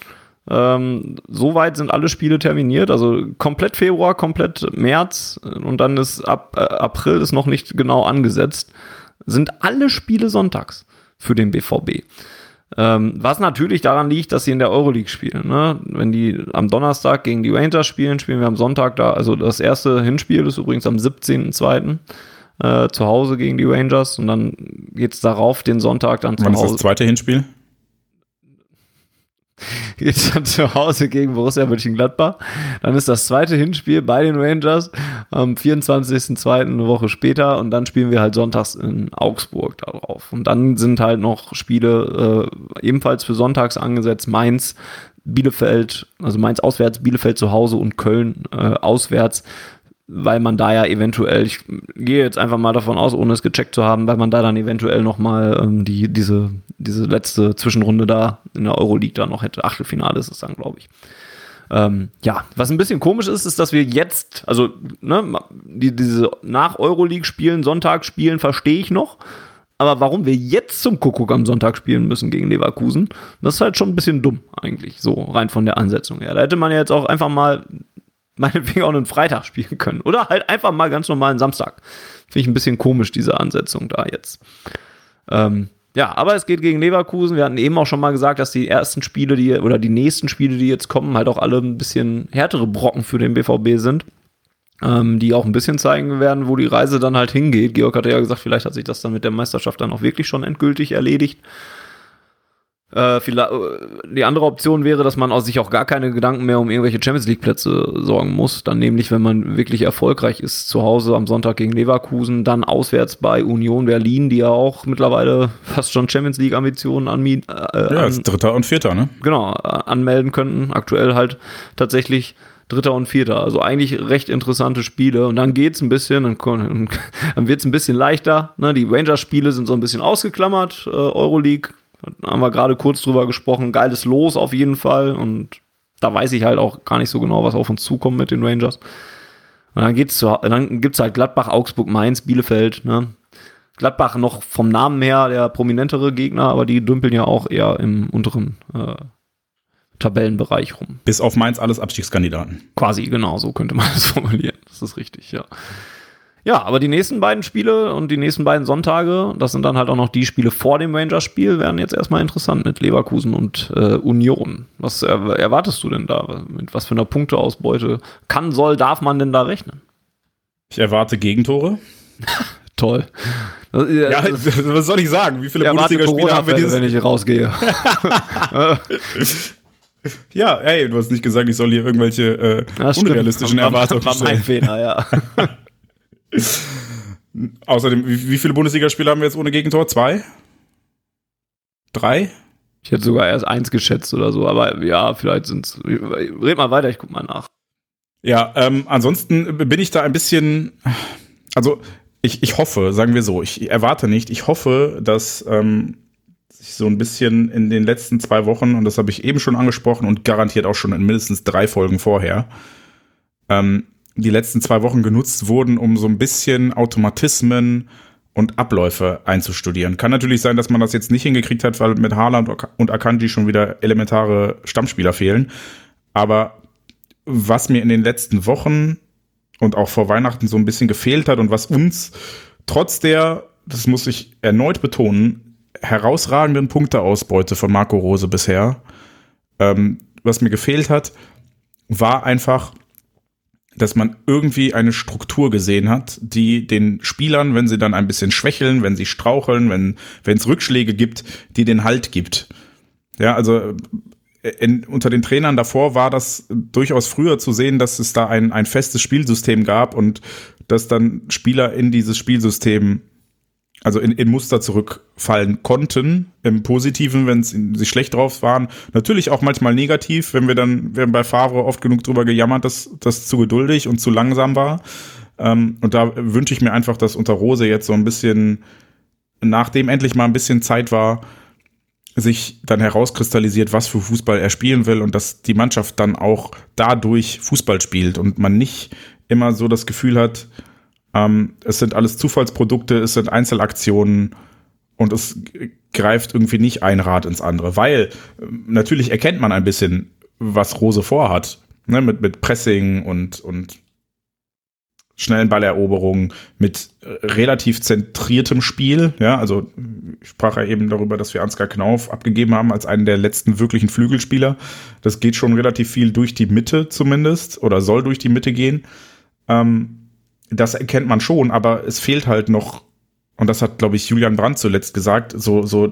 Ähm, soweit sind alle Spiele terminiert, also komplett Februar, komplett März und dann ist ab äh, April ist noch nicht genau angesetzt, sind alle Spiele sonntags für den B V B. Ähm, was natürlich daran liegt, dass sie in der Euroleague spielen. Ne? Wenn die am Donnerstag gegen die Rangers spielen, spielen wir am Sonntag da. Also das erste Hinspiel ist übrigens am siebzehnten zweiten Äh, zu Hause gegen die Rangers und dann geht's darauf den Sonntag dann zu Wann Hause. Wann ist das zweite Hinspiel? Geht's dann zu Hause gegen Borussia Mönchengladbach. Dann ist das zweite Hinspiel bei den Rangers am vierundzwanzigsten zweiten eine Woche später und dann spielen wir halt sonntags in Augsburg darauf. Und dann sind halt noch Spiele äh, ebenfalls für sonntags angesetzt. Mainz, Bielefeld, also Mainz auswärts, Bielefeld zu Hause und Köln äh, auswärts, weil man da ja eventuell, ich gehe jetzt einfach mal davon aus, ohne es gecheckt zu haben, weil man da dann eventuell nochmal ähm, die, diese, diese letzte Zwischenrunde da in der Euroleague da noch hätte. Achtelfinale ist es dann, glaube ich. Ähm, ja, was ein bisschen komisch ist, ist, dass wir jetzt, also ne, die, diese nach Euroleague spielen, Sonntag spielen, verstehe ich noch. Aber warum wir jetzt zum Kuckuck am Sonntag spielen müssen gegen Leverkusen, das ist halt schon ein bisschen dumm eigentlich, so rein von der Ansetzung her. Da hätte man ja jetzt auch einfach mal meinetwegen auch einen Freitag spielen können. Oder halt einfach mal ganz normalen Samstag. Finde ich ein bisschen komisch, diese Ansetzung da jetzt. Ähm, ja, aber es geht gegen Leverkusen. Wir hatten eben auch schon mal gesagt, dass die ersten Spiele, die oder die nächsten Spiele, die jetzt kommen, halt auch alle ein bisschen härtere Brocken für den B V B sind. Ähm, die auch ein bisschen zeigen werden, wo die Reise dann halt hingeht. Georg hatte ja gesagt, vielleicht hat sich das dann mit der Meisterschaft dann auch wirklich schon endgültig erledigt. Äh, die andere Option wäre, dass man sich auch gar keine Gedanken mehr um irgendwelche Champions-League-Plätze sorgen muss. Dann nämlich, wenn man wirklich erfolgreich ist, zu Hause am Sonntag gegen Leverkusen, dann auswärts bei Union Berlin, die ja auch mittlerweile fast schon Champions-League-Ambitionen anmieten. Äh, ja, an, ist Dritter und Vierter, ne? Genau, anmelden könnten. Aktuell halt tatsächlich Dritter und Vierter. Also eigentlich recht interessante Spiele. Und dann geht's ein bisschen, dann, dann wird's ein bisschen leichter. Ne? Die Rangers-Spiele sind so ein bisschen ausgeklammert, äh, Euroleague. Da haben wir gerade kurz drüber gesprochen. Geiles Los auf jeden Fall. Und da weiß ich halt auch gar nicht so genau, was auf uns zukommt mit den Rangers. Und dann geht's zu, dann gibt's halt Gladbach, Augsburg, Mainz, Bielefeld. Ne? Gladbach noch vom Namen her der prominentere Gegner, aber die dümpeln ja auch eher im unteren äh, Tabellenbereich rum. Bis auf Mainz alles Abstiegskandidaten. Quasi, genau, so könnte man das formulieren. Das ist richtig, ja. Ja, aber die nächsten beiden Spiele und die nächsten beiden Sonntage, das sind dann halt auch noch die Spiele vor dem Rangers-Spiel, werden jetzt erstmal interessant mit Leverkusen und äh, Union. Was er, erwartest du denn da? Mit was für einer Punkteausbeute kann, soll, darf man denn da rechnen? Ich erwarte Gegentore. Toll. Das, ja, das, was soll ich sagen? Wie viele Bundesligaspiele haben wir dieses... wenn ich rausgehe. Ja, ey, du hast nicht gesagt, ich soll hier irgendwelche äh, unrealistischen war, Erwartungen war mein Fehler, ja. Außerdem, wie, wie viele Bundesligaspiele haben wir jetzt ohne Gegentor? Zwei? Drei? Ich hätte sogar erst eins geschätzt oder so, aber ja, vielleicht sind es. Red mal weiter, ich guck mal nach. Ja, ähm, ansonsten bin ich da ein bisschen. Also, ich, ich hoffe, sagen wir so, ich erwarte nicht, ich hoffe, dass ähm, sich so ein bisschen in den letzten zwei Wochen, und das habe ich eben schon angesprochen und garantiert auch schon in mindestens drei Folgen vorher, ähm, die letzten zwei Wochen genutzt wurden, um so ein bisschen Automatismen und Abläufe einzustudieren. Kann natürlich sein, dass man das jetzt nicht hingekriegt hat, weil mit Haaland und Akanji schon wieder elementare Stammspieler fehlen. Aber was mir in den letzten Wochen und auch vor Weihnachten so ein bisschen gefehlt hat und was uns trotz der, das muss ich erneut betonen, herausragenden Punkteausbeute von Marco Rose bisher, ähm, was mir gefehlt hat, war einfach, dass man irgendwie eine Struktur gesehen hat, die den Spielern, wenn sie dann ein bisschen schwächeln, wenn sie straucheln, wenn wenn es Rückschläge gibt, die den Halt gibt. Ja, also in, unter den Trainern davor war das durchaus früher zu sehen, dass es da ein ein festes Spielsystem gab und dass dann Spieler in dieses Spielsystem, also in, in Muster zurückfallen konnten, im Positiven, wenn sie schlecht drauf waren. Natürlich auch manchmal negativ, wenn wir dann, wir haben bei Favre oft genug drüber gejammert, dass das zu geduldig und zu langsam war. Ähm, und da wünsche ich mir einfach, dass unter Rose jetzt so ein bisschen, nachdem endlich mal ein bisschen Zeit war, sich dann herauskristallisiert, was für Fußball er spielen will und dass die Mannschaft dann auch dadurch Fußball spielt und man nicht immer so das Gefühl hat, Ähm, es sind alles Zufallsprodukte, es sind Einzelaktionen und es greift irgendwie nicht ein Rad ins andere, weil äh, natürlich erkennt man ein bisschen, was Rose vorhat. Ne, mit, mit Pressing und, und schnellen Balleroberungen, mit relativ zentriertem Spiel. Ja, also ich sprach ja eben darüber, dass wir Ansgar Knauf abgegeben haben als einen der letzten wirklichen Flügelspieler. Das geht schon relativ viel durch die Mitte zumindest oder soll durch die Mitte gehen. Ähm, das erkennt man schon, aber es fehlt halt noch, und das hat, glaube ich, Julian Brandt zuletzt gesagt, so, so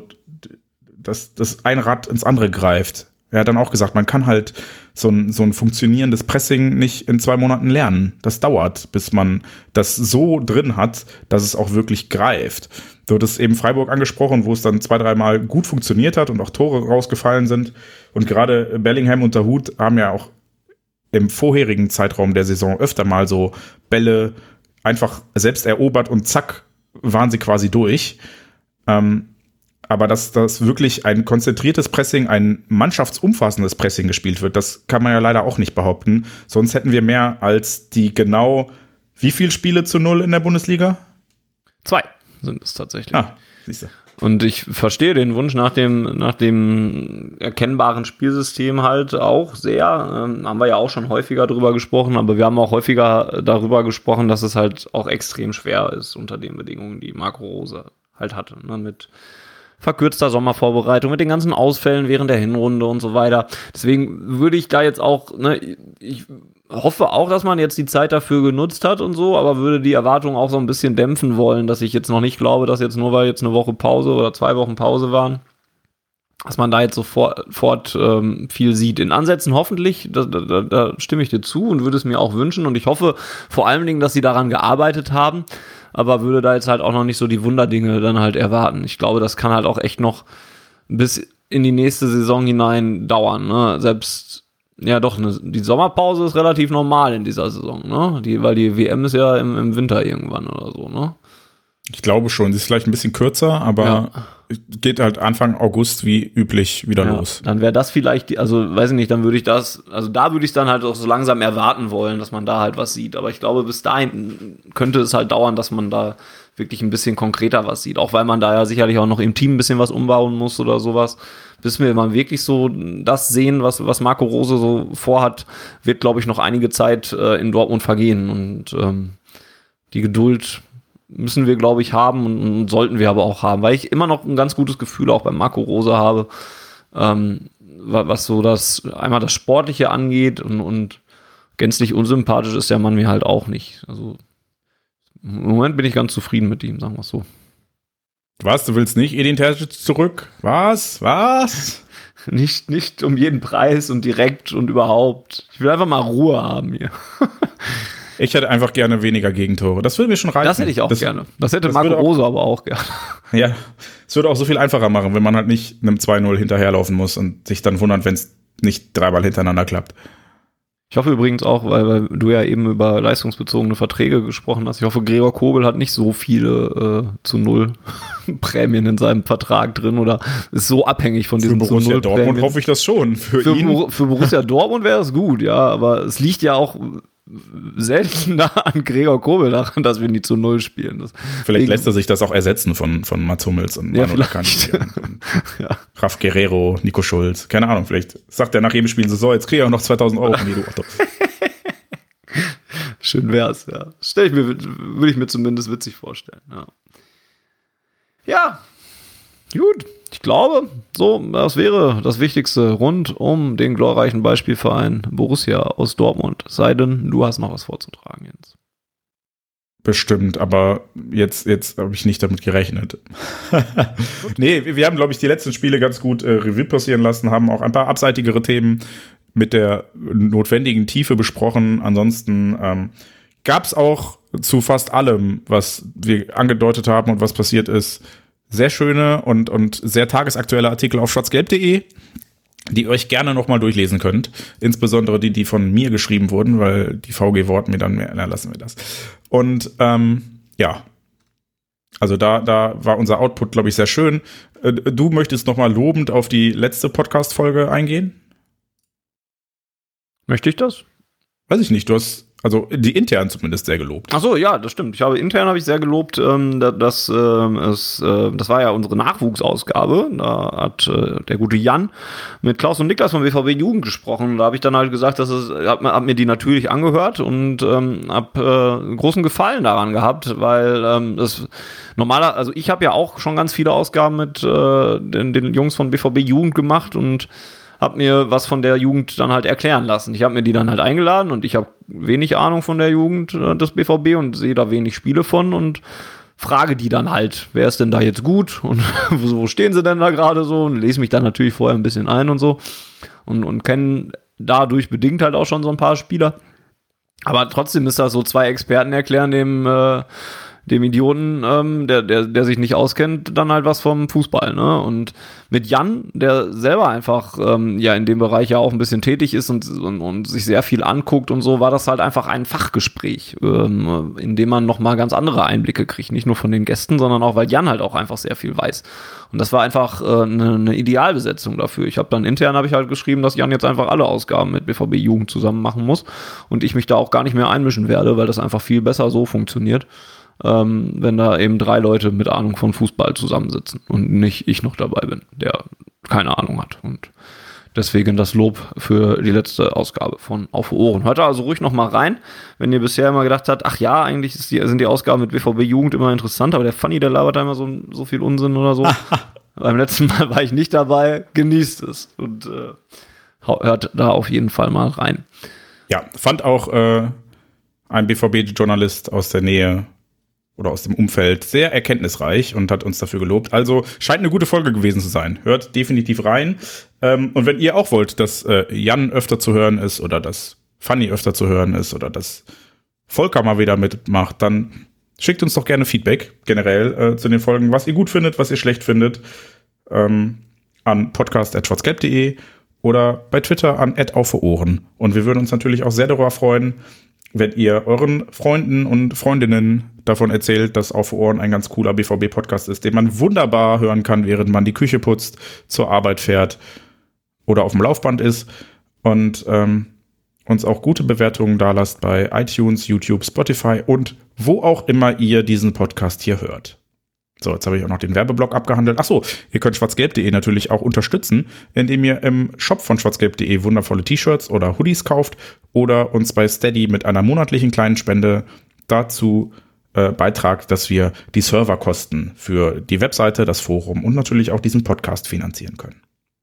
dass das ein Rad ins andere greift. Er hat dann auch gesagt, man kann halt so ein, so ein funktionierendes Pressing nicht in zwei Monaten lernen. Das dauert, bis man das so drin hat, dass es auch wirklich greift. Du hattest eben Freiburg angesprochen, wo es dann zwei, dreimal gut funktioniert hat und auch Tore rausgefallen sind. Und gerade Bellingham und Dahoud haben ja auch im vorherigen Zeitraum der Saison öfter mal so Bälle einfach selbst erobert und zack, waren sie quasi durch. Ähm, Aber dass das wirklich ein konzentriertes Pressing, ein mannschaftsumfassendes Pressing gespielt wird, das kann man ja leider auch nicht behaupten. Sonst hätten wir mehr als die genau, wie viele Spiele zu null in der Bundesliga? Zwei sind es tatsächlich. Ah, siehst du. Und ich verstehe den Wunsch nach dem, nach dem erkennbaren Spielsystem halt auch sehr. Ähm, haben wir ja auch schon häufiger drüber gesprochen, aber wir haben auch häufiger darüber gesprochen, dass es halt auch extrem schwer ist unter den Bedingungen, die Marco Rose halt hatte, ne, mit verkürzter Sommervorbereitung, mit den ganzen Ausfällen während der Hinrunde und so weiter. Deswegen würde ich da jetzt auch, ne, ich hoffe auch, dass man jetzt die Zeit dafür genutzt hat und so, aber würde die Erwartungen auch so ein bisschen dämpfen wollen, dass ich jetzt noch nicht glaube, dass jetzt nur, weil jetzt eine Woche Pause oder zwei Wochen Pause waren, dass man da jetzt sofort fort, ähm, viel sieht. In Ansätzen hoffentlich, da, da, da stimme ich dir zu und würde es mir auch wünschen und ich hoffe vor allen Dingen, dass sie daran gearbeitet haben, aber würde da jetzt halt auch noch nicht so die Wunderdinge dann halt erwarten. Ich glaube, das kann halt auch echt noch bis in die nächste Saison hinein dauern, ne? Selbst, ja doch, ne, die Sommerpause ist relativ normal in dieser Saison, ne? Die, weil die W M ist ja im, im Winter irgendwann oder so, ne? Ich glaube schon, sie ist vielleicht ein bisschen kürzer, aber ja. Geht halt Anfang August wie üblich wieder ja, los. Dann wäre das vielleicht, die, also weiß ich nicht, dann würde ich das, also da würde ich es dann halt auch so langsam erwarten wollen, dass man da halt was sieht. Aber ich glaube, bis dahin könnte es halt dauern, dass man da wirklich ein bisschen konkreter was sieht. Auch weil man da ja sicherlich auch noch im Team ein bisschen was umbauen muss oder sowas. Bis wir mal wirklich so das sehen, was, was Marco Rose so vorhat, wird, glaube ich, noch einige Zeit äh, in Dortmund vergehen. Und ähm, die Geduld müssen wir, glaube ich, haben und, und sollten wir aber auch haben, weil ich immer noch ein ganz gutes Gefühl auch bei Marco Rose habe, ähm, was so das einmal das Sportliche angeht und, und gänzlich unsympathisch ist der Mann mir halt auch nicht. Also im Moment bin ich ganz zufrieden mit ihm, sagen wir es so. Was, du willst nicht Edin Terzic zurück? Was? Was? nicht, nicht um jeden Preis und direkt und überhaupt. Ich will einfach mal Ruhe haben hier. Ich hätte einfach gerne weniger Gegentore. Das würde mir schon reichen. Das hätte ich auch das, gerne. Das hätte das Marco auch, Rose aber auch gerne. Ja, es würde auch so viel einfacher machen, wenn man halt nicht einem zwei null hinterherlaufen muss und sich dann wundert, wenn es nicht dreimal hintereinander klappt. Ich hoffe übrigens auch, weil, weil du ja eben über leistungsbezogene Verträge gesprochen hast, ich hoffe, Gregor Kobel hat nicht so viele äh, zu Null Prämien in seinem Vertrag drin oder ist so abhängig von diesen zu Null Prämien. Für Borussia Dortmund hoffe ich das schon. Für, für, ihn. Bor- für Borussia Dortmund wäre es gut, ja, aber es liegt ja auch selten da an Gregor Kobel daran, dass wir nie zu Null spielen. Das vielleicht lässt er sich das auch ersetzen von, von Mats Hummels und ja, Manu Akanji und, und ja. Raf Guerrero, Nico Schulz. Keine Ahnung, vielleicht sagt er nach jedem Spiel so, jetzt kriege ich auch noch zweitausend Euro von dir, Otto. Schön wär's, ja. Stell ich mir, würde ich mir zumindest witzig vorstellen, ja. Ja, gut. Ich glaube, so, das wäre das Wichtigste rund um den glorreichen Beispielverein Borussia aus Dortmund. Sei denn, du hast noch was vorzutragen, Jens. Bestimmt, aber jetzt, jetzt habe ich nicht damit gerechnet. Nee, wir haben, glaube ich, die letzten Spiele ganz gut äh, Revue passieren lassen, haben auch ein paar abseitigere Themen mit der notwendigen Tiefe besprochen. Ansonsten ähm, gab es auch zu fast allem, was wir angedeutet haben und was passiert ist, sehr schöne und, und sehr tagesaktuelle Artikel auf schwarzgelb punkt de, die ihr euch gerne nochmal durchlesen könnt. Insbesondere die, die von mir geschrieben wurden, weil die V G Wort mir dann mehr, na, lassen wir das. Und ähm, ja, also da, da war unser Output, glaube ich, sehr schön. Äh, du möchtest nochmal lobend auf die letzte Podcast-Folge eingehen? Möchte ich das? Weiß ich nicht, du hast Also die intern zumindest sehr gelobt. Ach so, ja, das stimmt. Ich habe intern habe ich sehr gelobt, ähm, dass ähm, es, äh, das war ja unsere Nachwuchsausgabe. Da hat äh, der gute Jan mit Klaus und Niklas von W V B Jugend gesprochen. Da habe ich dann halt gesagt, dass es, hab, hab mir die natürlich angehört und ähm, habe äh, großen Gefallen daran gehabt, weil ähm, das normaler, also ich habe ja auch schon ganz viele Ausgaben mit äh, den, den Jungs von W V B Jugend gemacht und habe mir was von der Jugend dann halt erklären lassen. Ich habe mir die dann halt eingeladen und ich habe wenig Ahnung von der Jugend äh, des B V B und sehe da wenig Spiele von und frage die dann halt, wer ist denn da jetzt gut und wo stehen sie denn da gerade so und lese mich dann natürlich vorher ein bisschen ein und so und, und kenne dadurch bedingt halt auch schon so ein paar Spieler. Aber trotzdem ist das so, zwei Experten erklären dem äh, dem Idioten, ähm, der, der, der sich nicht auskennt, dann halt was vom Fußball, ne? Und mit Jan, der selber einfach ähm, ja in dem Bereich ja auch ein bisschen tätig ist und, und, und sich sehr viel anguckt und so, war das halt einfach ein Fachgespräch, ähm, in dem man nochmal ganz andere Einblicke kriegt. Nicht nur von den Gästen, sondern auch, weil Jan halt auch einfach sehr viel weiß. Und das war einfach äh, eine, eine Idealbesetzung dafür. Ich habe dann intern habe ich halt geschrieben, dass Jan jetzt einfach alle Ausgaben mit B V B Jugend zusammen machen muss und ich mich da auch gar nicht mehr einmischen werde, weil das einfach viel besser so funktioniert. Ähm, wenn da eben drei Leute mit Ahnung von Fußball zusammensitzen und nicht ich noch dabei bin, der keine Ahnung hat. Und deswegen das Lob für die letzte Ausgabe von Auf Ohren. Hört also ruhig noch mal rein, wenn ihr bisher immer gedacht habt, ach ja, eigentlich ist die, sind die Ausgaben mit B V B Jugend immer interessant, aber der Fanny, der labert da immer so, so viel Unsinn oder so. Beim letzten Mal war ich nicht dabei, genießt es und äh, hört da auf jeden Fall mal rein. Ja, fand auch äh, ein B V B-Journalist aus der Nähe oder aus dem Umfeld sehr erkenntnisreich und hat uns dafür gelobt. Also scheint eine gute Folge gewesen zu sein. Hört definitiv rein. Ähm, und wenn ihr auch wollt, dass äh, Jan öfter zu hören ist oder dass Fanny öfter zu hören ist oder dass Volker mal wieder mitmacht, dann schickt uns doch gerne Feedback generell äh, zu den Folgen, was ihr gut findet, was ihr schlecht findet, ähm, an podcast at schwarzgelb punkt de oder bei Twitter an at auf Ohren. Und wir würden uns natürlich auch sehr darüber freuen, wenn ihr euren Freunden und Freundinnen davon erzählt, dass Auf Ohren ein ganz cooler B V B-Podcast ist, den man wunderbar hören kann, während man die Küche putzt, zur Arbeit fährt oder auf dem Laufband ist und ähm, uns auch gute Bewertungen dalasst bei iTunes, YouTube, Spotify und wo auch immer ihr diesen Podcast hier hört. So, jetzt habe ich auch noch den Werbeblock abgehandelt. Ach so, ihr könnt schwarzgelb punkt de natürlich auch unterstützen, indem ihr im Shop von schwarzgelb punkt de wundervolle T-Shirts oder Hoodies kauft oder uns bei Steady mit einer monatlichen kleinen Spende dazu äh, beitragt, dass wir die Serverkosten für die Webseite, das Forum und natürlich auch diesen Podcast finanzieren können.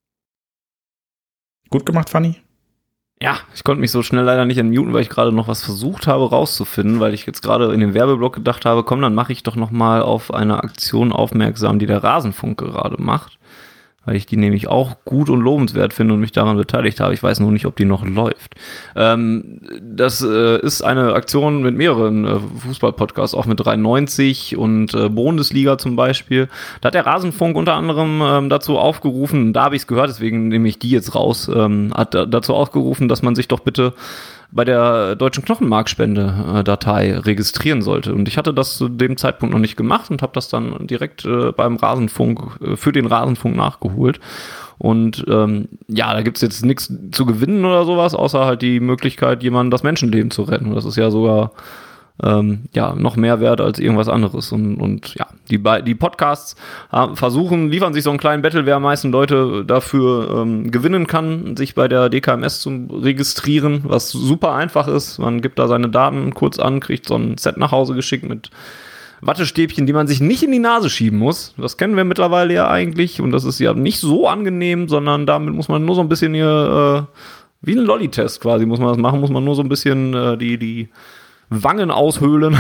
Gut gemacht, Fanny? Ja, ich konnte mich so schnell leider nicht unmuten, weil ich gerade noch was versucht habe rauszufinden, weil ich jetzt gerade in dem Werbeblock gedacht habe, komm, dann mache ich doch noch mal auf eine Aktion aufmerksam, die der Rasenfunk gerade macht, weil ich die nämlich auch gut und lobenswert finde und mich daran beteiligt habe. Ich weiß nur nicht, ob die noch läuft. Ähm, das äh, ist eine Aktion mit mehreren äh, Fußball-Podcasts, auch mit dreiundneunzig und äh, Bundesliga zum Beispiel. Da hat der Rasenfunk unter anderem ähm, dazu aufgerufen, da habe ich es gehört, deswegen nehme ich die jetzt raus, ähm, hat da, dazu aufgerufen, dass man sich doch bitte bei der deutschen Knochenmarkspende-Datei registrieren sollte. Und ich hatte das zu dem Zeitpunkt noch nicht gemacht und habe das dann direkt äh, beim Rasenfunk, äh, für den Rasenfunk nachgeholt. Und ähm, ja, da gibt's jetzt nichts zu gewinnen oder sowas, außer halt die Möglichkeit, jemandem das Menschenleben zu retten. Und das ist ja sogar ähm, ja noch mehr wert als irgendwas anderes. Und, und ja, die, die Podcasts äh, versuchen, liefern sich so einen kleinen Battle, wer am meisten Leute dafür ähm, gewinnen kann, sich bei der D K M S zu registrieren, was super einfach ist. Man gibt da seine Daten kurz an, kriegt so ein Set nach Hause geschickt mit Wattestäbchen, die man sich nicht in die Nase schieben muss. Das kennen wir mittlerweile ja eigentlich und das ist ja nicht so angenehm, sondern damit muss man nur so ein bisschen hier, äh, wie ein Lolli-Test quasi muss man das machen, muss man nur so ein bisschen äh, die, die Wangen aushöhlen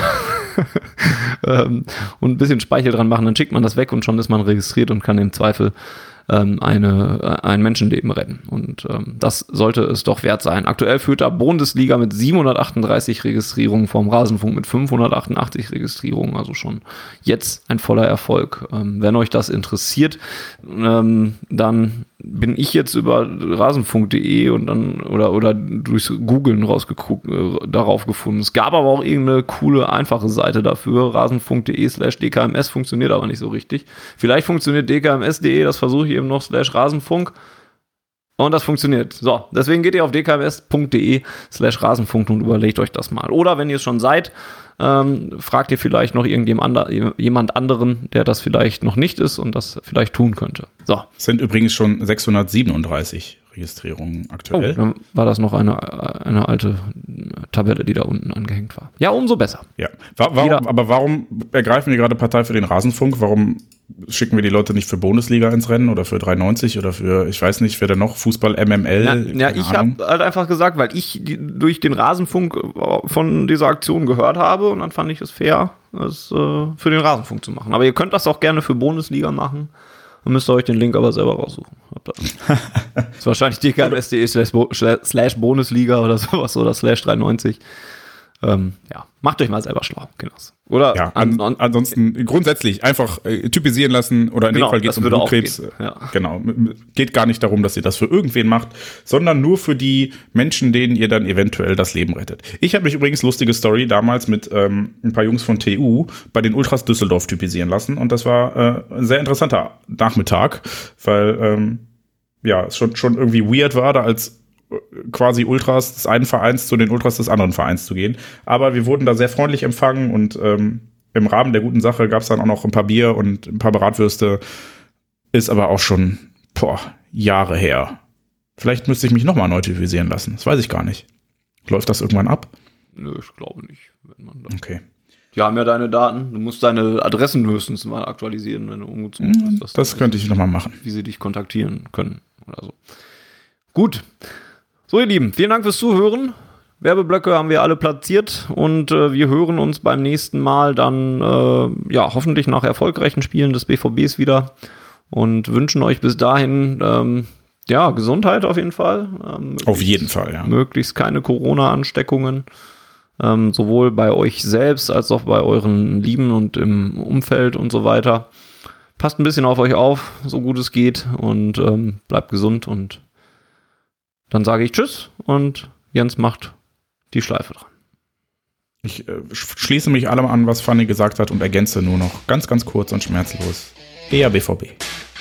ähm, und ein bisschen Speichel dran machen, dann schickt man das weg und schon ist man registriert und kann im Zweifel ähm, eine, ein Menschenleben retten. Und ähm, das sollte es doch wert sein. Aktuell führt der Bundesliga mit siebenhundertachtunddreißig Registrierungen, vom Rasenfunk mit fünfhundertachtundachtzig Registrierungen, also schon jetzt ein voller Erfolg. Ähm, wenn euch das interessiert, ähm, dann bin ich jetzt über rasenfunk punkt de und dann oder oder durchs Googlen rausgeguckt, äh, darauf gefunden. Es gab aber auch irgendeine coole, einfache Seite dafür. rasenfunk punkt de slash dkms funktioniert aber nicht so richtig. Vielleicht funktioniert dkms punkt de, das versuche ich eben noch, slash Rasenfunk. Und das funktioniert. So, deswegen geht ihr auf d k m s punkt d e slash Rasenfunk und überlegt euch das mal. Oder wenn ihr es schon seid, ähm, fragt ihr vielleicht noch irgendjemand ander, jemand anderen, der das vielleicht noch nicht ist und das vielleicht tun könnte. So. Es sind übrigens schon sechshundertsiebenunddreißig Registrierungen aktuell. Oh, dann war das noch eine, eine alte Tabelle, die da unten angehängt war. Ja, umso besser. Ja. Warum, aber warum ergreifen wir gerade Partei für den Rasenfunk? Warum schicken wir die Leute nicht für Bundesliga ins Rennen oder für drei neunzig oder für, ich weiß nicht, wer denn noch, Fußball, M M L? Ja, ja ich habe halt einfach gesagt, weil ich die, durch den Rasenfunk von dieser Aktion gehört habe und dann fand ich es fair, es äh, für den Rasenfunk zu machen. Aber ihr könnt das auch gerne für Bundesliga machen. Dann müsst ihr euch den Link aber selber raussuchen. Das ist wahrscheinlich d k m s punkt d e slash Bundesliga oder sowas oder slash drei neunzig. Ähm, ja, macht euch mal selber schlau. Genau. Oder ja, an, an, ansonsten grundsätzlich einfach äh, typisieren lassen oder in genau, dem Fall geht es um Blutkrebs. Ja. Genau. Geht gar nicht darum, dass ihr das für irgendwen macht, sondern nur für die Menschen, denen ihr dann eventuell das Leben rettet. Ich habe mich übrigens, lustige Story, damals mit ähm, ein paar Jungs von T U bei den Ultras Düsseldorf typisieren lassen und das war äh, ein sehr interessanter Nachmittag, weil ähm, ja, es schon, schon irgendwie weird war, da als quasi Ultras des einen Vereins zu den Ultras des anderen Vereins zu gehen. Aber wir wurden da sehr freundlich empfangen und ähm, im Rahmen der guten Sache gab es dann auch noch ein paar Bier und ein paar Bratwürste. Ist aber auch schon boah, Jahre her. Vielleicht müsste ich mich nochmal neu typisieren lassen. Das weiß ich gar nicht. Läuft das irgendwann ab? Nö, ich glaube nicht. Wenn man das okay. Die haben ja deine Daten. Du musst deine Adressen höchstens mal aktualisieren, wenn du umgezogen bist. Das, das könnte ich nochmal machen. Wie sie dich kontaktieren können oder so. Gut. So, ihr Lieben, vielen Dank fürs Zuhören. Werbeblöcke haben wir alle platziert und äh, wir hören uns beim nächsten Mal dann äh, ja hoffentlich nach erfolgreichen Spielen des B V Bs wieder und wünschen euch bis dahin ähm, ja Gesundheit auf jeden Fall. Ähm, auf jeden Fall, ja. Möglichst keine Corona-Ansteckungen, ähm, sowohl bei euch selbst als auch bei euren Lieben und im Umfeld und so weiter. Passt ein bisschen auf euch auf, so gut es geht und ähm, bleibt gesund und dann sage ich Tschüss und Jens macht die Schleife dran. Ich äh, schließe mich allem an, was Fanny gesagt hat und ergänze nur noch ganz, ganz kurz und schmerzlos. Eher B V B.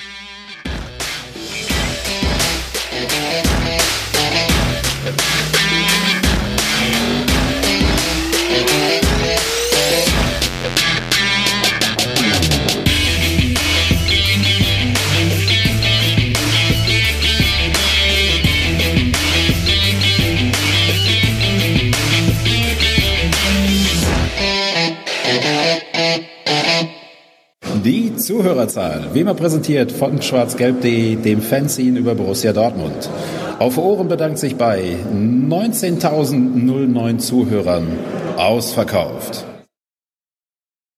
Die Zuhörerzahl, wie immer präsentiert von schwarz-gelb punkt de, dem Fanzine über Borussia Dortmund. Auf Ohren bedankt sich bei neunzehntausendneun Zuhörern ausverkauft.